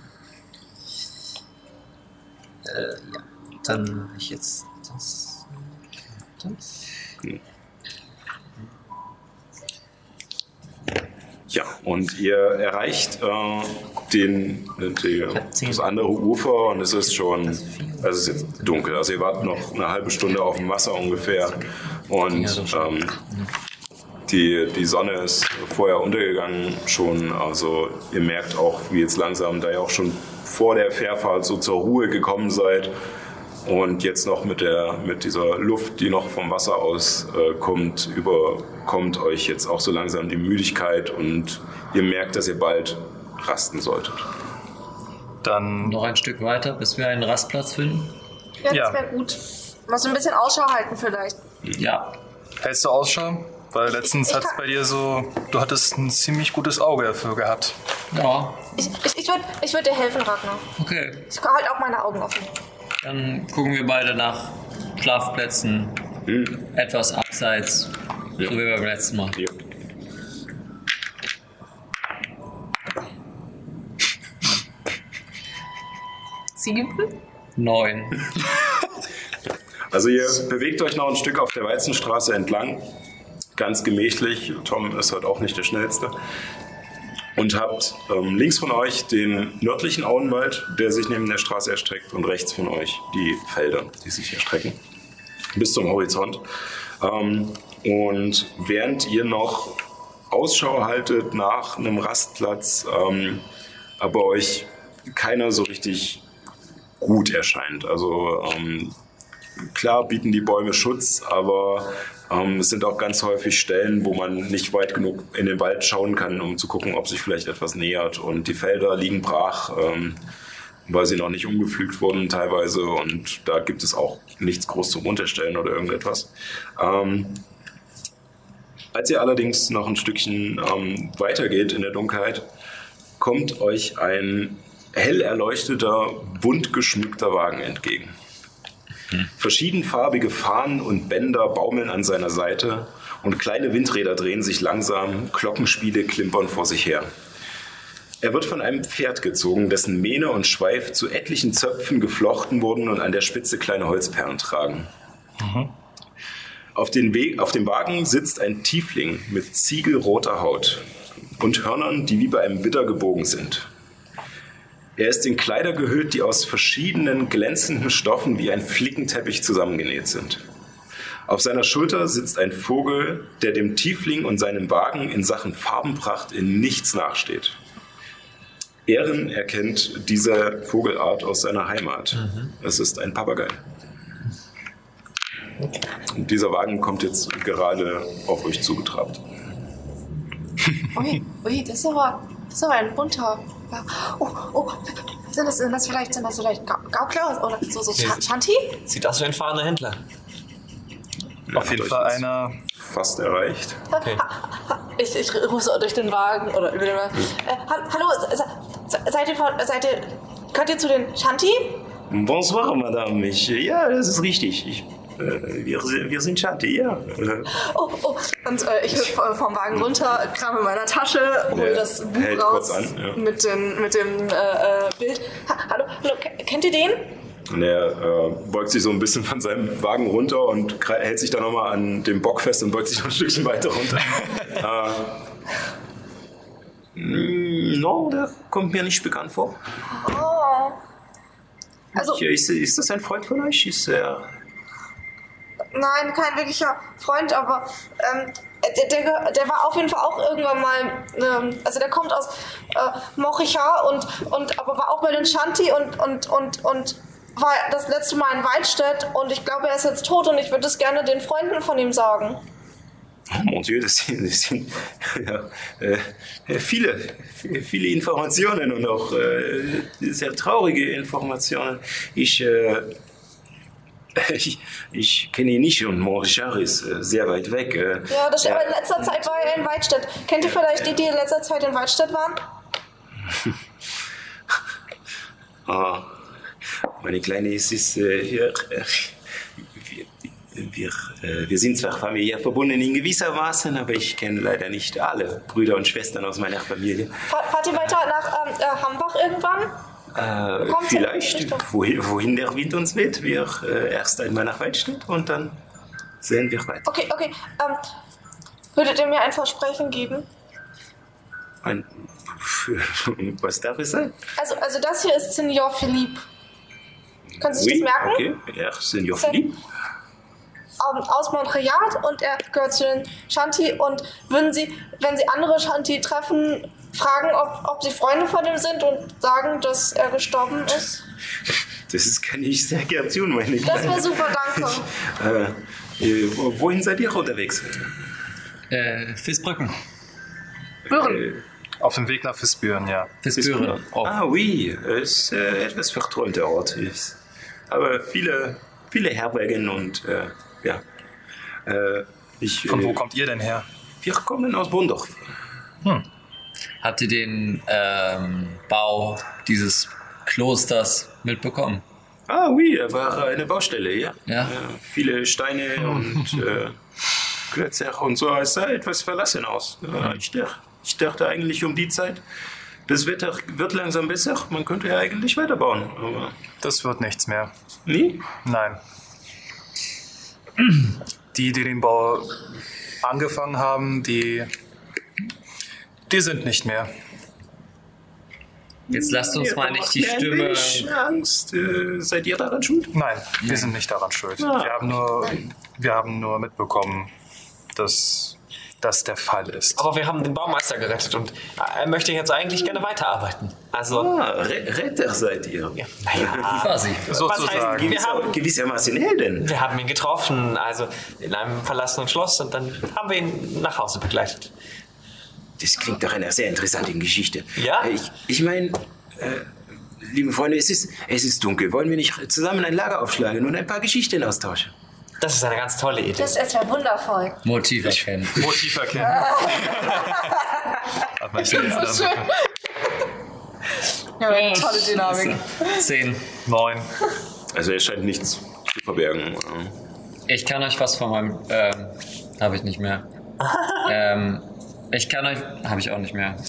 Speaker 2: Äh, ja. Dann mache ich jetzt das. das.
Speaker 1: Ja, und ihr erreicht äh, den, die, das andere Ufer und es ist schon, also es ist jetzt dunkel. Also ihr wart noch eine halbe Stunde auf dem Wasser ungefähr und ähm, die, die Sonne ist vorher untergegangen schon. Also ihr merkt auch, wie jetzt langsam, da ihr auch schon vor der Fährfahrt so zur Ruhe gekommen seid und jetzt noch mit, der, mit dieser Luft, die noch vom Wasser aus äh, kommt, überkommt euch jetzt auch so langsam die Müdigkeit und ihr merkt, dass ihr bald rasten solltet.
Speaker 4: Dann
Speaker 2: Noch ein Stück weiter, bis wir einen Rastplatz finden.
Speaker 3: Ja,
Speaker 4: Ja.
Speaker 3: das wäre gut. Mal so ein bisschen Ausschau halten vielleicht.
Speaker 2: Ja.
Speaker 4: Hältst du Ausschau? Weil letztens
Speaker 3: ich
Speaker 4: hat es
Speaker 3: kann-
Speaker 4: bei dir so, du hattest ein ziemlich gutes Auge dafür gehabt.
Speaker 2: Ja,
Speaker 3: Ich, ich, ich würde ich würd dir helfen, Ragnar.
Speaker 2: okay.
Speaker 3: Ich halte auch meine Augen offen.
Speaker 2: Dann gucken wir beide nach Schlafplätzen. Etwas abseits.
Speaker 1: Ja.
Speaker 2: So wie beim letzten Mal.
Speaker 1: Ja.
Speaker 3: Sieben?
Speaker 2: Neun.
Speaker 1: Also ihr bewegt euch noch ein Stück auf der Weizenstraße entlang, ganz gemächlich. Tom ist heute auch nicht der Schnellste. Und habt ähm, links von euch den nördlichen Auenwald, der sich neben der Straße erstreckt, und rechts von euch die Felder, die sich erstrecken bis zum Horizont. Ähm, und während ihr noch Ausschau haltet nach einem Rastplatz, ähm, aber euch keiner so richtig gut erscheint. Also ähm, klar bieten die Bäume Schutz, aber ähm, es sind auch ganz häufig Stellen, wo man nicht weit genug in den Wald schauen kann, um zu gucken, ob sich vielleicht etwas nähert. Und die Felder liegen brach, ähm, weil sie noch nicht umgepflügt wurden teilweise. Und da gibt es auch nichts groß zum Unterstellen oder irgendetwas. Ähm, als ihr allerdings noch ein Stückchen ähm, weitergeht in der Dunkelheit, kommt euch ein hell erleuchteter, bunt geschmückter Wagen entgegen. Verschiedenfarbige Fahnen und Bänder baumeln an seiner Seite und kleine Windräder drehen sich langsam, Glockenspiele klimpern vor sich her. Er wird von einem Pferd gezogen, dessen Mähne und Schweif zu etlichen Zöpfen geflochten wurden und an der Spitze kleine Holzperlen tragen. Mhm. Auf, den Weg, auf dem Wagen sitzt ein Tiefling mit ziegelroter Haut und Hörnern, die wie bei einem Widder gebogen sind. Er ist in Kleider gehüllt, die aus verschiedenen glänzenden Stoffen wie ein Flickenteppich zusammengenäht sind. Auf seiner Schulter sitzt ein Vogel, der dem Tiefling und seinem Wagen in Sachen Farbenpracht in nichts nachsteht. Ehren erkennt diese Vogelart aus seiner Heimat. Mhm. Es ist ein Papagei. Und dieser Wagen kommt jetzt gerade auf euch zugetrabt.
Speaker 3: Ui, ui, das ist aber, das ist aber ein bunter. Ja. Oh, oh, sind das, sind das vielleicht, sind das vielleicht Gau- Gaukler oder so, so Sch- Shanti?
Speaker 7: Sieht aus wie ein fahrender Händler.
Speaker 1: Er
Speaker 4: Auf
Speaker 1: hat
Speaker 4: jeden
Speaker 1: euch
Speaker 4: Fall
Speaker 1: jetzt
Speaker 4: einer.
Speaker 1: fast erreicht.
Speaker 7: Okay.
Speaker 3: Ich, ich rufe so durch den Wagen oder über den Wagen. Äh, ha- hallo, se, se, seid ihr von, seid ihr, gehört ihr zu den Shanti?
Speaker 6: Bonsoir, Madame. Ich, ja, das ist richtig. Ich, äh, wir, wir sind Shanti, ja. Äh,
Speaker 3: Oh, oh. Und äh, ich hüpfe äh, vom Wagen runter, kram in meiner Tasche, hole
Speaker 1: Ja,
Speaker 3: das Buch
Speaker 1: hält
Speaker 3: raus
Speaker 1: kurz an, ja.
Speaker 3: mit dem, mit dem äh, äh, Bild. Ha, hallo, hallo, ke- kennt ihr den?
Speaker 1: Und er äh, beugt sich so ein bisschen von seinem Wagen runter und kre- hält sich dann nochmal an dem Bock fest und beugt sich noch ein Stückchen weiter runter. äh,
Speaker 6: mm, no, der kommt mir nicht bekannt vor.
Speaker 3: Oh. Also,
Speaker 6: Ich, ist, ist das ein Freund von euch? Ist er...
Speaker 3: nein, kein wirklicher Freund, aber ähm, der, der, gehör- der war auf jeden Fall auch irgendwann mal, ähm, also der kommt aus äh, Moricha und, und aber war auch bei den Shanti und, und, und, und war das letzte Mal in Weidstedt und ich glaube, er ist jetzt tot und ich würde es gerne den Freunden von ihm sagen.
Speaker 6: Oh mon Dieu, das sind, das sind ja, äh, viele, viele Informationen und auch äh, sehr traurige Informationen. Ich, äh, ich, ich kenne ihn nicht und Morichard ist äh, sehr weit weg. Äh,
Speaker 3: Ja, das stimmt,
Speaker 6: ja,
Speaker 3: aber in letzter Zeit war er in Weidstedt. Kennt ihr vielleicht die, die in letzter Zeit in Weidstedt waren?
Speaker 6: Ah, meine Kleine, es ist äh, hier, äh, wir, wir, äh, wir sind zwar familiär verbunden in gewisser Maßen, aber ich kenne leider nicht alle Brüder und Schwestern aus meiner Familie.
Speaker 3: Fahr, fahrt ihr weiter nach ähm, äh, Hambach irgendwann?
Speaker 6: Äh,
Speaker 3: Kommt ja
Speaker 6: vielleicht,
Speaker 3: Richtung.
Speaker 6: wohin, wohin der Wind uns weht. Wir äh, erst einmal nach Weidstedt und dann sehen wir weiter.
Speaker 3: Okay, okay. Ähm, würdet ihr mir ein Versprechen geben?
Speaker 6: Ein, für, was darf es sein?
Speaker 3: Also, also das hier ist Senior Philippe. Können Sie sich
Speaker 6: Oui,
Speaker 3: das merken?
Speaker 6: okay, ja, Senior
Speaker 3: Sen-
Speaker 6: Philippe.
Speaker 3: Ähm, aus Montreal und er gehört zu den Shanti. Und würden Sie, wenn Sie andere Shanti treffen, fragen, ob, ob Sie Freunde von ihm sind und sagen, dass er gestorben ist?
Speaker 6: Das ist, kann ich sehr gern tun, meine
Speaker 3: Das
Speaker 6: Kleine.
Speaker 3: wäre super, danke.
Speaker 6: Äh, äh, wo- wohin seid ihr unterwegs?
Speaker 2: Äh, Fißbrücken.
Speaker 6: Äh,
Speaker 4: Auf dem Weg nach Fisbüren, ja.
Speaker 2: Fißbüren. Oh.
Speaker 6: Ah, oui, es ist äh, etwas verträumter Ort. Ist, aber viele, viele Herbergen und äh, ja. Äh, Ich,
Speaker 4: Von wo
Speaker 6: äh,
Speaker 4: kommt ihr denn her?
Speaker 6: Wir kommen aus Bondorf.
Speaker 4: Hm.
Speaker 2: Habt ihr den ähm, Bau dieses Klosters mitbekommen?
Speaker 6: Ah, oui, er war eine Baustelle, ja.
Speaker 2: Ja.
Speaker 6: Äh, viele Steine und äh, Klötzer und so. Es sah etwas verlassen aus. Ja, ich, dachte, ich dachte eigentlich um die Zeit, das Wetter wird langsam besser. Man könnte ja eigentlich weiterbauen. Aber
Speaker 4: Das wird nichts mehr.
Speaker 6: nie?
Speaker 4: Nein. Die, die den Bau angefangen haben, die, die sind nicht mehr.
Speaker 2: Jetzt lasst uns mal nicht die
Speaker 6: Macht mir ein
Speaker 2: Stimme...
Speaker 6: bisschen Angst. Äh, seid ihr daran schuld?
Speaker 4: Nein, wir sind nicht daran schuld.
Speaker 6: Ah.
Speaker 4: Wir haben nur, wir haben nur mitbekommen, dass das der Fall ist.
Speaker 7: Aber wir haben den Baumeister gerettet und er möchte jetzt eigentlich gerne weiterarbeiten. Also,
Speaker 6: Ah, Re Retter seid ihr.
Speaker 7: ja, naja.
Speaker 2: Quasi.
Speaker 4: Sozusagen.
Speaker 7: Wir
Speaker 6: Gewisser,
Speaker 7: haben,
Speaker 6: gewissermaßen Helden.
Speaker 7: wir haben ihn getroffen, also in einem verlassenen Schloss und dann haben wir ihn nach Hause begleitet.
Speaker 6: Das klingt nach einer sehr interessanten Geschichte.
Speaker 7: Ja?
Speaker 6: Äh, Ich, ich meine, äh, liebe Freunde, es ist, es ist dunkel. Wollen wir nicht zusammen ein Lager aufschlagen und ein paar Geschichten austauschen?
Speaker 7: Das ist eine ganz tolle Idee.
Speaker 3: Das ist ja wundervoll.
Speaker 2: Motiv erkennen.
Speaker 4: Motiv erkennen. Aber ich jetzt
Speaker 3: So schön. Ja, eine tolle Dynamik.
Speaker 2: Zehn.
Speaker 4: Neun.
Speaker 1: Also er scheint nichts zu verbergen.
Speaker 2: Ich kann euch was von meinem... Ähm, habe ich nicht mehr. ähm, ich kann euch... Habe ich auch nicht mehr.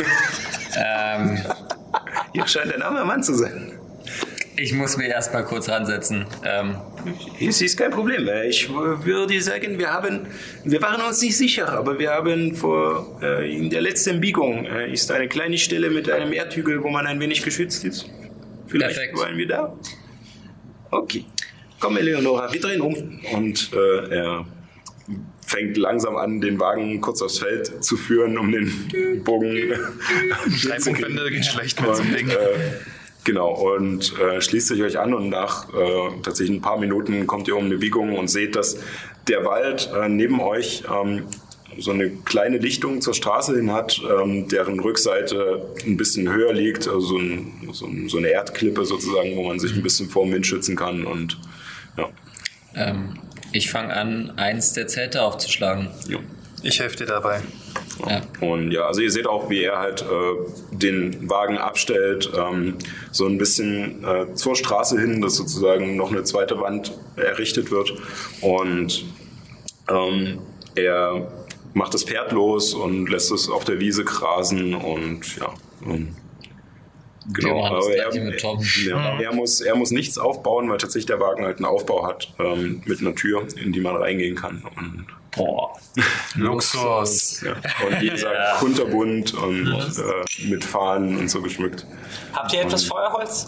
Speaker 2: ähm,
Speaker 6: Ihr scheint ein armer Mann zu sein.
Speaker 2: ich muss mir erst mal kurz ransetzen. Ähm,
Speaker 6: Es ist kein Problem. Ich würde sagen, wir haben, wir waren uns nicht sicher, aber wir haben vor, äh, in der letzten Biegung äh, ist eine kleine Stelle mit einem Erdhügel, wo man ein wenig geschützt ist. Vielleicht
Speaker 2: Perfekt.
Speaker 6: wollen wir da. Okay. Komm, Eleonora, wir drehen um.
Speaker 1: Und äh, er fängt langsam an, den Wagen kurz aufs Feld zu führen, um den Bogen
Speaker 4: Drei Punktwände geht schlecht mit so einem Ding.
Speaker 1: Äh, genau, und äh, schließt sich euch an und nach äh, tatsächlich ein paar Minuten kommt ihr um eine Biegung und seht, dass der Wald äh, neben euch ähm, so eine kleine Lichtung zur Straße hin hat, ähm, deren Rückseite ein bisschen höher liegt, also so, ein, so, ein, so eine Erdklippe sozusagen, wo man sich ein bisschen vor dem Wind schützen kann und ja.
Speaker 2: ähm, ich fange an, eins der Zelte aufzuschlagen.
Speaker 1: ja.
Speaker 4: Ich helfe dir dabei.
Speaker 2: Ja.
Speaker 1: Und ja, also ihr seht auch, wie er halt äh, den Wagen abstellt, ähm, so ein bisschen äh, zur Straße hin, dass sozusagen noch eine zweite Wand errichtet wird. Und ähm, er macht das Pferd los und lässt es auf der Wiese grasen und ja. Ähm,
Speaker 2: Wir machen das
Speaker 1: aber er,
Speaker 2: Gleiche mit Tom.
Speaker 1: ja, er, muss, er muss nichts aufbauen, weil tatsächlich der Wagen halt einen Aufbau hat ähm, mit einer Tür, in die man reingehen kann. Und
Speaker 2: Boah.
Speaker 4: Luxus.
Speaker 1: ja, und wie gesagt,
Speaker 2: Ja.
Speaker 1: kunterbunt und äh, mit Fahnen und so geschmückt.
Speaker 7: Habt ihr etwas Feuerholz?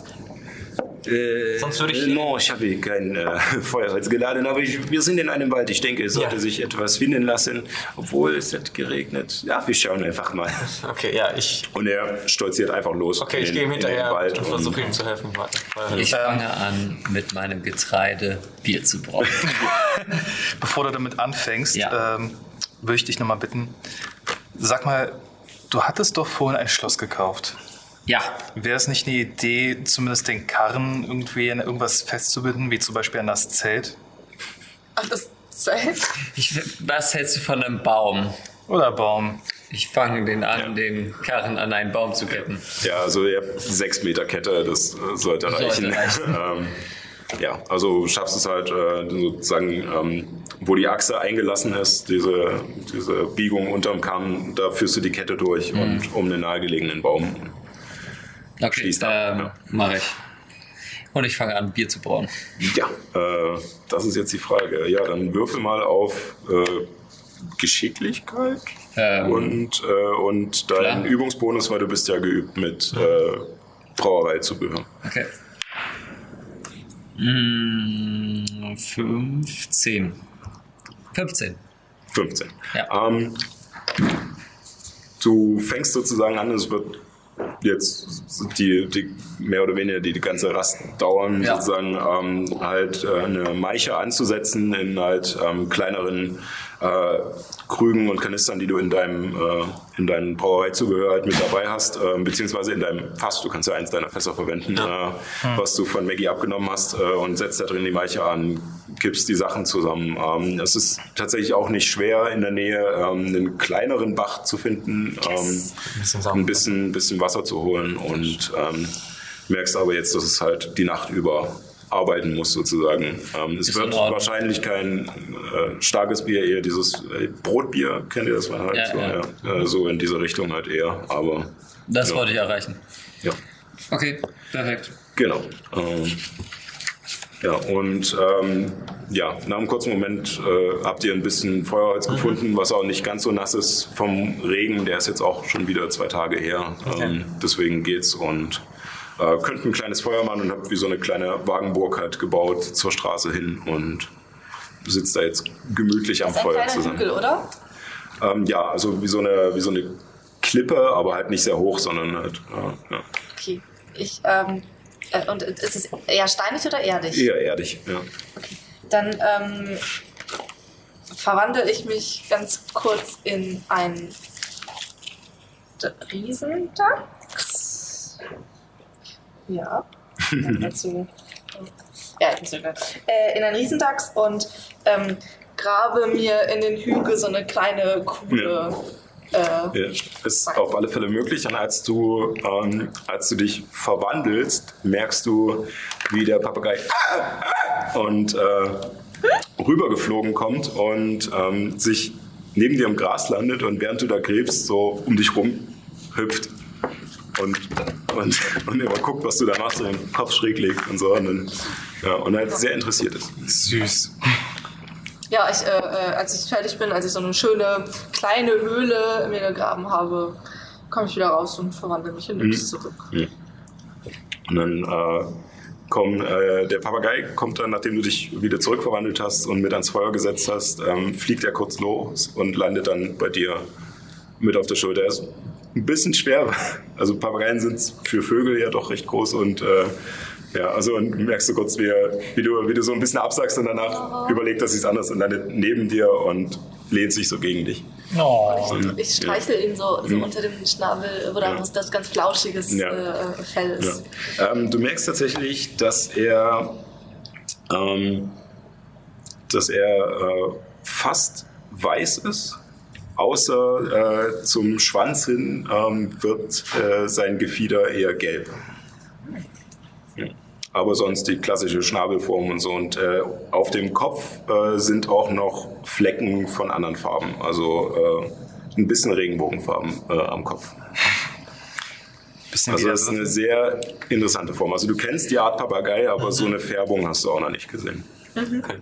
Speaker 6: Äh,
Speaker 7: Sonst würde ich-
Speaker 6: äh, no, ich habe kein äh, Feuerholz geladen, aber ich, wir sind in einem Wald. Ich denke, es sollte
Speaker 7: Ja.
Speaker 6: sich etwas finden lassen, obwohl es hat geregnet. Ja, wir schauen einfach mal.
Speaker 7: Okay, ja, ich.
Speaker 1: Und er stolziert einfach los.
Speaker 7: Okay, ich
Speaker 1: in-
Speaker 7: gehe ihm
Speaker 1: in den
Speaker 7: hinterher
Speaker 1: Wald
Speaker 7: und versuche ihm zu helfen.
Speaker 2: Ich fange an, mit meinem Getreide Bier zu brauen.
Speaker 4: Bevor du damit anfängst,
Speaker 2: Ja.
Speaker 4: ähm, würde ich dich nochmal bitten, sag mal, du hattest doch vorhin ein Schloss gekauft.
Speaker 2: Ja,
Speaker 4: Wäre es nicht eine Idee, zumindest den Karren irgendwie an irgendwas festzubinden, wie zum Beispiel an das Zelt?
Speaker 3: Ach, das Zelt?
Speaker 2: ich, was hältst du von einem Baum?
Speaker 4: Oder Baum?
Speaker 2: Ich fange den an, den Karren an einen Baum zu ketten.
Speaker 1: Ja, also ihr habt sechs Meter Kette, das äh, sollte
Speaker 2: Sollte
Speaker 1: reichen.
Speaker 2: reichen.
Speaker 1: ähm, ja, also du schaffst es halt äh, sozusagen, ähm, wo die Achse eingelassen ist, diese, diese Biegung unterm Kamm, da führst du die Kette durch
Speaker 2: Mhm.
Speaker 1: und um den nahegelegenen Baum.
Speaker 2: Okay,
Speaker 1: Schließt ab,
Speaker 2: ähm,
Speaker 1: ja.
Speaker 2: mache ich. Und ich fange an, Bier zu brauen.
Speaker 1: Ja, äh, das ist jetzt die Frage. Ja, dann würfel mal auf äh, Geschicklichkeit
Speaker 2: Ähm,
Speaker 1: und, äh, und deinen
Speaker 2: klar.
Speaker 1: Übungsbonus, weil du bist ja geübt mit äh, Brauereizubehör.
Speaker 2: Okay. Mm, fünfzehn. fünfzehn.
Speaker 1: fünfzehn.
Speaker 2: Ja.
Speaker 1: Ähm, du fängst sozusagen an, es wird jetzt die, die mehr oder weniger die, die ganze Rast dauern,
Speaker 2: Ja.
Speaker 1: sozusagen ähm, halt äh, eine Maiche anzusetzen in halt ähm, kleineren äh, Krügen und Kanistern, die du in deinem äh, in deinem Brauereizubehör halt mit dabei hast, äh, beziehungsweise in deinem Fass. Du kannst ja eins deiner Fässer verwenden, ja. äh, hm. was du von Maggie abgenommen hast äh, und setzt da drin die Maische an, kippst die Sachen zusammen. Ähm, es ist tatsächlich auch nicht schwer, in der Nähe ähm, einen kleineren Bach zu finden, ähm, yes. ein bisschen, bisschen Wasser zu holen und ähm, merkst aber jetzt, dass es halt die Nacht über arbeiten muss sozusagen. Ähm, es wird wahrscheinlich kein äh, starkes Bier, eher dieses äh, Brotbier, kennt ihr das mal halt?
Speaker 2: Ja,
Speaker 1: so,
Speaker 2: ja.
Speaker 1: Ja, äh, so in diese Richtung halt eher, aber...
Speaker 2: Das
Speaker 1: ja.
Speaker 2: wollte ich erreichen.
Speaker 1: Ja.
Speaker 2: Okay, perfekt.
Speaker 1: Genau. Ähm, ja, und ähm, ja, nach einem kurzen Moment äh, habt ihr ein bisschen Feuerholz mhm. gefunden, was auch nicht ganz so nass ist vom Regen. Der ist jetzt auch schon wieder zwei Tage her. Ähm, okay. Deswegen geht's und Äh, könnt ein kleines Feuer machen und habt wie so eine kleine Wagenburg halt gebaut zur Straße hin und sitzt da jetzt gemütlich am Feuer
Speaker 3: das ist ein kleiner
Speaker 1: zusammen.
Speaker 3: Hügel, oder?
Speaker 1: Ähm, ja, also wie so, eine, wie so eine Klippe, aber halt nicht sehr hoch, sondern halt, äh, ja.
Speaker 3: Okay, ich, ähm, äh, und ist es eher steinig oder erdig?
Speaker 1: Eher erdig, ja.
Speaker 3: Okay, dann ähm, verwandle ich mich ganz kurz in ein Riesendachs. Ja, dazu. Ja, äh, in einen Riesendachs und ähm, grabe mir in den Hügel so eine kleine Kuhle.
Speaker 1: Ja. Äh, ja. Ist auf alle Fälle möglich. Und als du, ähm, als du dich verwandelst, merkst du, wie der Papagei und äh, rübergeflogen kommt und ähm, sich neben dir im Gras landet und während du da gräbst, so um dich rum hüpft. Und, und, und immer guckt, was du da machst, und den Kopf schräg legt und so. Und, dann, ja, und halt sehr interessiert ist.
Speaker 4: Süß.
Speaker 3: Ja, ich, äh, als ich fertig bin, als ich so eine schöne kleine Höhle mir gegraben habe, komme ich wieder raus und verwandle mich in nichts mhm. zurück.
Speaker 1: Mhm. Und dann äh, komm, äh, der Papagei kommt dann, nachdem du dich wieder zurückverwandelt hast und mit ans Feuer gesetzt hast, ähm, fliegt er kurz los und landet dann bei dir mit auf der Schulter. Er ist ein bisschen schwer, also Papageien sind für Vögel ja doch recht groß und äh, ja, also und merkst du kurz, wie, wie, du, wie du so ein bisschen absagst und danach oh. überlegt, dass es anders und landet neben dir und lehnt sich so gegen dich.
Speaker 3: Oh. Und ich streichel ihn so, so mhm. unter dem Schnabel, wo ja. das ganz flauschiges ja. äh, Fell ist.
Speaker 1: Ja. Ähm, du merkst tatsächlich, dass er, ähm, dass er äh, fast weiß ist. Außer äh, zum Schwanz hin ähm, wird äh, sein Gefieder eher gelb. Ja. Aber sonst die klassische Schnabelform und so. Und äh, auf dem Kopf äh, sind auch noch Flecken von anderen Farben. Also äh, ein bisschen Regenbogenfarben äh, am Kopf. Bisschen also das ist eine sehr interessante Form. Also du kennst die Art Papagei, aber so eine Färbung hast du auch noch nicht gesehen.
Speaker 3: Mhm.
Speaker 2: Okay.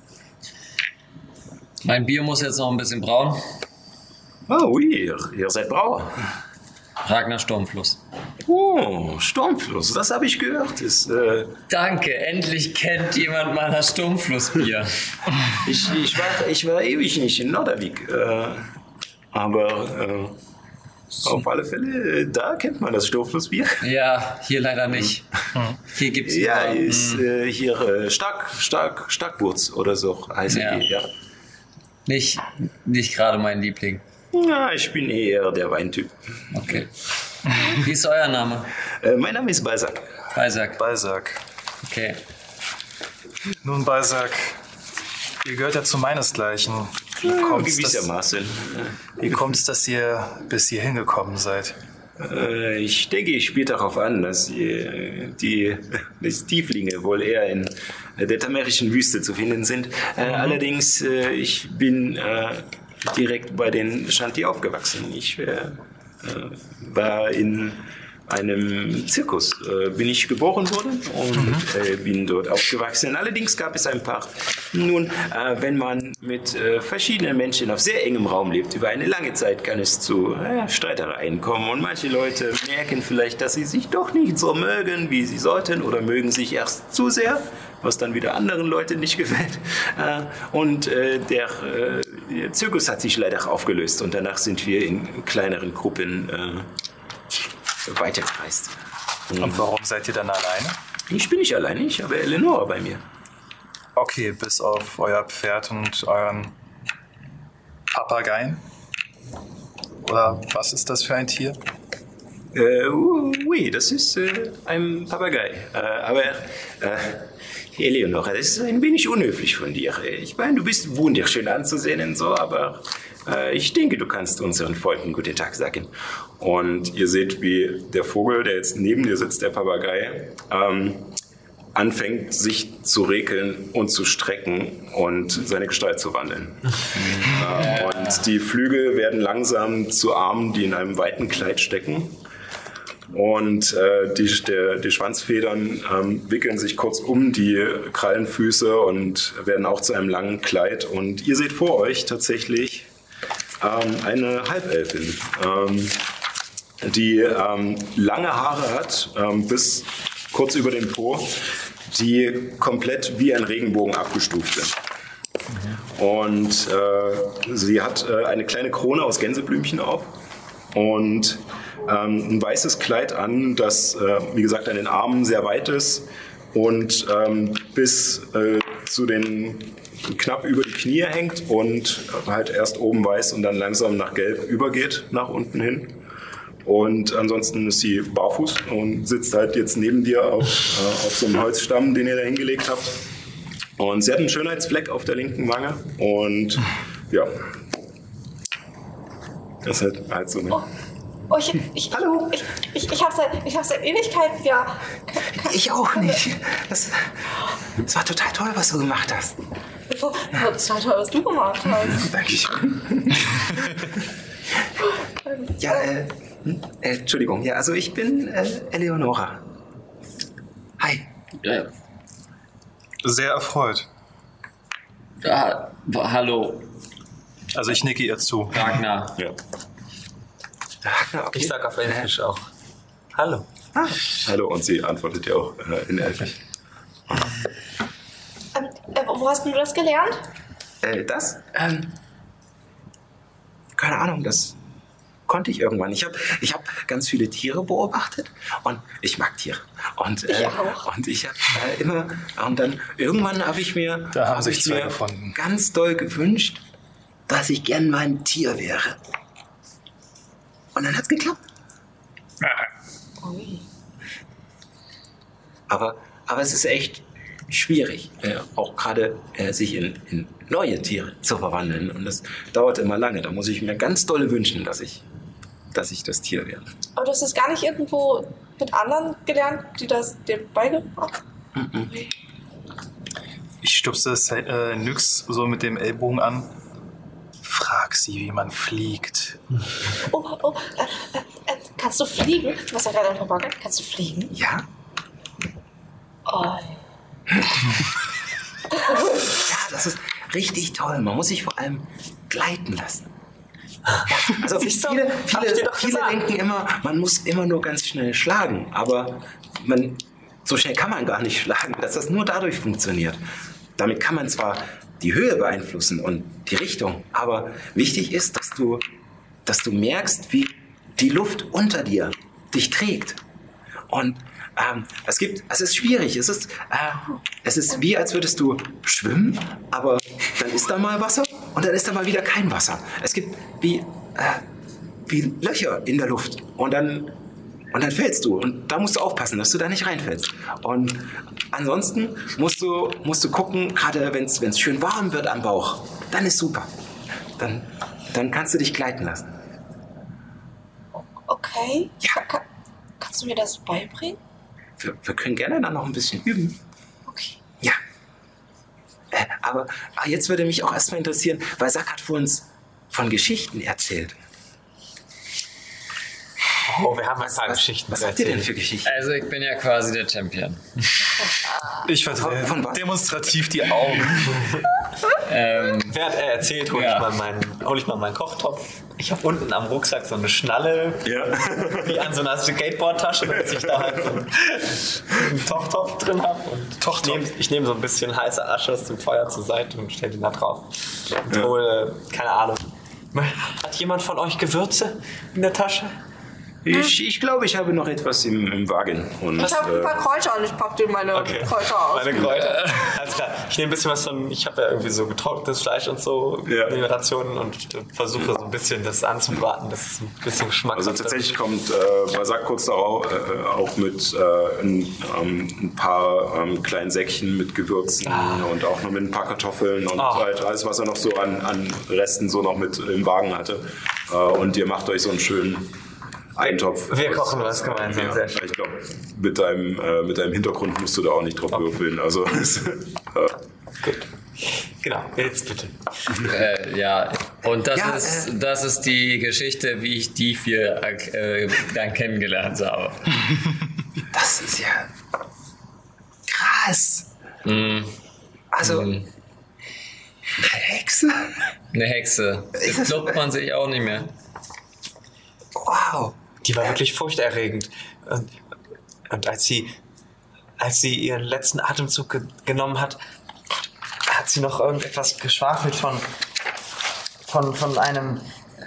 Speaker 2: Mein Bier muss jetzt noch ein bisschen brauen.
Speaker 6: Oh, ui, ihr, ihr seid Brauer.
Speaker 2: Ragnar Sturmfluss.
Speaker 6: Oh, Sturmfluss, das habe ich gehört. Ist, äh
Speaker 2: Danke, endlich kennt jemand mal das Sturmflussbier.
Speaker 6: ich, ich, war, ich war ewig nicht in Nordervik. Äh, aber äh, auf alle Fälle, da kennt man das Sturmflussbier.
Speaker 2: Ja, hier leider nicht. Hier gibt es
Speaker 6: ja, nur, ist äh, hier äh, Stark, Stark, Starkwurz oder so heißt
Speaker 2: ja.
Speaker 6: die, ja.
Speaker 2: Nicht, nicht gerade mein Liebling.
Speaker 6: Ja, ich bin eher der Weintyp.
Speaker 2: Okay. Wie ist euer Name?
Speaker 6: Äh, mein Name ist Balzac.
Speaker 2: Balzac.
Speaker 4: Balzac.
Speaker 2: Okay.
Speaker 4: Nun, Balzac, ihr gehört ja zu meinesgleichen. Wie kommt es, dass, wie kommt's, dass ihr bis hierhin gekommen seid?
Speaker 6: Äh, ich denke, ich spiele darauf an, dass äh, die, die Tieflinge wohl eher in der tamerischen Wüste zu finden sind. Äh, mhm. Allerdings, äh, ich bin äh, direkt bei den Shanti aufgewachsen. Ich äh, war in einem Zirkus, äh, bin ich geboren worden und mhm. äh, bin dort aufgewachsen. Allerdings gab es ein paar, nun, äh, wenn man mit äh, verschiedenen Menschen auf sehr engem Raum lebt, über eine lange Zeit kann es zu äh, Streitereien kommen und manche Leute merken vielleicht, dass sie sich doch nicht so mögen, wie sie sollten oder mögen sich erst zu sehr, was dann wieder anderen Leuten nicht gefällt. Äh, und äh, der, äh, der Zirkus hat sich leider aufgelöst und danach sind wir in kleineren Gruppen äh, weitergereist.
Speaker 4: Und warum seid ihr dann alleine?
Speaker 6: Ich bin nicht alleine, ich habe Eleonora bei mir.
Speaker 4: Okay, bis auf euer Pferd und euren Papageien? Oder was ist das für ein Tier?
Speaker 6: Äh, oui, das ist äh, ein Papagei. Äh, aber, äh, Eleonora, das ist ein wenig unhöflich von dir. Ich meine, du bist wunderschön anzusehen und so, aber äh, ich denke, du kannst unseren Freunden guten Tag sagen. Und ihr seht, wie der Vogel, der jetzt neben dir sitzt, der Papagei, ähm, anfängt, sich zu rekeln und zu strecken und seine Gestalt zu wandeln. äh, und die Flügel werden langsam zu Armen, die in einem weiten Kleid stecken. Und äh, die, der, die Schwanzfedern ähm, wickeln sich kurz um die Krallenfüße und werden auch zu einem langen Kleid. Und ihr seht vor euch tatsächlich ähm, eine Halbelfin, ähm, die ähm, lange Haare hat, ähm, bis kurz über den Po, die komplett wie ein Regenbogen abgestuft sind. Und äh, sie hat äh, eine kleine Krone aus Gänseblümchen auf und ähm, ein weißes Kleid an, das, äh, wie gesagt, an den Armen sehr weit ist und ähm, bis äh, zu den knapp über die Knie hängt und halt erst oben weiß und dann langsam nach gelb übergeht, nach unten hin. Und ansonsten ist sie barfuß und sitzt halt jetzt neben dir auf, äh, auf so einem Holzstamm, den ihr da hingelegt habt. Und sie hat einen Schönheitsfleck auf der linken Wange und ja, das ist halt, halt so, ne?
Speaker 3: Oh, oh ich, ich, Hallo? Ich, ich, ich habe seit, ich hab seit Ewigkeiten, ja. Kann,
Speaker 5: Ich auch nicht. Das, das war total toll, was du gemacht hast.
Speaker 3: Oh, das war toll, was du gemacht hast.
Speaker 6: Dankeschön. Ja, äh, äh, Entschuldigung, ja, also ich bin äh, Eleonora. Hi.
Speaker 2: Ja.
Speaker 4: Sehr erfreut.
Speaker 2: Ah, hallo,
Speaker 4: Also ich nicke ihr zu.
Speaker 2: Ragnar.
Speaker 1: Ja.
Speaker 6: Ragnar, okay.
Speaker 7: Ich sag auf Elfisch auch. Hallo.
Speaker 6: Ah,
Speaker 1: Hallo, und sie antwortet ja auch äh, in Elfisch.
Speaker 3: Ähm, äh, wo hast du das gelernt?
Speaker 6: äh, das? Ähm, keine Ahnung, das konnte ich irgendwann. Ich habe ich hab ganz viele Tiere beobachtet und ich mag Tiere. Und, äh,
Speaker 3: Ich auch.
Speaker 6: Und ich habe äh, immer, und dann irgendwann habe ich mir,
Speaker 4: Da haben
Speaker 6: hab
Speaker 4: sich
Speaker 6: ich
Speaker 4: zwei
Speaker 6: mir
Speaker 4: gefunden.
Speaker 6: ganz doll gewünscht, dass ich gern mal ein Tier wäre. Und dann hat's geklappt.
Speaker 3: Ui.
Speaker 6: Aber, aber es ist echt schwierig, äh, auch gerade äh, sich in, in neue Tiere zu verwandeln. Und das dauert immer lange. Da muss ich mir ganz doll wünschen, dass ich, dass ich das Tier werde.
Speaker 3: Aber du hast es gar nicht irgendwo mit anderen gelernt, die das dir beigebracht haben? Ui.
Speaker 4: Ich stupse äh, Nyx so mit dem Ellbogen an. Frag sie, wie man fliegt.
Speaker 3: Oh, oh, äh, äh, äh, kannst du fliegen? Du hast ja gerade einen Papagei. Kannst du fliegen?
Speaker 6: Ja?
Speaker 3: Oh.
Speaker 6: Ja, das ist richtig toll. Man muss sich vor allem gleiten lassen. Ja, also
Speaker 7: Siehst du?
Speaker 6: viele,
Speaker 7: Hab ich
Speaker 6: viele,
Speaker 7: dir doch
Speaker 6: viele
Speaker 7: gesagt.
Speaker 6: denken immer, man muss immer nur ganz schnell schlagen. Aber man, so schnell kann man gar nicht schlagen, dass das nur dadurch funktioniert. Damit kann man zwar die Höhe beeinflussen und die Richtung, aber wichtig ist, dass du, dass du merkst, wie die Luft unter dir dich trägt. Und ähm, es gibt, es ist schwierig. Es ist, äh, es ist wie, als würdest du schwimmen, aber dann ist da mal Wasser und dann ist da mal wieder kein Wasser. Es gibt wie, äh, wie Löcher in der Luft und dann, und dann fällst du. Und da musst du aufpassen, dass du da nicht reinfällst. Und ansonsten musst du, musst du gucken, gerade wenn es schön warm wird am Bauch, dann ist super. Dann, dann kannst du dich gleiten lassen.
Speaker 3: Okay.
Speaker 6: Ja.
Speaker 3: Ka kannst du mir das beibringen?
Speaker 6: Wir, wir können gerne dann noch ein bisschen üben.
Speaker 3: Okay.
Speaker 6: Ja. Äh, aber ah, jetzt würde mich auch erstmal interessieren, weil Sack hat vor uns von Geschichten erzählt.
Speaker 7: Oh, wir haben ein paar Geschichten
Speaker 6: Was
Speaker 7: zu
Speaker 6: habt ihr denn
Speaker 7: erzählen.
Speaker 6: für Geschichten?
Speaker 2: Also ich bin ja quasi der Champion.
Speaker 4: Ich verdrehe
Speaker 6: Von was?
Speaker 4: demonstrativ die Augen.
Speaker 2: Ähm,
Speaker 7: Während er erzählt, hole
Speaker 2: Ja.
Speaker 7: ich, mal meinen- hol ich mal meinen Kochtopf. Ich habe unten am Rucksack so eine Schnalle,
Speaker 1: Ja.
Speaker 7: wie an so einer Skateboardtasche, damit ich da halt so einen, einen Kochtopf drin habe. Und
Speaker 4: Kochtopf.
Speaker 7: ich nehme ich nehm so ein bisschen heiße Asche aus dem Feuer zur Seite und stelle die da drauf. Und hole, keine Ahnung. Hat jemand von euch Gewürze in der Tasche?
Speaker 6: Ich, ich glaube, ich habe noch etwas im, im Wagen. Und,
Speaker 3: Ich habe ein paar Kräuter und ich packe dir meine
Speaker 7: Okay.
Speaker 3: Kräuter aus.
Speaker 7: Meine Kräuter. Alles klar. Ich nehme ein bisschen was von, ich habe ja irgendwie so getrocknetes Fleisch und so
Speaker 6: Ja.
Speaker 7: in den Rationen und versuche so ein bisschen das anzubraten, dass es ein bisschen Geschmack
Speaker 1: Also
Speaker 7: hat.
Speaker 1: tatsächlich kommt äh, Balzac kurz darauf äh, auch mit äh, ein, ähm, ein paar ähm, kleinen Säckchen mit Gewürzen und auch noch mit ein paar Kartoffeln und
Speaker 7: Ah.
Speaker 1: halt alles, was er noch so an, an Resten so noch mit im Wagen hatte. Äh, und ihr macht euch so einen schönen Eintopf.
Speaker 7: Wir kochen was gemeinsam,
Speaker 1: Ja,
Speaker 7: sehr schön.
Speaker 1: ich glaube, mit deinem, äh, mit deinem Hintergrund musst du da auch nicht drauf würfeln. Also, äh,
Speaker 7: Gut. Genau, jetzt bitte.
Speaker 2: Äh, ja, und das,
Speaker 6: Ja,
Speaker 2: ist, das ist die Geschichte, wie ich die vier äh, dann kennengelernt habe.
Speaker 6: Das ist ja krass. Also, eine Hexe?
Speaker 2: Eine Hexe. Das glaubt man sich auch nicht mehr.
Speaker 6: Wow.
Speaker 7: Die war wirklich furchterregend. Und, und als sie als sie ihren letzten Atemzug ge genommen hat, hat sie noch irgendetwas geschwafelt von von von einem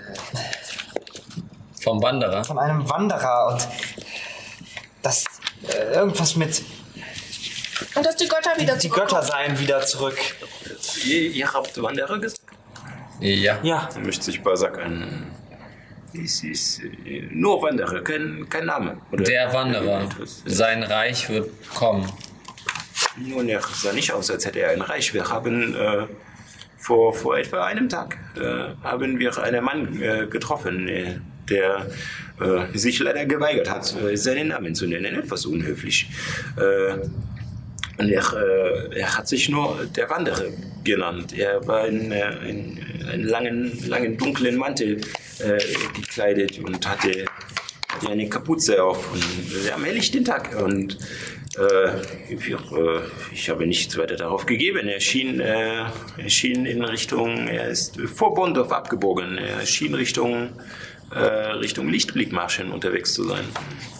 Speaker 2: Vom Wanderer.
Speaker 7: von einem Wanderer und das äh, irgendwas mit
Speaker 3: Und dass die Götter wieder
Speaker 7: die
Speaker 3: zurückkommen.
Speaker 7: Götter seien wieder zurück.
Speaker 6: Ihr, ihr habt Wanderer gesagt?
Speaker 2: Ja.
Speaker 7: Ja,
Speaker 1: dann mischt sich Balzac ein.
Speaker 6: Es ist äh, nur Wanderer, kein, kein Name. Oder
Speaker 2: Der Wanderer.
Speaker 6: Etwas.
Speaker 2: Sein Reich wird kommen.
Speaker 6: Nun, er sah nicht aus, als hätte er ein Reich. Wir haben äh, vor, vor etwa einem Tag äh, haben wir einen Mann äh, getroffen, äh, der äh, sich leider geweigert hat, äh, seinen Namen zu nennen. Etwas unhöflich. Äh, und er, äh, er hat sich nur der Wanderer genannt. Er war in, äh, in einen langen, langen dunklen Mantel äh, gekleidet und hatte, hatte eine Kapuze auf und äh, am helllichten Tag. Und äh, wir, äh, ich habe nichts weiter darauf gegeben. Er schien, äh, er schien in Richtung, er ist vor Bondorf abgebogen. Er schien Richtung, äh, Richtung Lichtblickmarschen unterwegs zu sein.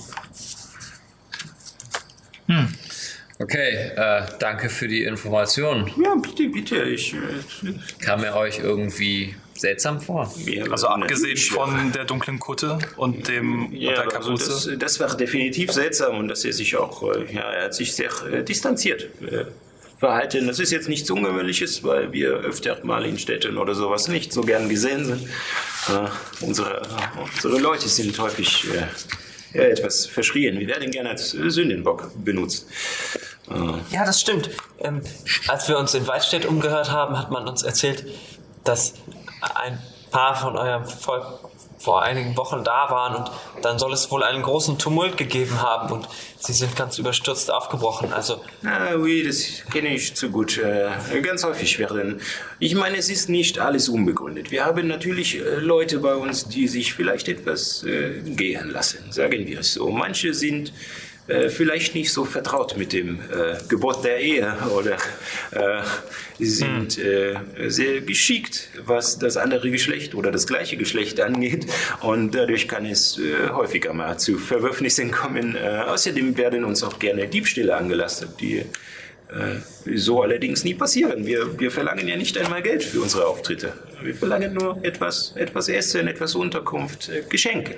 Speaker 2: Okay, äh, danke für die Information.
Speaker 6: Ja, bitte, bitte. Ich, äh,
Speaker 2: Kam er euch irgendwie seltsam vor?
Speaker 6: wir-
Speaker 4: Also abgesehen
Speaker 6: natürlich,
Speaker 4: von der dunklen Kutte und dem und
Speaker 6: Ja,
Speaker 4: der
Speaker 6: also das,
Speaker 4: Kapuze.
Speaker 6: das war definitiv seltsam und dass er sich auch, äh, ja, er hat sich sehr äh, distanziert äh, verhalten. Das ist jetzt nichts Ungewöhnliches, weil wir öfter mal in Städten oder sowas nicht so gern gesehen sind. Äh, unsere, unsere Leute sind häufig äh, ja, etwas verschrien. Wir werden gerne als äh, Sündenbock benutzt. Äh,
Speaker 7: ja, das stimmt. Ähm, als wir uns in Waldstedt umgehört haben, hat man uns erzählt, dass ein paar von eurem Volk vor einigen Wochen da waren und dann soll es wohl einen großen Tumult gegeben haben und sie sind ganz überstürzt aufgebrochen. Also
Speaker 6: Ah, oui, das kenne ich zu gut. Äh, ganz häufig werden. Ich meine, es ist nicht alles unbegründet. Wir haben natürlich äh, Leute bei uns, die sich vielleicht etwas äh, gehen lassen, sagen wir es so. Manche sind äh, vielleicht nicht so vertraut mit dem äh, Gebot der Ehe oder äh, sind äh, sehr geschickt, was das andere Geschlecht oder das gleiche Geschlecht angeht. Und dadurch kann es äh, häufiger mal zu Verwürfnissen kommen. Äh, außerdem werden uns auch gerne Diebstähle angelastet, die äh, so allerdings nie passieren. Wir, wir verlangen ja nicht einmal Geld für unsere Auftritte. Wir verlangen nur etwas, etwas Essen, etwas Unterkunft, äh, Geschenke.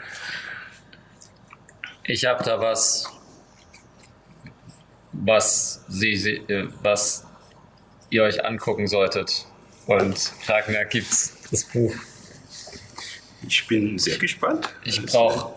Speaker 2: Ich habe da was, was, sie, sie, äh, was ihr euch angucken solltet. Und Ragnar gibt's das Buch.
Speaker 6: Ich bin sehr gespannt.
Speaker 2: Ich brauche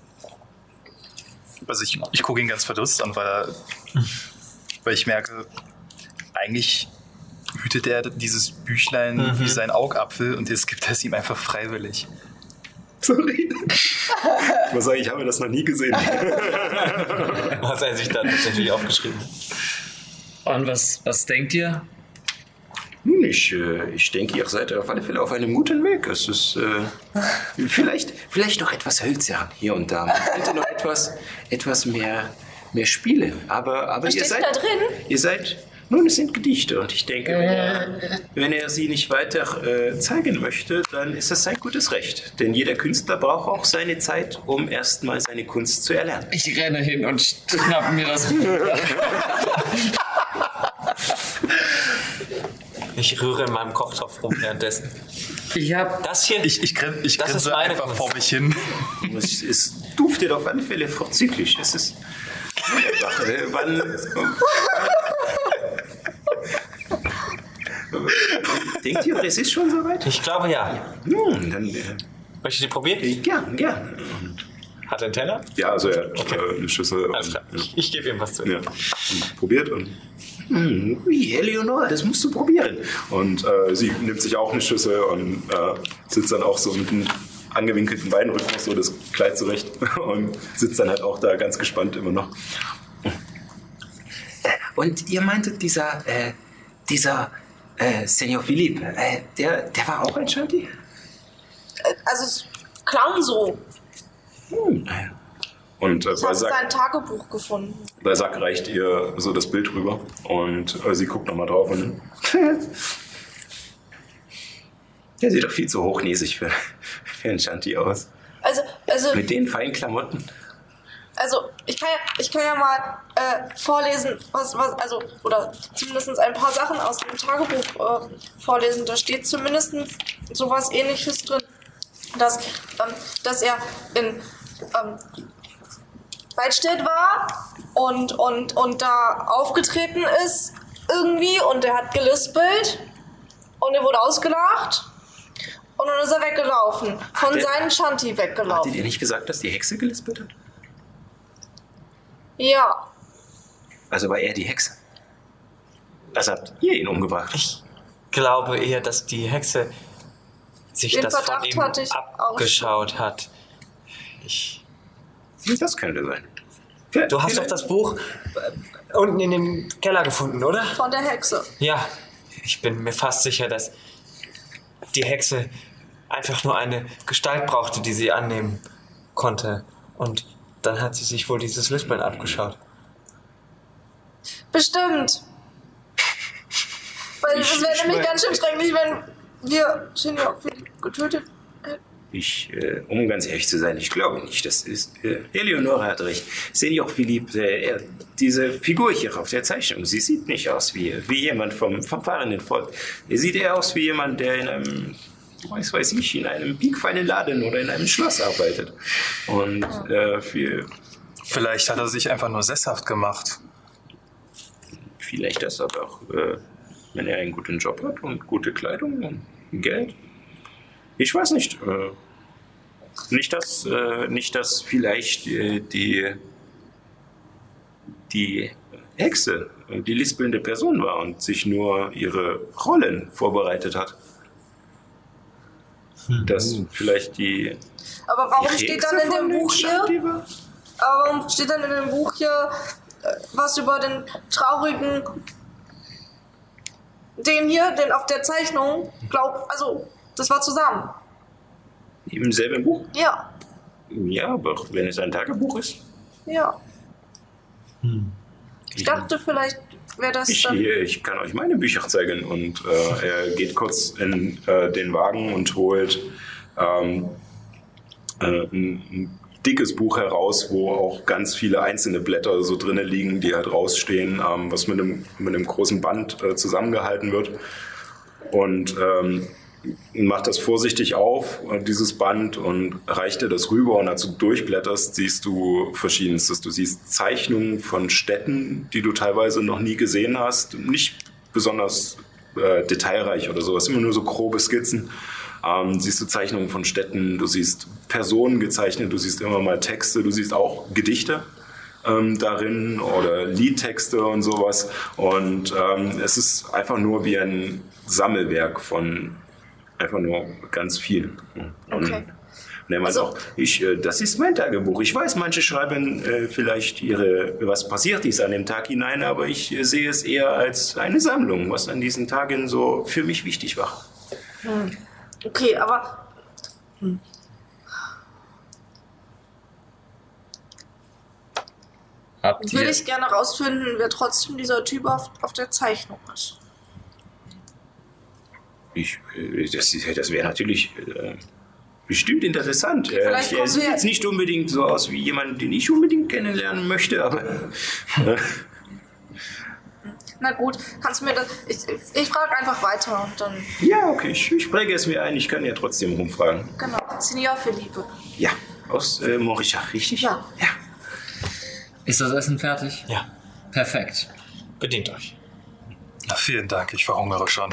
Speaker 4: Also ich, ich gucke ihn ganz verdutzt an, weil, er, weil ich merke, eigentlich hütet er dieses Büchlein
Speaker 7: Mhm.
Speaker 4: wie sein Augapfel und jetzt gibt er es ihm einfach freiwillig.
Speaker 1: Sorry. Ich muss sagen, ich habe das noch nie gesehen.
Speaker 7: hat er sich dann tatsächlich aufgeschrieben.
Speaker 2: Und was, was denkt ihr?
Speaker 6: Nun, ich, äh, ich denke, ihr seid auf alle Fälle auf einem guten Weg. Es ist äh, vielleicht, vielleicht noch etwas hölzern hier und da. Man könnte noch etwas, etwas mehr, mehr spielen. Aber, aber
Speaker 3: Was
Speaker 6: ihr
Speaker 3: steht
Speaker 6: seid,
Speaker 3: da drin?
Speaker 6: ihr seid, nun, es sind Gedichte und ich denke, wenn er, wenn er sie nicht weiter äh, zeigen möchte, dann ist das sein gutes Recht. Denn jeder Künstler braucht auch seine Zeit, um erstmal seine Kunst zu erlernen.
Speaker 2: Ich renne hin und schnapp mir das Buch.
Speaker 7: Ich rühre in meinem Kochtopf rum währenddessen.
Speaker 2: Ich hab...
Speaker 7: Das hier,
Speaker 4: Ich, ich, grin, ich
Speaker 7: Das ist
Speaker 4: grinse
Speaker 7: meine
Speaker 4: einfach
Speaker 7: Kunst.
Speaker 4: vor mich hin.
Speaker 6: Es, es duftet auf alle Fälle vorzüglich. Es ist wunderbar. Äh, Wann... Denkt ihr, es ist schon soweit?
Speaker 7: ich glaube ja.
Speaker 6: Nun, dann äh,
Speaker 7: Möchtest du die probieren?
Speaker 6: gern, gern.
Speaker 7: Hat er einen Teller?
Speaker 1: Ja, also er hat äh, eine Schüssel.
Speaker 7: Alles
Speaker 1: und,
Speaker 7: klar. Ich, ich gebe ihm was zu
Speaker 1: ja,
Speaker 7: essen.
Speaker 1: und probiert und
Speaker 6: Hm, ui, Eleonora, das musst du probieren.
Speaker 1: Und äh, sie nimmt sich auch eine Schüssel und äh, sitzt dann auch so mit einem angewinkelten Beinrücken noch so das Kleid zurecht und sitzt dann halt auch da ganz gespannt immer noch.
Speaker 6: Und ihr meintet, dieser, äh, dieser äh, Senor Philippe, äh, der, der war auch ein Shanti?
Speaker 3: Also es klang so.
Speaker 6: Hm.
Speaker 1: Und äh,
Speaker 3: Ich habe
Speaker 1: Balzac,
Speaker 3: sein Tagebuch gefunden.
Speaker 1: Balzac reicht ihr so das Bild rüber und äh, sie guckt nochmal drauf und
Speaker 6: Der sieht doch viel zu hochnäsig für, für einen Shanti aus.
Speaker 3: Also, also,
Speaker 6: Mit den feinen Klamotten.
Speaker 3: also ich kann ja, ich kann ja mal äh, vorlesen, was, was, also, oder zumindest ein paar Sachen aus dem Tagebuch äh, vorlesen. Da steht zumindest sowas Ähnliches drin, dass, ähm, dass er in ähm, Weidstedt war und, und, und da aufgetreten ist irgendwie und er hat gelispelt und er wurde ausgelacht und dann ist er weggelaufen, von
Speaker 6: Der-
Speaker 3: seinem Shanti weggelaufen.
Speaker 6: Hattet ihr nicht gesagt, dass die Hexe gelispelt hat?
Speaker 3: Ja,
Speaker 6: Also war er die Hexe. Also habt ihr ihn umgebracht.
Speaker 7: Ich glaube eher, dass die Hexe sich
Speaker 3: Den
Speaker 7: das von
Speaker 3: Verdacht
Speaker 7: ihm
Speaker 3: hatte ich auch
Speaker 7: abgeschaut hat. Ich,
Speaker 6: Das könnte sein.
Speaker 7: du hast doch das Buch äh, unten in dem Keller gefunden, oder?
Speaker 3: von der Hexe.
Speaker 7: Ja, ich bin mir fast sicher, dass die Hexe einfach nur eine Gestalt brauchte, die sie annehmen konnte. Und dann hat sie sich wohl dieses Lispeln abgeschaut.
Speaker 3: Bestimmt. Weil es wäre nämlich ganz schön schrecklich, wenn wir Senior Philipp getötet hätten.
Speaker 6: Ich, äh, um ganz ehrlich zu sein, ich glaube nicht. Das ist, äh, Eleonora hat recht. Senior Philippe, äh, er, diese Figur hier auf der Zeichnung, sie sieht nicht aus wie, wie jemand vom, vom fahrenden Volk. Er sieht eher aus wie jemand, der in einem, was weiß ich, in einem piekfeinen Laden oder in einem Schloss arbeitet. Und äh, für,
Speaker 4: Vielleicht hat er sich einfach nur sesshaft gemacht.
Speaker 6: vielleicht das aber auch, äh, wenn er einen guten Job hat und gute Kleidung und Geld. Ich weiß nicht. Äh, nicht, dass, äh, nicht, dass vielleicht äh, die, die Hexe äh, die lispelnde Person war und sich nur ihre Rollen vorbereitet hat. Dass vielleicht die.
Speaker 3: Aber warum
Speaker 6: die
Speaker 3: steht
Speaker 6: Hexe
Speaker 3: dann in
Speaker 6: von
Speaker 3: dem
Speaker 6: den
Speaker 3: Buch hier,
Speaker 6: Shanti war?
Speaker 3: aber warum steht dann in dem Buch hier äh, was über den traurigen, den hier, den auf der Zeichnung, glaub, also, das war zusammen.
Speaker 6: Im selben Buch?
Speaker 3: Ja,
Speaker 6: Ja, aber wenn es ein Tagebuch ist.
Speaker 3: ja. Ich dachte, vielleicht wäre das
Speaker 1: Ich,
Speaker 3: dann...
Speaker 1: ich kann euch meine Bücher zeigen. Und äh, er geht kurz in äh, den Wagen und holt ähm, äh, ein, ein dickes Buch heraus, wo auch ganz viele einzelne Blätter so drinne liegen, die halt rausstehen, ähm, was mit einem, mit einem großen Band äh, zusammengehalten wird. Und ähm, macht das vorsichtig auf, äh, dieses Band, und reicht dir das rüber, und als du durchblätterst, siehst du Verschiedenstes. Du siehst Zeichnungen von Städten, die du teilweise noch nie gesehen hast. Nicht besonders äh, detailreich oder sowas, immer nur so grobe Skizzen. Ähm, siehst du Zeichnungen von Städten, du siehst Personen gezeichnet, du siehst immer mal Texte, du siehst auch Gedichte ähm, darin oder Liedtexte und sowas. Und ähm, es ist einfach nur wie ein Sammelwerk von einfach nur ganz viel. Und,
Speaker 3: Okay.
Speaker 1: und er meint
Speaker 3: Also-
Speaker 1: auch, ich, äh, das ist mein Tagebuch. Ich weiß, manche schreiben äh, vielleicht ihre, was passiert ist an dem Tag hinein, aber ich äh, sehe es eher als eine Sammlung, was an diesen Tagen so für mich wichtig war.
Speaker 3: Okay, aber... Hm.
Speaker 2: Habt
Speaker 3: Jetzt würde
Speaker 2: ihr,
Speaker 3: ich gerne rausfinden, wer trotzdem dieser Typ auf, auf der Zeichnung ist.
Speaker 6: Ich, äh, das ist- das wäre natürlich äh, bestimmt interessant. Äh,
Speaker 3: Vielleicht
Speaker 6: er
Speaker 3: kommen
Speaker 6: sieht
Speaker 3: wir-
Speaker 6: jetzt nicht unbedingt so aus wie jemand, den ich unbedingt kennenlernen möchte, aber äh,
Speaker 3: Na gut, kannst du mir das... Ich, ich frage einfach weiter und dann...
Speaker 6: Ja, okay, ich, ich präge es mir ein. Ich kann ja trotzdem rumfragen.
Speaker 3: Genau, Senior Philippe.
Speaker 6: Ja, aus äh, Morichach, richtig?
Speaker 3: Ja.
Speaker 6: Ja.
Speaker 2: Ist das Essen fertig?
Speaker 7: Ja.
Speaker 2: Perfekt.
Speaker 7: Bedient euch.
Speaker 4: Na, vielen Dank, ich verhungere schon.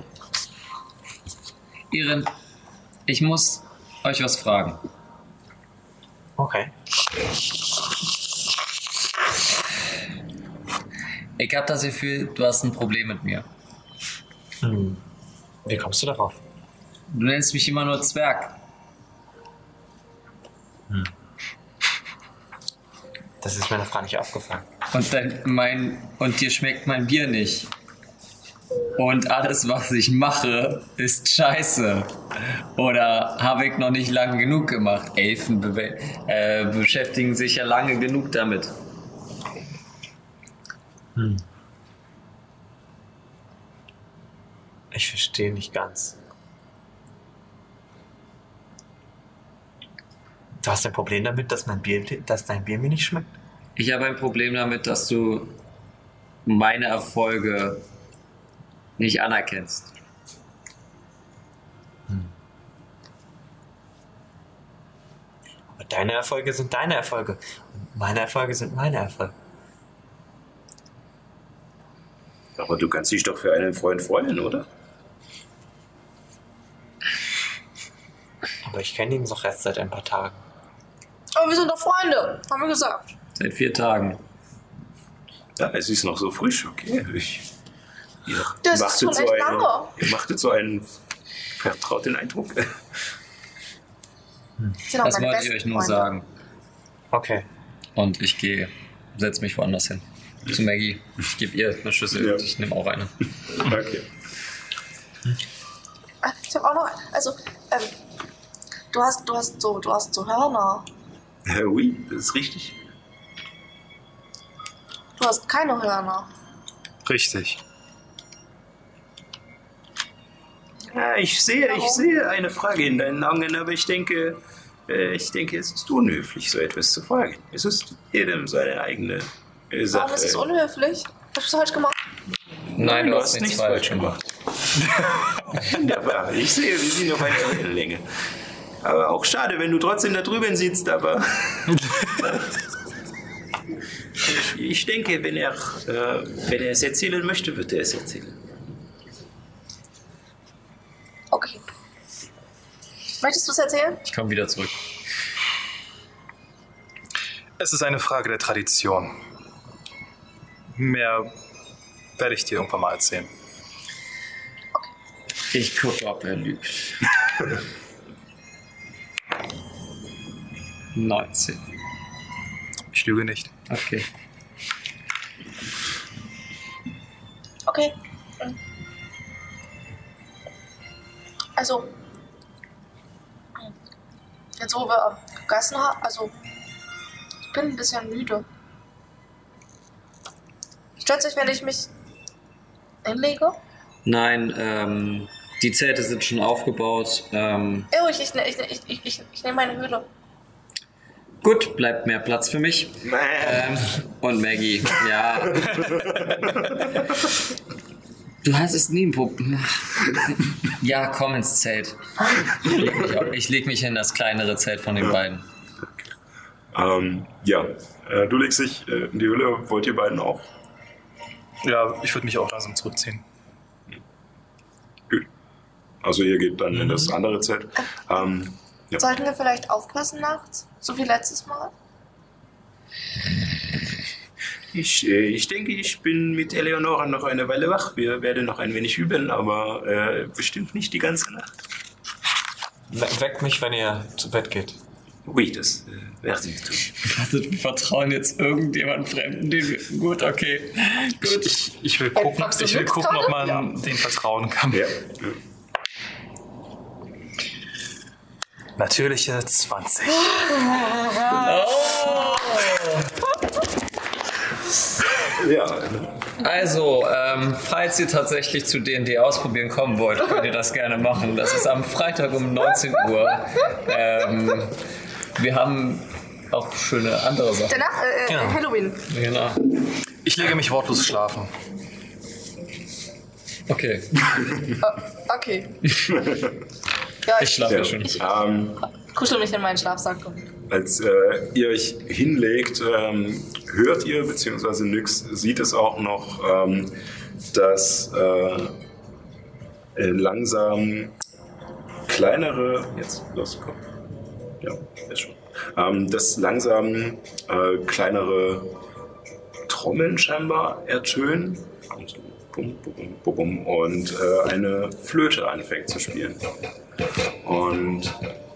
Speaker 2: Iren, ich muss euch was fragen.
Speaker 7: Okay.
Speaker 2: Ich habe das Gefühl, du hast ein Problem mit mir.
Speaker 7: Hm. Wie kommst du darauf?
Speaker 2: Du nennst mich immer nur Zwerg.
Speaker 7: Hm. Das ist mir noch gar nicht aufgefallen.
Speaker 2: Und, dein, mein, und dir schmeckt mein Bier nicht. Und alles, was ich mache, ist scheiße. Oder habe ich noch nicht lange genug gemacht? Elfen bewe- äh, beschäftigen sich ja lange genug damit.
Speaker 7: Hm. Ich verstehe nicht ganz. Du hast ein Problem damit, dass, mein Bier, dass dein Bier mir nicht schmeckt?
Speaker 2: Ich habe ein Problem damit, dass du meine Erfolge nicht anerkennst.
Speaker 7: Hm. Aber deine Erfolge sind deine Erfolge. Und meine Erfolge sind meine Erfolge.
Speaker 6: Aber du kannst dich doch für einen Freund freuen, oder?
Speaker 7: Aber ich kenne ihn doch erst seit ein paar Tagen.
Speaker 3: Aber wir sind doch Freunde, haben wir gesagt.
Speaker 2: Seit vier Tagen.
Speaker 6: Ja, es ist noch so frisch, okay. Ich, ihr
Speaker 3: Das ist
Speaker 6: machtet
Speaker 3: schon
Speaker 6: so
Speaker 3: echt
Speaker 6: eine,
Speaker 3: lange.
Speaker 6: Ihr machtet so einen vertrauten Eindruck.
Speaker 3: Sind auch
Speaker 2: Das
Speaker 3: meine
Speaker 2: wollte
Speaker 3: besten
Speaker 2: ich euch nur
Speaker 3: Freunde.
Speaker 2: sagen.
Speaker 7: Okay.
Speaker 2: Und ich gehe, setze mich woanders hin. Zu Maggie. Ich gebe ihr eine Schüssel
Speaker 6: Ja.
Speaker 2: und ich nehme auch eine.
Speaker 6: Okay.
Speaker 3: Ah, ich habe auch noch... Also, ähm, du hast, du hast so, du hast so Hörner.
Speaker 6: Äh, oui, das ist richtig.
Speaker 3: Du hast keine Hörner.
Speaker 4: Richtig.
Speaker 6: Ja, ich sehe, ich
Speaker 3: Warum?
Speaker 6: sehe eine Frage in deinen Augen, aber ich denke, äh, ich denke, es ist unhöflich, so etwas zu fragen. Es ist jedem seine eigene äh, Sache.
Speaker 3: Warum ist es unhöflich? Hab ich falsch gemacht?
Speaker 2: Nein,
Speaker 6: du hast nichts falsch gemacht. Wunderbar, ich sehe, wir sind auf einer Wellenlänge. Aber auch schade, wenn du trotzdem da drüben sitzt, aber... ich, ich denke, wenn er, äh, wenn er es erzählen möchte, wird er es erzählen.
Speaker 3: Okay. Möchtest du es erzählen?
Speaker 2: Ich komme wieder zurück.
Speaker 4: Es ist eine Frage der Tradition. Mehr werde ich dir irgendwann mal erzählen.
Speaker 2: Ich gucke, ob er lügt. neunzehn.
Speaker 4: Ich lüge nicht.
Speaker 2: Okay.
Speaker 3: Okay. Also, jetzt wo wir gegessen haben, also, ich bin ein bisschen müde. Stört sich, wenn ich mich hinlege?
Speaker 2: Nein, ähm, die Zelte sind schon aufgebaut. Ähm,
Speaker 3: Ja, ich, ich, ich, ich, ich, ich, ich nehme meine Höhle.
Speaker 2: gut, bleibt mehr Platz für mich. Ähm, und Maggie, ja. Du hast es nie ein Problem. Ja, komm ins Zelt. Ich leg mich, auf- ich leg mich in das kleinere Zelt von den beiden.
Speaker 1: Ähm, ja, äh, du legst dich äh, in die Höhle. Wollt ihr beiden auch?
Speaker 4: Ja, ich würde mich auch langsam zurückziehen.
Speaker 1: Gut. Also ihr geht dann in das andere Zelt. Ähm, ja.
Speaker 3: Sollten wir vielleicht aufpassen nachts? So wie letztes Mal?
Speaker 6: Ich, äh, ich denke, ich bin mit Eleonora noch eine Weile wach. Wir werden noch ein wenig üben, aber äh, bestimmt nicht die ganze Nacht.
Speaker 7: We weckt mich, wenn ihr zu Bett geht.
Speaker 6: Ui, das äh, werden wir tun.
Speaker 2: Also, wir vertrauen jetzt irgendjemand Fremden, den wir... Gut, okay. Gut.
Speaker 4: Ich, ich will gucken,
Speaker 3: fragst du
Speaker 4: ich will
Speaker 3: Lux
Speaker 4: gucken ob
Speaker 3: gerade?
Speaker 4: man den vertrauen kann.
Speaker 1: Ja.
Speaker 4: Natürliche zwanzig.
Speaker 1: Ja,
Speaker 2: Also, ähm, falls ihr tatsächlich zu D und D ausprobieren kommen wollt, könnt ihr das gerne machen. Das ist am Freitag um neunzehn Uhr. Ähm, wir haben auch schöne andere Sachen.
Speaker 3: Danach, äh,
Speaker 7: Genau.
Speaker 3: Halloween.
Speaker 2: Genau.
Speaker 4: Ich lege mich wortlos schlafen.
Speaker 2: Okay.
Speaker 3: Oh, okay. Ja,
Speaker 2: Ich schlafe
Speaker 1: Ja.
Speaker 2: schon.
Speaker 3: Ich
Speaker 1: Ähm,
Speaker 3: kuschel mich in meinen Schlafsack. Und
Speaker 1: Als äh, ihr euch hinlegt, ähm, hört ihr, beziehungsweise Nyx sieht es auch noch, ähm, dass äh, äh, langsam kleinere, jetzt los, komm. Ja, ist schon. Ähm, dass langsam äh, kleinere Trommeln scheinbar ertönen. Also, bum, bum, bum, bum, und äh, eine Flöte anfängt zu spielen. Und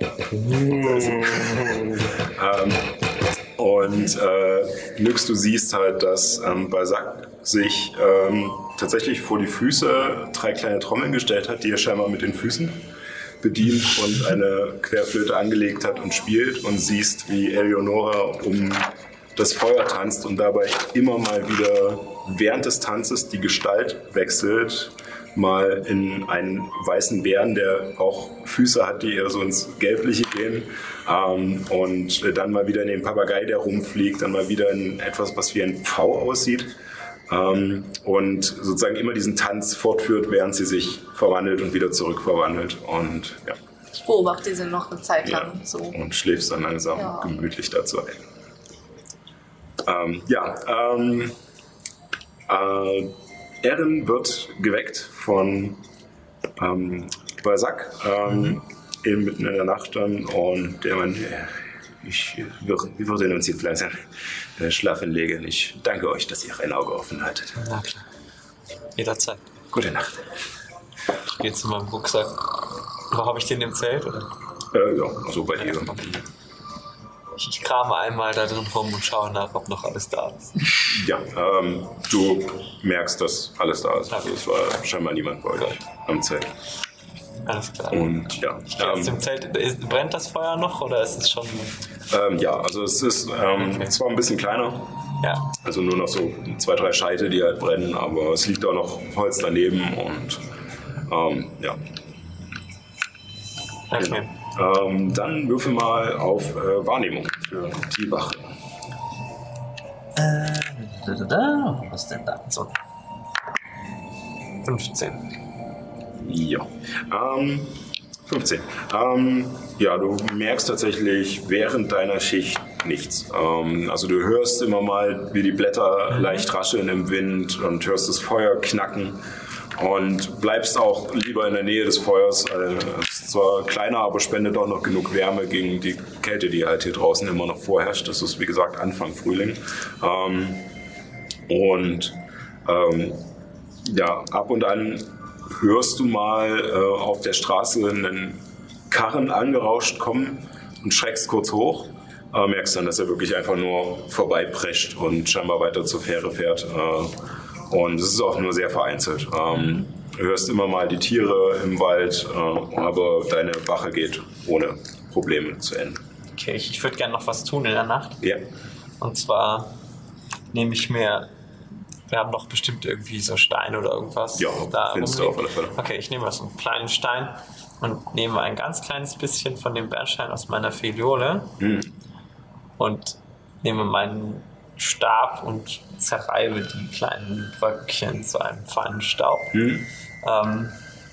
Speaker 1: ähm, und äh, Nyx, du siehst halt, dass ähm, Balzac sich ähm, tatsächlich vor die Füße drei kleine Trommeln gestellt hat, die er scheinbar mit den Füßen bedient und eine Querflöte angelegt hat und spielt, und siehst, wie Eleonora um das Feuer tanzt und dabei immer mal wieder während des Tanzes die Gestalt wechselt, mal in einen weißen Bären, der auch Füße hat, die eher so ins Gelbliche gehen, ähm, und dann mal wieder in den Papagei, der rumfliegt, dann mal wieder in etwas, was wie ein Pfau aussieht, ähm, und sozusagen immer diesen Tanz fortführt, während sie sich verwandelt und wieder zurückverwandelt. Und ja,
Speaker 3: ich beobachte sie noch eine Zeit lang.
Speaker 1: ja,
Speaker 3: So.
Speaker 1: und schläfst dann langsam
Speaker 3: Ja.
Speaker 1: gemütlich dazu ein. Ähm, ja, ähm, äh, Erin wird geweckt von ähm, Balzac ähm, in, mitten in der Nacht dann, und der meint, äh, ich, wir, wir würden uns jetzt langsam äh, schlafen legen. Ich danke euch, dass ihr ein Auge offen haltet.
Speaker 7: Na klar. Jederzeit.
Speaker 1: Gute Nacht.
Speaker 7: Ich gehe zu meinem Rucksack. Wo habe ich den im Zelt? Oder?
Speaker 1: Äh, ja, also bei dir.
Speaker 7: Ich, ich krame einmal da drin rum und schaue nach, ob noch alles da ist.
Speaker 1: Ja, ähm, du merkst, dass alles da ist. Also es war scheinbar niemand bei euch am Zelt.
Speaker 7: Alles klar.
Speaker 1: Und ja,
Speaker 7: Ich gehe aus dem
Speaker 1: ähm,
Speaker 7: Zelt. Ist, brennt das Feuer noch oder ist es schon...
Speaker 1: ähm, ja, also es ist ähm,
Speaker 7: Okay.
Speaker 1: zwar ein bisschen kleiner,
Speaker 7: Ja.
Speaker 1: also nur noch so zwei, drei Scheite, die halt brennen, aber es liegt auch noch Holz daneben und ähm, ja.
Speaker 7: Okay.
Speaker 1: Ähm, dann würfel mal auf äh, Wahrnehmung für die Wache.
Speaker 7: Da, da, da. Was denn da? So. fünfzehn.
Speaker 1: Ja. Ähm, fünfzehn. Ähm, ja, du merkst tatsächlich während deiner Schicht nichts. Ähm, also du hörst immer mal, wie die Blätter leicht rascheln im Wind, und hörst das Feuer knacken und bleibst auch lieber in der Nähe des Feuers. Äh, es ist zwar kleiner, aber spendet auch noch genug Wärme gegen die Kälte, die halt hier draußen immer noch vorherrscht. Das ist, wie gesagt, Anfang Frühling. Ähm, und ähm, ja, ab und an hörst du mal äh, auf der Straße einen Karren angerauscht kommen und schreckst kurz hoch, äh, merkst dann, dass er wirklich einfach nur vorbeiprescht und scheinbar weiter zur Fähre fährt. Äh, und es ist auch nur sehr vereinzelt. Ähm, du hörst immer mal die Tiere im Wald, äh, aber deine Wache geht ohne Probleme zu Ende.
Speaker 7: Okay, ich, ich würde gerne noch was tun in der Nacht.
Speaker 1: Ja.
Speaker 7: Und zwar nehme ich mir... Wir haben doch bestimmt irgendwie so Steine oder irgendwas.
Speaker 1: Ja,
Speaker 7: da
Speaker 1: findest du
Speaker 7: rumliegen.
Speaker 1: auf alle Fälle.
Speaker 7: Okay, ich nehme mal so einen kleinen Stein und nehme ein ganz kleines bisschen von dem Bernstein aus meiner Filiole
Speaker 1: Hm.
Speaker 7: und nehme meinen Stab und zerreibe die kleinen Bröckchen zu einem feinen Staub.
Speaker 1: Hm.
Speaker 7: Ähm,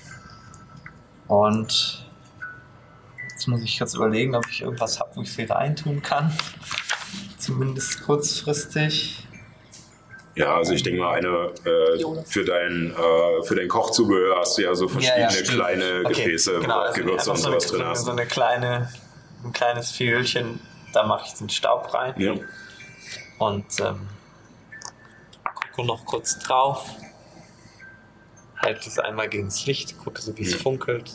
Speaker 7: und jetzt muss ich kurz überlegen, ob ich irgendwas habe, wo ich sie reintun kann. Zumindest kurzfristig.
Speaker 1: Ja, also ich denke mal, eine äh, für dein äh, für dein Kochzubehör hast du ja so verschiedene
Speaker 7: stimmt.
Speaker 1: kleine
Speaker 7: Okay,
Speaker 1: Gefäße,
Speaker 7: genau,
Speaker 1: wo
Speaker 7: also
Speaker 1: Gewürze und
Speaker 7: einfach so eine,
Speaker 1: sowas drin
Speaker 7: so eine,
Speaker 1: hast.
Speaker 7: so eine kleine, ein kleines Fiölchen, da mache ich den Staub rein
Speaker 1: Ja.
Speaker 7: und ähm, gucke noch kurz drauf, halte es einmal gegen das Licht, gucke so, wie es
Speaker 1: Ja.
Speaker 7: funkelt.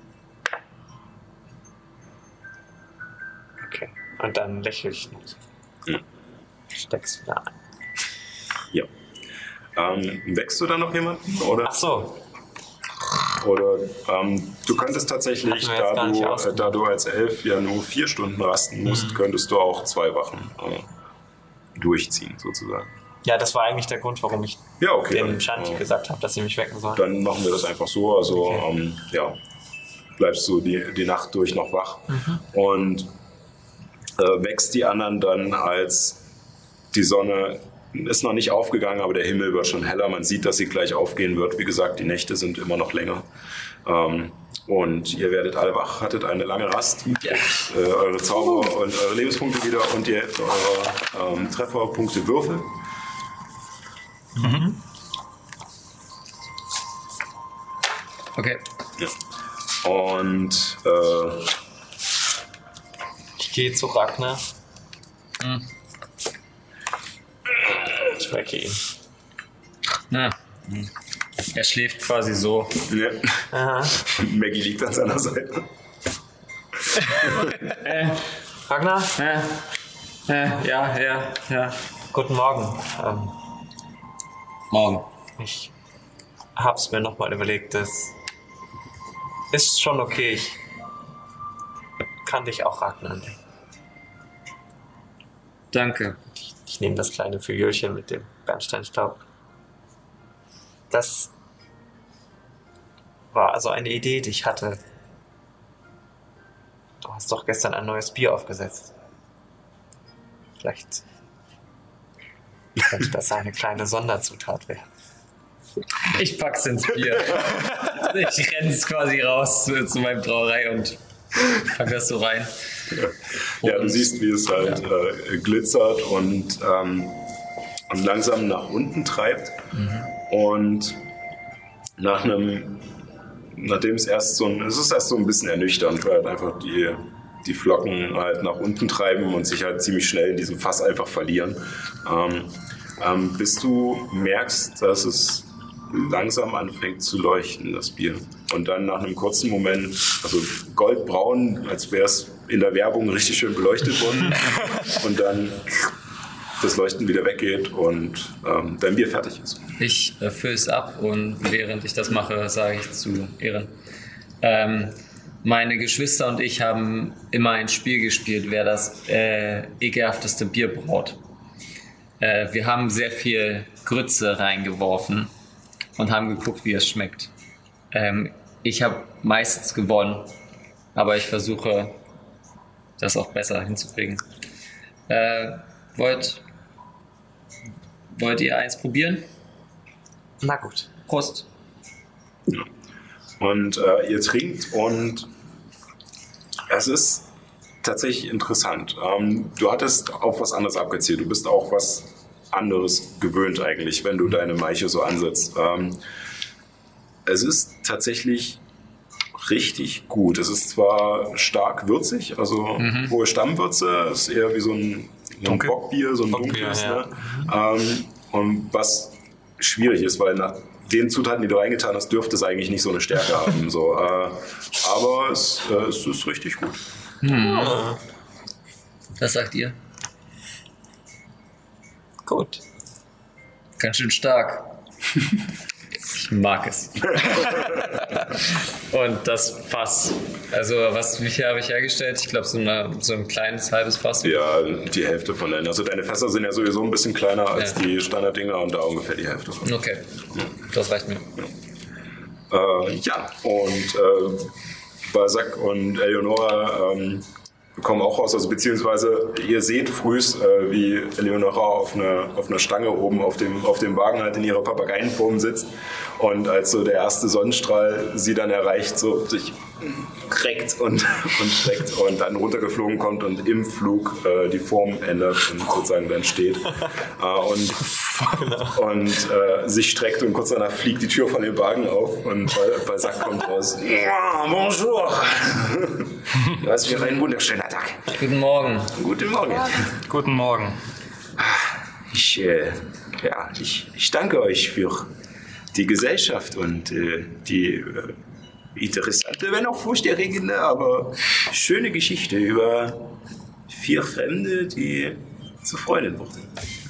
Speaker 7: Okay, und dann lächle ich noch so.
Speaker 1: Ja.
Speaker 7: Steck's wieder ein.
Speaker 1: Ja. Ähm, wächst du da noch jemanden? Oder?
Speaker 7: Ach so,
Speaker 1: Oder ähm, du könntest tatsächlich,
Speaker 7: Hatten wir jetzt
Speaker 1: da
Speaker 7: gar nicht
Speaker 1: du, äh,
Speaker 7: ausgemacht.
Speaker 1: da du als Elf ja nur vier Stunden rasten musst,
Speaker 7: Mhm.
Speaker 1: könntest du auch zwei Wachen äh, durchziehen, sozusagen.
Speaker 7: ja, das war eigentlich der Grund, warum ich
Speaker 1: Ja, okay.
Speaker 7: dem
Speaker 1: Dann,
Speaker 7: Shanti
Speaker 1: äh,
Speaker 7: gesagt habe, dass sie mich wecken sollen.
Speaker 1: dann machen wir das einfach so. Also,
Speaker 7: Okay.
Speaker 1: ähm, ja, bleibst du die, die Nacht durch noch wach
Speaker 7: Mhm.
Speaker 1: und äh, wächst die anderen dann, als die Sonne ist noch nicht aufgegangen, aber der Himmel wird schon heller. Man sieht, dass sie gleich aufgehen wird. Wie gesagt, die Nächte sind immer noch länger. Ähm, und ihr werdet alle wach, hattet eine lange Rast,
Speaker 2: Ja.
Speaker 1: äh, eure Zauber und eure Lebenspunkte wieder und die Hälfte eurer ähm, Trefferpunkte Würfel.
Speaker 2: Mhm. Okay.
Speaker 1: Ja. Und äh,
Speaker 7: Ich gehe zu Ragnar.
Speaker 2: Mhm.
Speaker 7: Ich wecke ihn.
Speaker 2: Na. Mhm. Er schläft quasi so.
Speaker 1: ja.
Speaker 7: Aha.
Speaker 1: Maggie liegt an seiner Seite.
Speaker 2: Äh,
Speaker 7: Ragnar,
Speaker 2: äh, äh, ja, ja, ja.
Speaker 7: guten Morgen. Ähm,
Speaker 2: Morgen.
Speaker 7: ich hab's mir nochmal überlegt. Das ist schon okay. Ich kann dich auch Ragnar nennen.
Speaker 2: Danke.
Speaker 7: Ich nehme das kleine Figürchen mit dem Bernsteinstaub. Das war also eine Idee, die ich hatte. Du hast doch gestern ein neues Bier aufgesetzt. Vielleicht könnte das eine kleine Sonderzutat werden.
Speaker 2: Ich pack's ins Bier. Ich renn's quasi raus zu, zu meinem Brauerei und pack das so rein.
Speaker 1: Ja, du siehst, wie es halt
Speaker 2: Ja.
Speaker 1: äh, glitzert und, ähm, und langsam nach unten treibt.
Speaker 2: Mhm.
Speaker 1: Und nach einem, nachdem es erst so ein, es ist erst so ein bisschen ernüchternd, weil halt einfach die, die Flocken halt nach unten treiben und sich halt ziemlich schnell in diesem Fass einfach verlieren. Ähm, ähm, bis du merkst, dass es langsam anfängt zu leuchten, das Bier. Und dann nach einem kurzen Moment, also goldbraun, als wäre es in der Werbung richtig schön beleuchtet worden. Und dann das Leuchten wieder weggeht und ähm, dein Bier fertig ist.
Speaker 2: Ich äh, fülle es ab und während ich das mache, sage ich zu Ehren. Ähm, meine Geschwister und ich haben immer ein Spiel gespielt, wer das äh, ekelhafteste Bier braut. Äh, wir haben sehr viel Grütze reingeworfen und haben geguckt, wie es schmeckt. Ähm, ich habe meistens gewonnen, aber ich versuche, das auch besser hinzukriegen. Äh, wollt, wollt ihr eins probieren?
Speaker 7: Na gut.
Speaker 2: Prost.
Speaker 1: Und äh, ihr trinkt und es ist tatsächlich interessant. Ähm, du hattest auf was anderes abgezielt. Du bist auch was anderes gewöhnt eigentlich, wenn du deine Maische so ansetzt. Ähm, es ist tatsächlich richtig gut. Es ist zwar stark würzig, also
Speaker 2: Mhm.
Speaker 1: hohe Stammwürze, ist eher wie so ein, so ein
Speaker 4: Dunkel.
Speaker 1: Bockbier, so ein
Speaker 7: Bockbier,
Speaker 1: dunkles.
Speaker 7: ja.
Speaker 1: Ne? Ähm, und was schwierig ist, weil nach den Zutaten, die du reingetan hast, dürfte es eigentlich nicht so eine Stärke haben. So, äh, aber es, äh, es ist richtig gut.
Speaker 2: Was sagt ihr?
Speaker 7: Gut.
Speaker 2: Ganz schön stark. Ich mag es. Und das Fass. Also, was, wie viel habe ich hergestellt? Ich glaube, so, eine- so ein kleines, halbes Fass.
Speaker 1: Ja, die Hälfte von deinen. Also deine Fässer sind ja sowieso ein bisschen kleiner als
Speaker 2: Ja.
Speaker 1: die Standarddinger und da ungefähr die Hälfte von.
Speaker 2: Okay, das reicht mir.
Speaker 1: Äh, ja, und äh, Balzac und Eleonora ähm, kommen auch raus, also beziehungsweise ihr seht frühs, äh, wie Eleonora auf einer auf einer Stange oben auf dem, auf dem Wagen halt in ihrer Papageienform sitzt und als so der erste Sonnenstrahl sie dann erreicht, so sich reckt und, und streckt und dann runtergeflogen kommt und im Flug äh, die Form ändert und sozusagen dann steht äh, und, und äh, sich streckt und kurz danach fliegt die Tür von dem Wagen auf und Balzac kommt raus. Ja, bonjour! Das wäre ein wunderschöner Tag.
Speaker 2: Guten Morgen.
Speaker 1: Guten Morgen.
Speaker 4: Guten Morgen.
Speaker 1: Ich, äh, ja, ich, ich danke euch für die Gesellschaft und äh, die äh, interessante, wenn auch furchterregende, aber schöne Geschichte über vier Fremde, die zu Freunden wurden.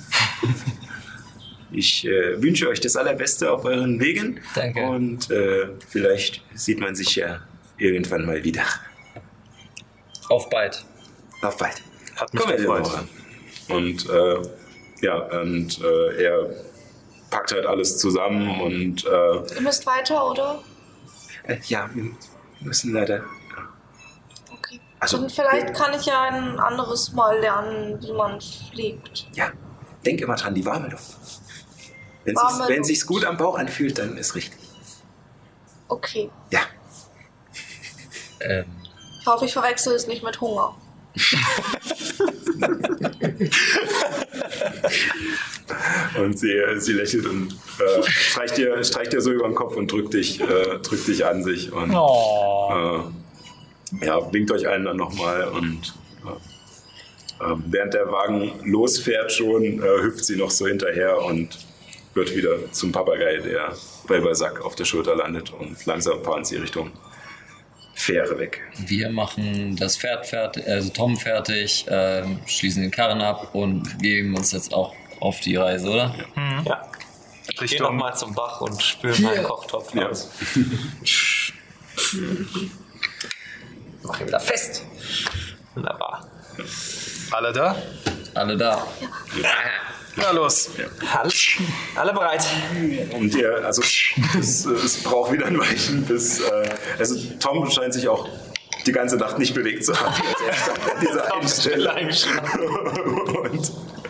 Speaker 1: Ich äh, wünsche euch das Allerbeste auf euren Wegen.
Speaker 2: Danke.
Speaker 1: Und äh, vielleicht sieht man sich ja irgendwann mal wieder.
Speaker 2: Auf bald.
Speaker 1: Auf bald.
Speaker 4: Hat mich
Speaker 1: Komm,
Speaker 4: gefreut.
Speaker 1: Eleonora. Und äh, ja, und äh, er packt halt alles zusammen und äh,
Speaker 3: Ihr müsst weiter, oder?
Speaker 1: äh, ja, wir müssen leider.
Speaker 3: Okay.
Speaker 1: Also,
Speaker 3: Und vielleicht kann ich ja ein anderes Mal lernen, wie man fliegt.
Speaker 1: Ja,
Speaker 6: denk immer dran, die warme Luft. Wenn
Speaker 3: Warme
Speaker 6: sich's, wenn
Speaker 3: Luft.
Speaker 6: sich's gut am Bauch anfühlt, dann ist richtig.
Speaker 3: Okay.
Speaker 6: Ja.
Speaker 2: Ähm,
Speaker 3: Ich hoffe, ich verwechsel es nicht mit Hunger.
Speaker 1: Und sie, sie lächelt und äh, streicht, dir, streicht dir so über den Kopf und drückt dich, äh, drückt dich an sich. Und
Speaker 4: Oh.
Speaker 1: äh, ja, winkt euch allen dann nochmal. Und äh, äh, während der Wagen losfährt schon, äh, hüpft sie noch so hinterher und wird wieder zum Papagei, der bei Balzac auf der Schulter landet. Und langsam fahren sie Richtung Fähre weg.
Speaker 2: wir machen das Pferd fertig, also Tom fertig, ähm, schließen den Karren ab und geben uns jetzt auch auf die Reise, oder?
Speaker 7: Ja. Ich gehe
Speaker 4: Richtung-
Speaker 7: nochmal zum Bach und spüle meinen Kochtopf
Speaker 1: Ja.
Speaker 7: aus. Mach ihn wieder fest. Wunderbar.
Speaker 4: Alle da?
Speaker 2: Alle da.
Speaker 4: Na los.
Speaker 7: Alle, alle bereit.
Speaker 1: Und ihr, also es, es braucht wieder ein Weilchen, bis, äh, also Tom scheint sich auch die ganze Nacht nicht bewegt zu haben. Also er stand an dieser einen Stelle. Und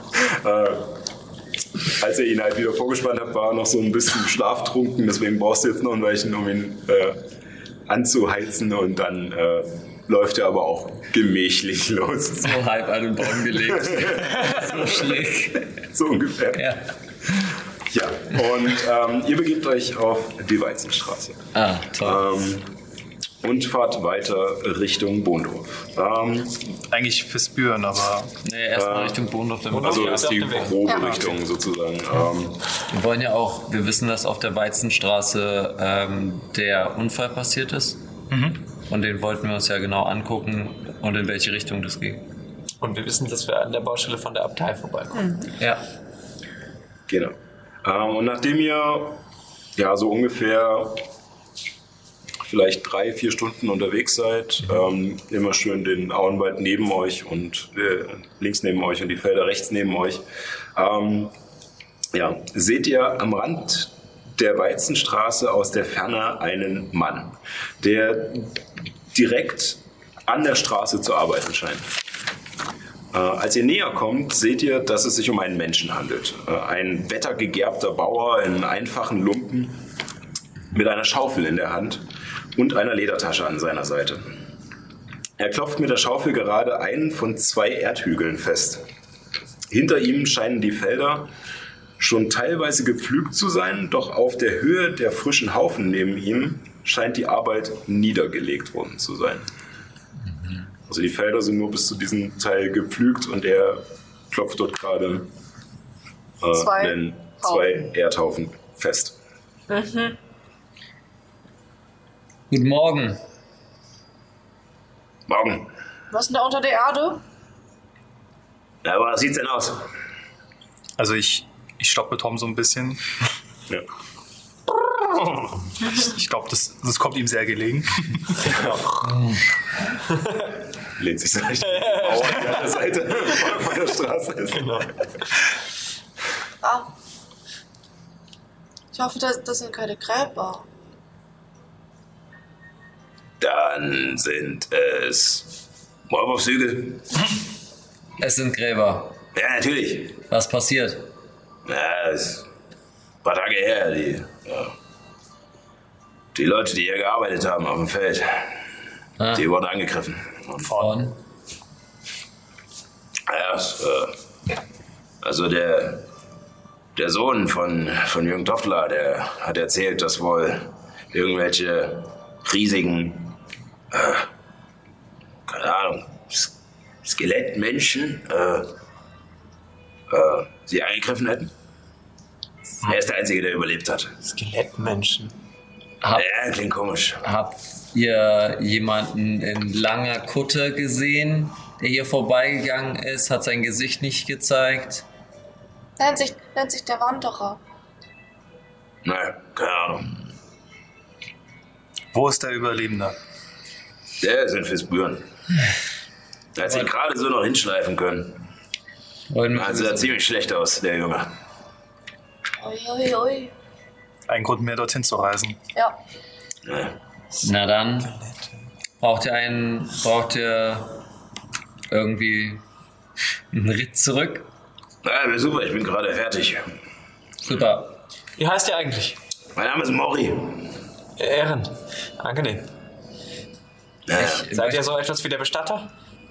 Speaker 1: äh, als ihr ihn halt wieder vorgespannt habt, war er noch so ein bisschen schlaftrunken, deswegen brauchst du jetzt noch ein Weilchen, um ihn äh, anzuheizen und dann äh, läuft er aber auch gemächlich los.
Speaker 2: So halb an den Baum gelegt. So schräg.
Speaker 1: So ungefähr.
Speaker 2: Ja.
Speaker 1: Ja, und ähm, ihr begebt euch auf die Weizenstraße.
Speaker 2: Ah, toll.
Speaker 1: Ähm, und fahrt weiter Richtung Bohndorf. Ähm,
Speaker 4: Eigentlich fürs Büren, aber
Speaker 2: Nee, erstmal Richtung Bohndorf. damit-
Speaker 1: also
Speaker 7: Ja,
Speaker 1: ist
Speaker 7: auf
Speaker 1: die
Speaker 7: dem Weg.
Speaker 1: grobe
Speaker 3: Ja.
Speaker 1: Richtung sozusagen. Ähm,
Speaker 2: Wir wollen ja auch, wir wissen, dass auf der Weizenstraße ähm, der Unfall passiert ist. Und den wollten wir uns ja genau angucken und in welche Richtung das ging.
Speaker 7: Und wir wissen, dass wir an der Baustelle von der Abtei vorbeikommen.
Speaker 2: Ja.
Speaker 1: genau. Ähm, und nachdem ihr ja so ungefähr vielleicht drei, vier Stunden unterwegs seid, ähm, immer schön den Auenwald neben euch und äh, links neben euch und die Felder rechts neben euch, ähm, ja, seht ihr am Rand der Weizenstraße aus der Ferne einen Mann, der direkt an der Straße zu arbeiten scheint. Äh, als ihr näher kommt, seht ihr, dass es sich um einen Menschen handelt. Äh, ein wettergegerbter Bauer in einfachen Lumpen mit einer Schaufel in der Hand und einer Ledertasche an seiner Seite. Er klopft mit der Schaufel gerade einen von zwei Erdhügeln fest. Hinter ihm scheinen die Felder schon teilweise gepflügt zu sein, doch auf der Höhe der frischen Haufen neben ihm scheint die Arbeit niedergelegt worden zu sein. Also die Felder sind nur bis zu diesem Teil gepflügt und er klopft dort gerade äh,
Speaker 3: Zwei
Speaker 1: einen, zwei Erdhaufen fest.
Speaker 2: Guten Morgen.
Speaker 1: Morgen.
Speaker 3: Was ist denn da unter der Erde?
Speaker 1: Ja, aber was sieht's denn aus?
Speaker 4: also ich, ich stoppe Tom so ein bisschen.
Speaker 1: Ja.
Speaker 4: Ich, ich glaube, das, das kommt ihm sehr gelegen.
Speaker 1: Lehnt sich so leicht auf die andere Seite von der Straße ist.
Speaker 7: Genau.
Speaker 3: Ah. Ich hoffe, das, das sind keine Gräber.
Speaker 6: Dann sind es Maulwurfshügel.
Speaker 2: Es sind Gräber.
Speaker 6: Ja, natürlich.
Speaker 2: Was passiert?
Speaker 6: Ja, das ist ein paar Tage her. Die, ja, die Leute, die hier gearbeitet haben auf dem Feld,
Speaker 2: Ah,
Speaker 6: die wurden angegriffen. Und,
Speaker 2: von?
Speaker 6: ja, es, äh, also der, der Sohn von, von Jürgen Toffler, der hat erzählt, dass wohl irgendwelche riesigen, äh, keine Ahnung, S- Skelettmenschen äh, äh, sie angegriffen hätten. Er ist der Einzige, der überlebt hat.
Speaker 7: Skelettmenschen.
Speaker 2: Hab,
Speaker 6: Ja, klingt komisch.
Speaker 2: habt ihr jemanden in langer Kutte gesehen, der hier vorbeigegangen ist, hat sein Gesicht nicht gezeigt?
Speaker 3: Nennt sich, nennt sich der Wanderer.
Speaker 6: Naja, keine Ahnung.
Speaker 4: Wo ist der Überlebende?
Speaker 6: Der sind fürs Büren. Er hat sich gerade so noch hinschleifen können.
Speaker 2: Wollen wir
Speaker 6: Also sah ziemlich schlecht aus, der Junge.
Speaker 3: Ui, ui, ui.
Speaker 4: Ein Grund mehr, dorthin zu reisen.
Speaker 3: Ja.
Speaker 6: Ja.
Speaker 2: Na dann, braucht ihr einen, braucht ihr irgendwie einen Ritt zurück?
Speaker 6: Ja, super, ich bin gerade fertig.
Speaker 2: Super.
Speaker 7: Wie heißt ihr eigentlich?
Speaker 6: Mein Name ist Mori.
Speaker 7: Ehren. Angenehm.
Speaker 6: Ja,
Speaker 2: Ich-
Speaker 7: Seid ihr so etwas wie der Bestatter?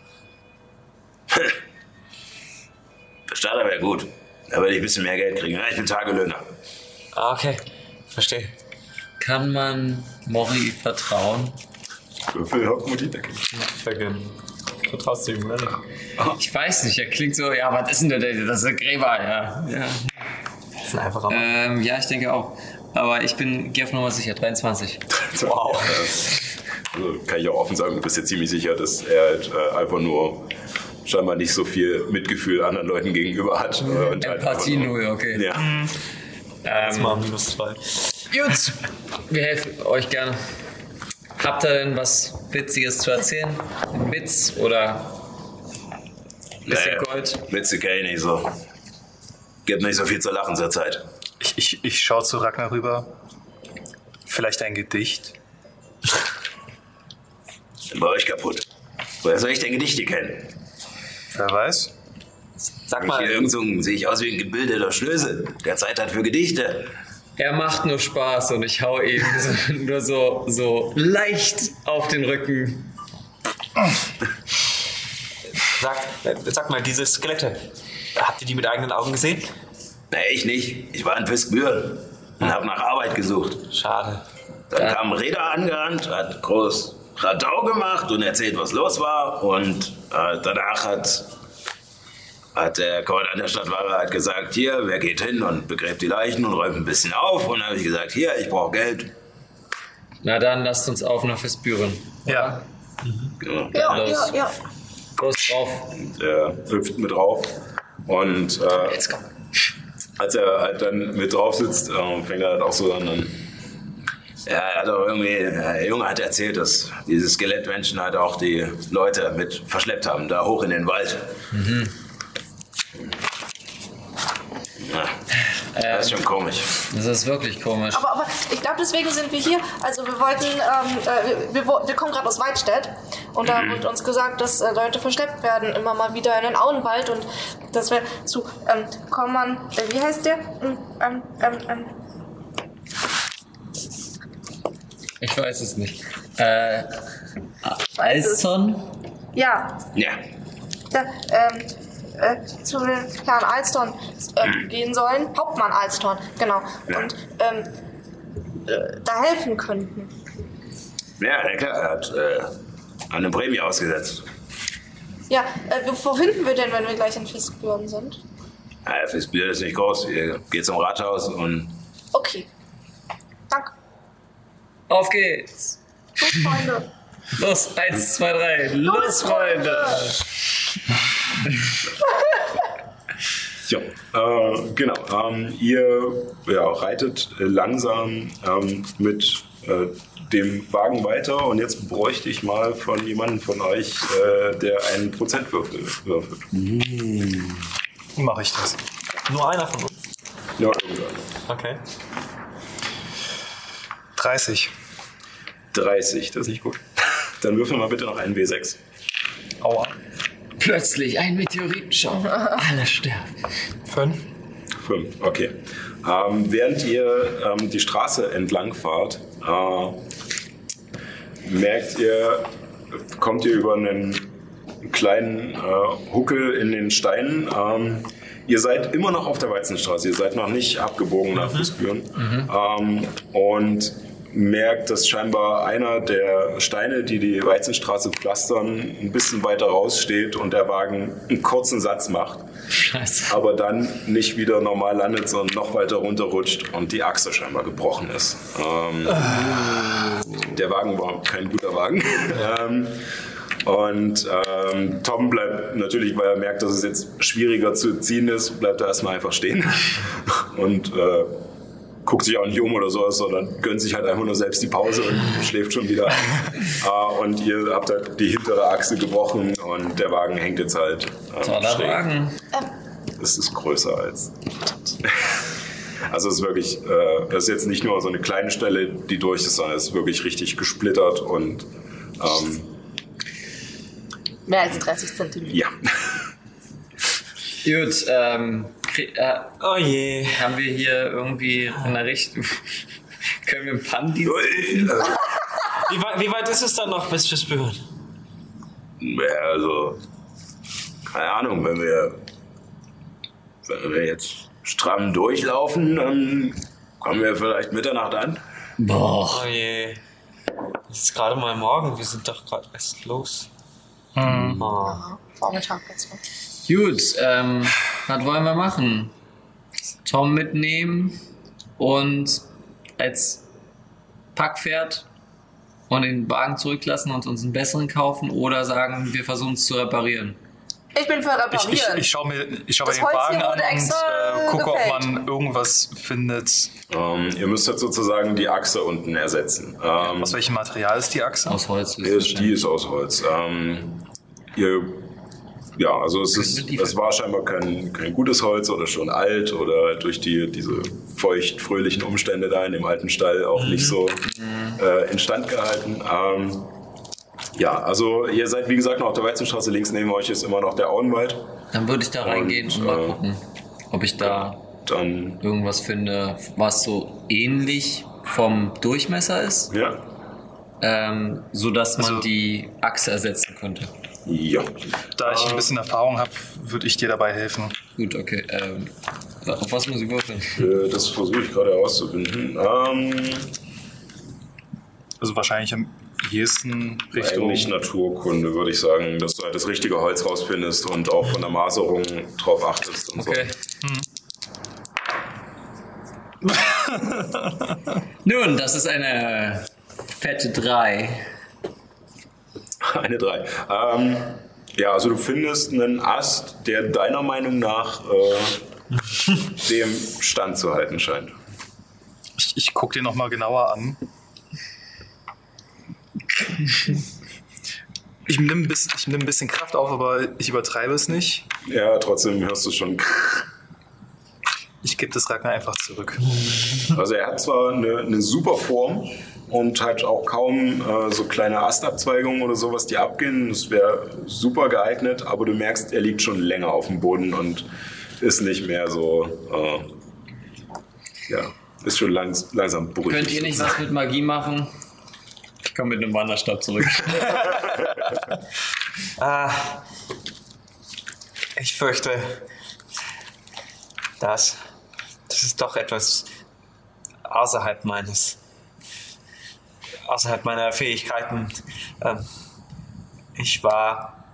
Speaker 6: Bestatter wäre gut. Da würde ich ein bisschen mehr Geld kriegen. Ja, ich bin Tagelöhner.
Speaker 7: Ah, okay. Verstehe.
Speaker 2: Kann man Mori vertrauen?
Speaker 1: Würfel auf Motivdecke.
Speaker 7: Vergeben. Vertraust du ihm, oder nicht?
Speaker 2: Ich weiß nicht, er klingt so, ja, was ist denn der, das ist der Gräber, ja. Ja,
Speaker 7: Das ist ein einfacher Mann.
Speaker 2: ähm, ja ich denke auch. Aber ich bin, geh auf Nummer sicher, dreiundzwanzig.
Speaker 1: Wow. Also kann ich auch offen sagen, du bist dir ziemlich sicher, dass er halt äh, einfach nur scheinbar nicht so viel Mitgefühl anderen Leuten gegenüber hat. äh, Und halt
Speaker 2: Empathie
Speaker 1: einfach nur-
Speaker 2: null, okay.
Speaker 1: Ja.
Speaker 7: Jetzt mal minus zwei.
Speaker 2: Gut, wir helfen euch gerne. Habt ihr denn was Witziges zu erzählen? Ein Witz oder ein bisschen
Speaker 6: Nee,
Speaker 2: Gold?
Speaker 6: Witze kenn ich nicht so. Gibt nicht so viel zu lachen zur Zeit.
Speaker 4: Ich, ich, ich schaue zu Ragnar rüber. Vielleicht ein Gedicht?
Speaker 6: Ist bei euch kaputt. Woher soll ich denn Gedichte kennen?
Speaker 4: Wer weiß?
Speaker 7: Sag
Speaker 6: Ich
Speaker 7: mal,
Speaker 6: hier irgend so ein- sehe ich aus wie ein gebildeter Schnösel, der Zeit hat für Gedichte.
Speaker 2: Er macht nur Spaß und ich hau ihm so, nur so, so leicht auf den Rücken.
Speaker 7: sag, äh, sag mal, diese Skelette, habt ihr die mit eigenen Augen gesehen?
Speaker 6: Nee, ich nicht. Ich war in Fiskbüren und habe nach Arbeit gesucht.
Speaker 7: Schade.
Speaker 6: Dann kam ein Räder angerannt, hat groß Radau gemacht und erzählt, was los war. Und äh, danach hat, hat der Kommandant der Stadtwache hat gesagt, hier, wer geht hin und begräbt die Leichen und räumt ein bisschen auf. Und dann habe ich gesagt, hier, ich brauche Geld.
Speaker 2: Na dann lasst uns auf nach Festbüren.
Speaker 4: Ja.
Speaker 6: Ja.
Speaker 3: Ja,
Speaker 2: los.
Speaker 3: ja, ja.
Speaker 2: Los drauf.
Speaker 1: Und er hüpft mit drauf. Und äh,
Speaker 2: Jetzt komm.
Speaker 1: als er halt dann mit drauf sitzt, äh, fängt er halt auch so an. Dann,
Speaker 6: Ja, er hat auch irgendwie, der Junge hat erzählt, dass diese Skelettmenschen halt auch die Leute mit verschleppt haben, da hoch in den Wald. Mhm. Ja, das ist schon komisch.
Speaker 2: Das ist wirklich komisch.
Speaker 3: Aber, aber ich glaube, deswegen sind wir hier. Also wir wollten, ähm, äh, wir, wir, wir kommen gerade aus Weidstedt und da wurde uns gesagt, dass äh, Leute verschleppt werden, immer mal wieder in den Auenwald und dass wir zu ähm, Kommand, äh, wie heißt der? Ähm, ähm, ähm, ähm,
Speaker 2: Ich weiß es nicht. Äh, Alston?
Speaker 3: ja,
Speaker 6: Ja,
Speaker 3: da, ähm, äh, zu den Herrn Alston äh, gehen sollen. Hauptmann Alston, genau.
Speaker 6: Ja.
Speaker 3: Und ähm, äh, da helfen könnten.
Speaker 6: ja, na klar, er hat äh, eine Prämie ausgesetzt.
Speaker 3: Ja, äh, wo wo finden wir denn, wenn wir gleich in Fiskbüren sind?
Speaker 6: Ja, fürs Bier ist nicht groß. Ihr geht zum Rathaus und
Speaker 3: Okay. Danke.
Speaker 2: Auf geht's.
Speaker 3: Gut, Freunde.
Speaker 2: Los, eins, zwei, drei. Los, Freunde.
Speaker 1: ja, äh, genau. Ähm, ihr ja, reitet langsam ähm, mit äh, dem Wagen weiter und jetzt bräuchte ich mal von jemandem von euch, äh, der einen Prozentwürfel würfelt.
Speaker 4: Mache ich das.
Speaker 7: Nur einer von uns.
Speaker 1: Ja, irgendwann.
Speaker 7: Okay.
Speaker 4: dreißig.
Speaker 1: dreißig, das ist nicht gut. Dann würfel mal bitte noch einen W sechs.
Speaker 4: Aua.
Speaker 2: Plötzlich ein Meteoritenschauer. Alle sterben.
Speaker 4: fünf.
Speaker 1: fünf, okay. Ähm, während ihr ähm, die Straße entlang fahrt, äh, merkt ihr, kommt ihr über einen kleinen äh, Huckel in den Steinen. Ähm, ihr seid immer noch auf der Weizenstraße, ihr seid noch nicht abgebogen nach Fiskbüren. Ähm, und merkt, dass scheinbar einer der Steine, die die Weizenstraße pflastern, ein bisschen weiter raussteht und der Wagen einen kurzen Satz macht.
Speaker 2: Scheiße.
Speaker 1: Aber dann nicht wieder normal landet, sondern noch weiter runterrutscht und die Achse scheinbar gebrochen ist. Ähm, Der Wagen war kein guter Wagen. ähm, und ähm, Tom bleibt natürlich, weil er merkt, dass es jetzt schwieriger zu ziehen ist, bleibt er erstmal einfach stehen und äh, guckt sich auch nicht um oder sowas, sondern gönnt sich halt einfach nur selbst die Pause und schläft schon wieder. äh, und ihr habt halt die hintere Achse gebrochen und der Wagen hängt jetzt halt ähm,
Speaker 2: Toller
Speaker 1: schräg.
Speaker 2: Wagen.
Speaker 1: Es ist größer als. Also es ist wirklich, äh, es ist jetzt nicht nur so eine kleine Stelle, die durch ist, sondern es ist wirklich richtig gesplittert und ähm,
Speaker 3: Mehr als dreißig Zentimeter.
Speaker 1: ja.
Speaker 2: Gut, ähm, krie- äh,
Speaker 7: Oh je.
Speaker 2: haben wir hier irgendwie eine Richtung? Können wir einen Pandi?
Speaker 7: Wie, wei- wie weit ist es dann noch bis fürs Büren?
Speaker 1: Ja, also, keine Ahnung, wenn wir, wenn wir jetzt stramm durchlaufen, dann kommen wir vielleicht Mitternacht an.
Speaker 2: Boah.
Speaker 7: Oh je. Es ist gerade mal morgen, wir sind doch gerade erst los.
Speaker 4: Hm.
Speaker 7: Oh.
Speaker 3: Vormittag jetzt.
Speaker 2: Gut, ähm, was wollen wir machen? Tom mitnehmen und als Packpferd und den Wagen zurücklassen und uns einen besseren kaufen oder sagen, wir versuchen es zu reparieren.
Speaker 3: Ich bin für
Speaker 4: Ich, ich,
Speaker 3: Reparieren.
Speaker 4: ich schaue mir, ich schau mir
Speaker 3: Das
Speaker 4: den
Speaker 3: Holz
Speaker 4: Wagen
Speaker 3: hier
Speaker 4: an
Speaker 3: wurde
Speaker 4: und
Speaker 3: extra
Speaker 4: äh, gucke, ob
Speaker 3: gefällt.
Speaker 4: man irgendwas findet.
Speaker 1: Ähm, ihr müsst jetzt sozusagen die Achse unten ersetzen. Ähm,
Speaker 4: Aus welchem Material ist die Achse?
Speaker 2: Aus Holz.
Speaker 1: die, ist, die ist aus Holz. Ähm, ihr, ja, also es, ist, es war scheinbar kein, kein gutes Holz oder schon alt oder durch die, diese feucht-fröhlichen Umstände da in dem alten Stall auch nicht so äh, instand gehalten. Ähm, ja, also ihr seid wie gesagt noch auf der Weizenstraße, links neben euch ist immer noch der Auenwald.
Speaker 2: Dann würde ich da reingehen und, mal
Speaker 1: äh,
Speaker 2: gucken, ob ich da
Speaker 1: Dann,
Speaker 2: irgendwas finde, was so ähnlich vom Durchmesser ist,
Speaker 1: ja,
Speaker 2: ähm, sodass man
Speaker 4: Also-
Speaker 2: die Achse ersetzen könnte.
Speaker 1: ja.
Speaker 4: Da ich ein bisschen Erfahrung habe, würde ich dir dabei helfen.
Speaker 2: Gut, okay. Ähm, auf was muss ich würfeln?
Speaker 1: Äh, Das versuche ich gerade herauszufinden. Ähm,
Speaker 4: Also wahrscheinlich am ehesten Richtung...
Speaker 1: Eigentlich Naturkunde, würde ich sagen, dass du halt das richtige Holz rausfindest und auch von der Maserung drauf achtest und
Speaker 2: Okay. Nun, das ist eine fette drei.
Speaker 1: so. Eine drei. Ähm, ja, also du findest einen Ast, der deiner Meinung nach äh, dem Stand zu halten scheint.
Speaker 4: Ich, ich gucke den nochmal genauer an. Ich nehme ein, bisschen- ich nehm ein bisschen Kraft auf, aber ich übertreibe es nicht.
Speaker 1: Ja, trotzdem hörst du schon.
Speaker 4: Ich gebe das Ragnar einfach zurück.
Speaker 1: Also er hat zwar eine, eine super Form und halt auch kaum äh, so kleine Astabzweigungen oder sowas, die abgehen. Das wäre super geeignet, aber du merkst, er liegt schon länger auf dem Boden und ist nicht mehr so, äh, ja, ist schon langs langsam brüchig.
Speaker 2: Könnt ihr nicht was mit Magie machen? Ich komme mit einem Wanderstab zurück.
Speaker 7: Ah, ich fürchte, das, das ist doch etwas außerhalb meines, außerhalb meiner Fähigkeiten. Ähm, ich war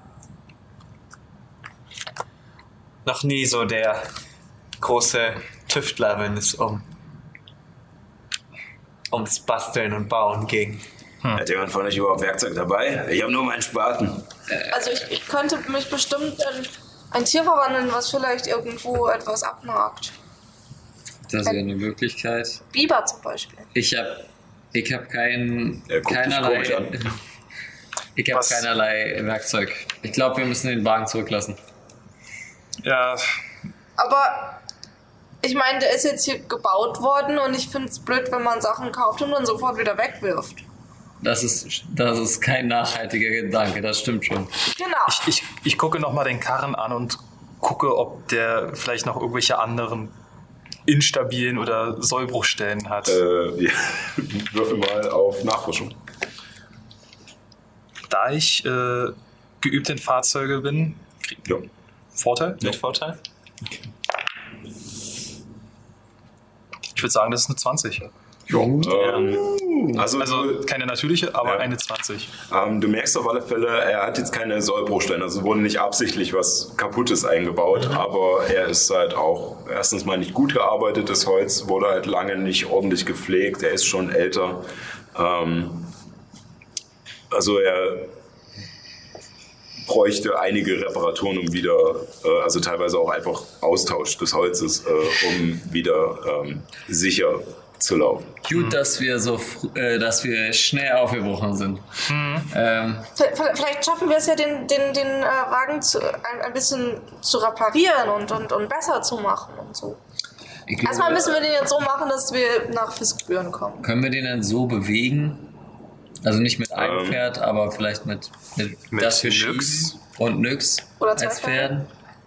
Speaker 7: noch nie so der große Tüftler, wenn es um ums Basteln und Bauen ging.
Speaker 1: Hat jemand von euch überhaupt Werkzeug dabei? Ich habe nur meinen Spaten.
Speaker 3: Also ich, ich könnte mich bestimmt in ein Tier verwandeln, was vielleicht irgendwo etwas abnagt.
Speaker 2: Das wäre eine Möglichkeit.
Speaker 3: Biber zum Beispiel.
Speaker 2: Ich habe ich hab kein,
Speaker 1: Er guckt dich
Speaker 2: keinerlei,
Speaker 1: komisch an.
Speaker 2: ich habe
Speaker 4: Was?
Speaker 2: keinerlei Werkzeug. Ich glaube, wir müssen den Wagen zurücklassen.
Speaker 4: Ja,
Speaker 3: Aber ich meine, der ist jetzt hier gebaut worden und ich finde es blöd, wenn man Sachen kauft und dann sofort wieder wegwirft.
Speaker 2: Das ist, das ist kein nachhaltiger Gedanke, das stimmt schon.
Speaker 3: Genau.
Speaker 4: ich, ich, ich gucke nochmal den Karren an und gucke, ob der vielleicht noch irgendwelche anderen instabilen oder Sollbruchstellen hat.
Speaker 1: Äh, ja. Würfel mal auf Nachforschung.
Speaker 4: Da ich äh, geübt in Fahrzeuge bin, krieg
Speaker 1: Ja.
Speaker 4: Vorteil?
Speaker 7: Mit Vorteil?
Speaker 4: Ich würde sagen, das ist eine zwanzig.
Speaker 1: Ähm, also,
Speaker 4: Also keine natürliche, aber
Speaker 1: Ja.
Speaker 4: eine zwanzig.
Speaker 1: ähm, du merkst auf alle Fälle, er hat jetzt keine Sollbruchstellen, also wurde nicht absichtlich was Kaputtes eingebaut, aber er ist halt auch erstens mal nicht gut gearbeitet, das Holz wurde halt lange nicht ordentlich gepflegt, er ist schon älter. Ähm, also er bräuchte einige Reparaturen, um wieder, äh, also teilweise auch einfach Austausch des Holzes, äh, um wieder ähm, sicher zu laufen.
Speaker 2: Gut, dass wir so, fr- äh, dass wir schnell aufgebrochen sind. Ähm,
Speaker 3: V- Vielleicht schaffen wir es ja, den, den, den äh, Wagen zu, ein, ein bisschen zu reparieren und, und, und besser zu machen und so.
Speaker 2: ich glaube,
Speaker 3: Erstmal müssen wir den jetzt so machen, dass wir nach Fiskbüren kommen.
Speaker 2: können wir den dann so bewegen? Also nicht mit einem
Speaker 1: Ähm,
Speaker 2: Pferd, aber vielleicht mit, mit,
Speaker 4: mit
Speaker 2: das wir
Speaker 4: Nyx.
Speaker 2: schieben und Nyx
Speaker 3: Oder zwei
Speaker 2: als
Speaker 3: Pferde?
Speaker 2: Pferden.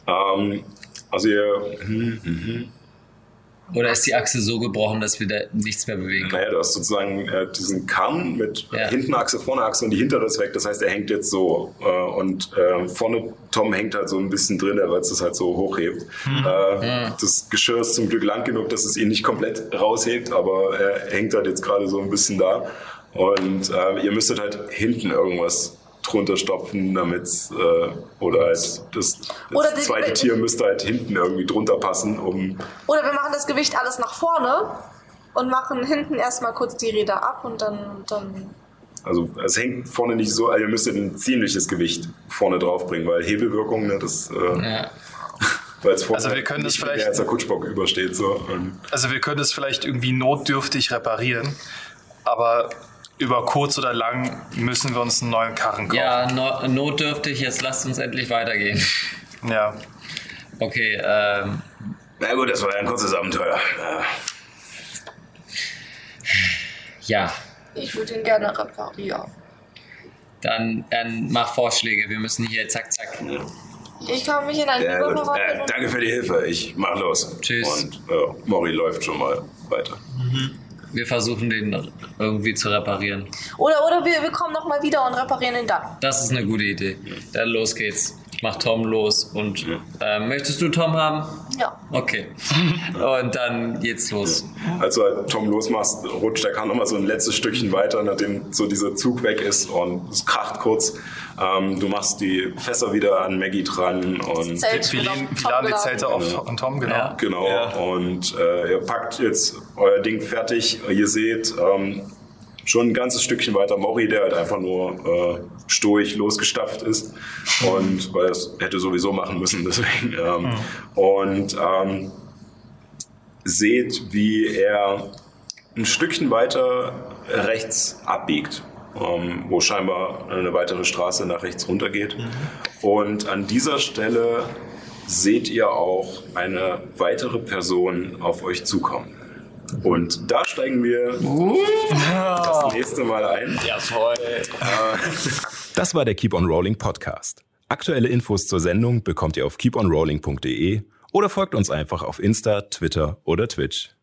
Speaker 1: Ähm, also ihr... Hm, hm, hm.
Speaker 2: Oder ist die Achse so gebrochen, dass wir da nichts mehr bewegen können?
Speaker 1: Naja, du hast sozusagen äh, diesen Kern mit
Speaker 2: Ja.
Speaker 1: hinten Achse, vorne Achse und die hintere ist weg. Das heißt, er hängt jetzt so. Äh, und äh, vorne Tom hängt halt so ein bisschen drin, weil es das halt so hochhebt.
Speaker 2: Mhm.
Speaker 1: Äh, das Geschirr ist zum Glück lang genug, dass es ihn nicht komplett raushebt, aber er hängt halt jetzt gerade so ein bisschen da. Und äh, ihr müsstet halt hinten irgendwas drunter stopfen, damit äh, oder halt das, das
Speaker 3: Oder die-
Speaker 1: zweite Tier müsste halt hinten irgendwie drunter passen, um
Speaker 3: Oder wir machen das Gewicht alles nach vorne und machen hinten erstmal kurz die Räder ab und dann, dann
Speaker 1: also es hängt vorne nicht so, also ihr müsstet ein ziemliches Gewicht vorne drauf bringen, weil Hebelwirkung, ne, das äh,
Speaker 2: Ja.
Speaker 1: weil es vorne
Speaker 4: Also wir können das
Speaker 1: nicht
Speaker 4: vielleicht-
Speaker 1: mehr als der Kutschbock übersteht. So. Und
Speaker 4: Also wir können es vielleicht irgendwie notdürftig reparieren, aber über kurz oder lang müssen wir uns einen neuen Karren kaufen.
Speaker 2: Ja, no, notdürftig, jetzt lasst uns endlich weitergehen.
Speaker 4: Ja.
Speaker 2: Okay, ähm,
Speaker 1: na gut, das war ja ein kurzes Abenteuer. Ja.
Speaker 2: ja,
Speaker 3: ich würde ihn gerne reparieren.
Speaker 2: dann, dann mach Vorschläge. Wir müssen hier zack, zack.
Speaker 3: Ich kann mich in einen
Speaker 1: Ja,
Speaker 3: Biber
Speaker 1: gut.
Speaker 3: verwandeln.
Speaker 1: Äh, danke für die Hilfe, ich mach los.
Speaker 2: Tschüss.
Speaker 1: Und äh, Mori läuft schon mal weiter.
Speaker 2: Wir versuchen den irgendwie zu reparieren.
Speaker 3: Oder, oder wir, wir kommen nochmal wieder und reparieren ihn dann.
Speaker 2: Das ist eine gute Idee. Dann los geht's. Mach Tom los. Und äh, möchtest du Tom haben?
Speaker 3: Ja.
Speaker 2: Okay. Und dann geht's los.
Speaker 1: Als du halt Tom losmachst, rutscht der Kahn nochmal so ein letztes Stückchen weiter, nachdem so dieser Zug weg ist und es kracht kurz. Ähm, du machst die Fässer wieder an Maggie dran und
Speaker 3: Zelt
Speaker 4: Wir,
Speaker 3: wird
Speaker 4: legen,
Speaker 3: auf
Speaker 4: wir
Speaker 3: Tom
Speaker 4: laden die
Speaker 3: geladen.
Speaker 4: Zelte auf an Tom, genau.
Speaker 2: Ja.
Speaker 1: genau.
Speaker 7: Ja.
Speaker 1: Und äh, ihr packt jetzt euer Ding fertig. Ihr seht ähm, schon ein ganzes Stückchen weiter Mori, der halt einfach nur äh, stoisch losgestapft ist. Und weil er es hätte sowieso machen müssen, deswegen. Ähm,
Speaker 4: Mhm.
Speaker 1: Und ähm, seht, wie er ein Stückchen weiter rechts abbiegt, ähm, wo scheinbar eine weitere Straße nach rechts runter geht. Und an dieser Stelle seht ihr auch eine weitere Person auf euch zukommen. Und da steigen wir das nächste Mal ein.
Speaker 6: Das war der Keep on Rolling Podcast. Aktuelle Infos zur Sendung bekommt ihr auf keep on rolling punkt de oder folgt uns einfach auf Insta, Twitter oder Twitch.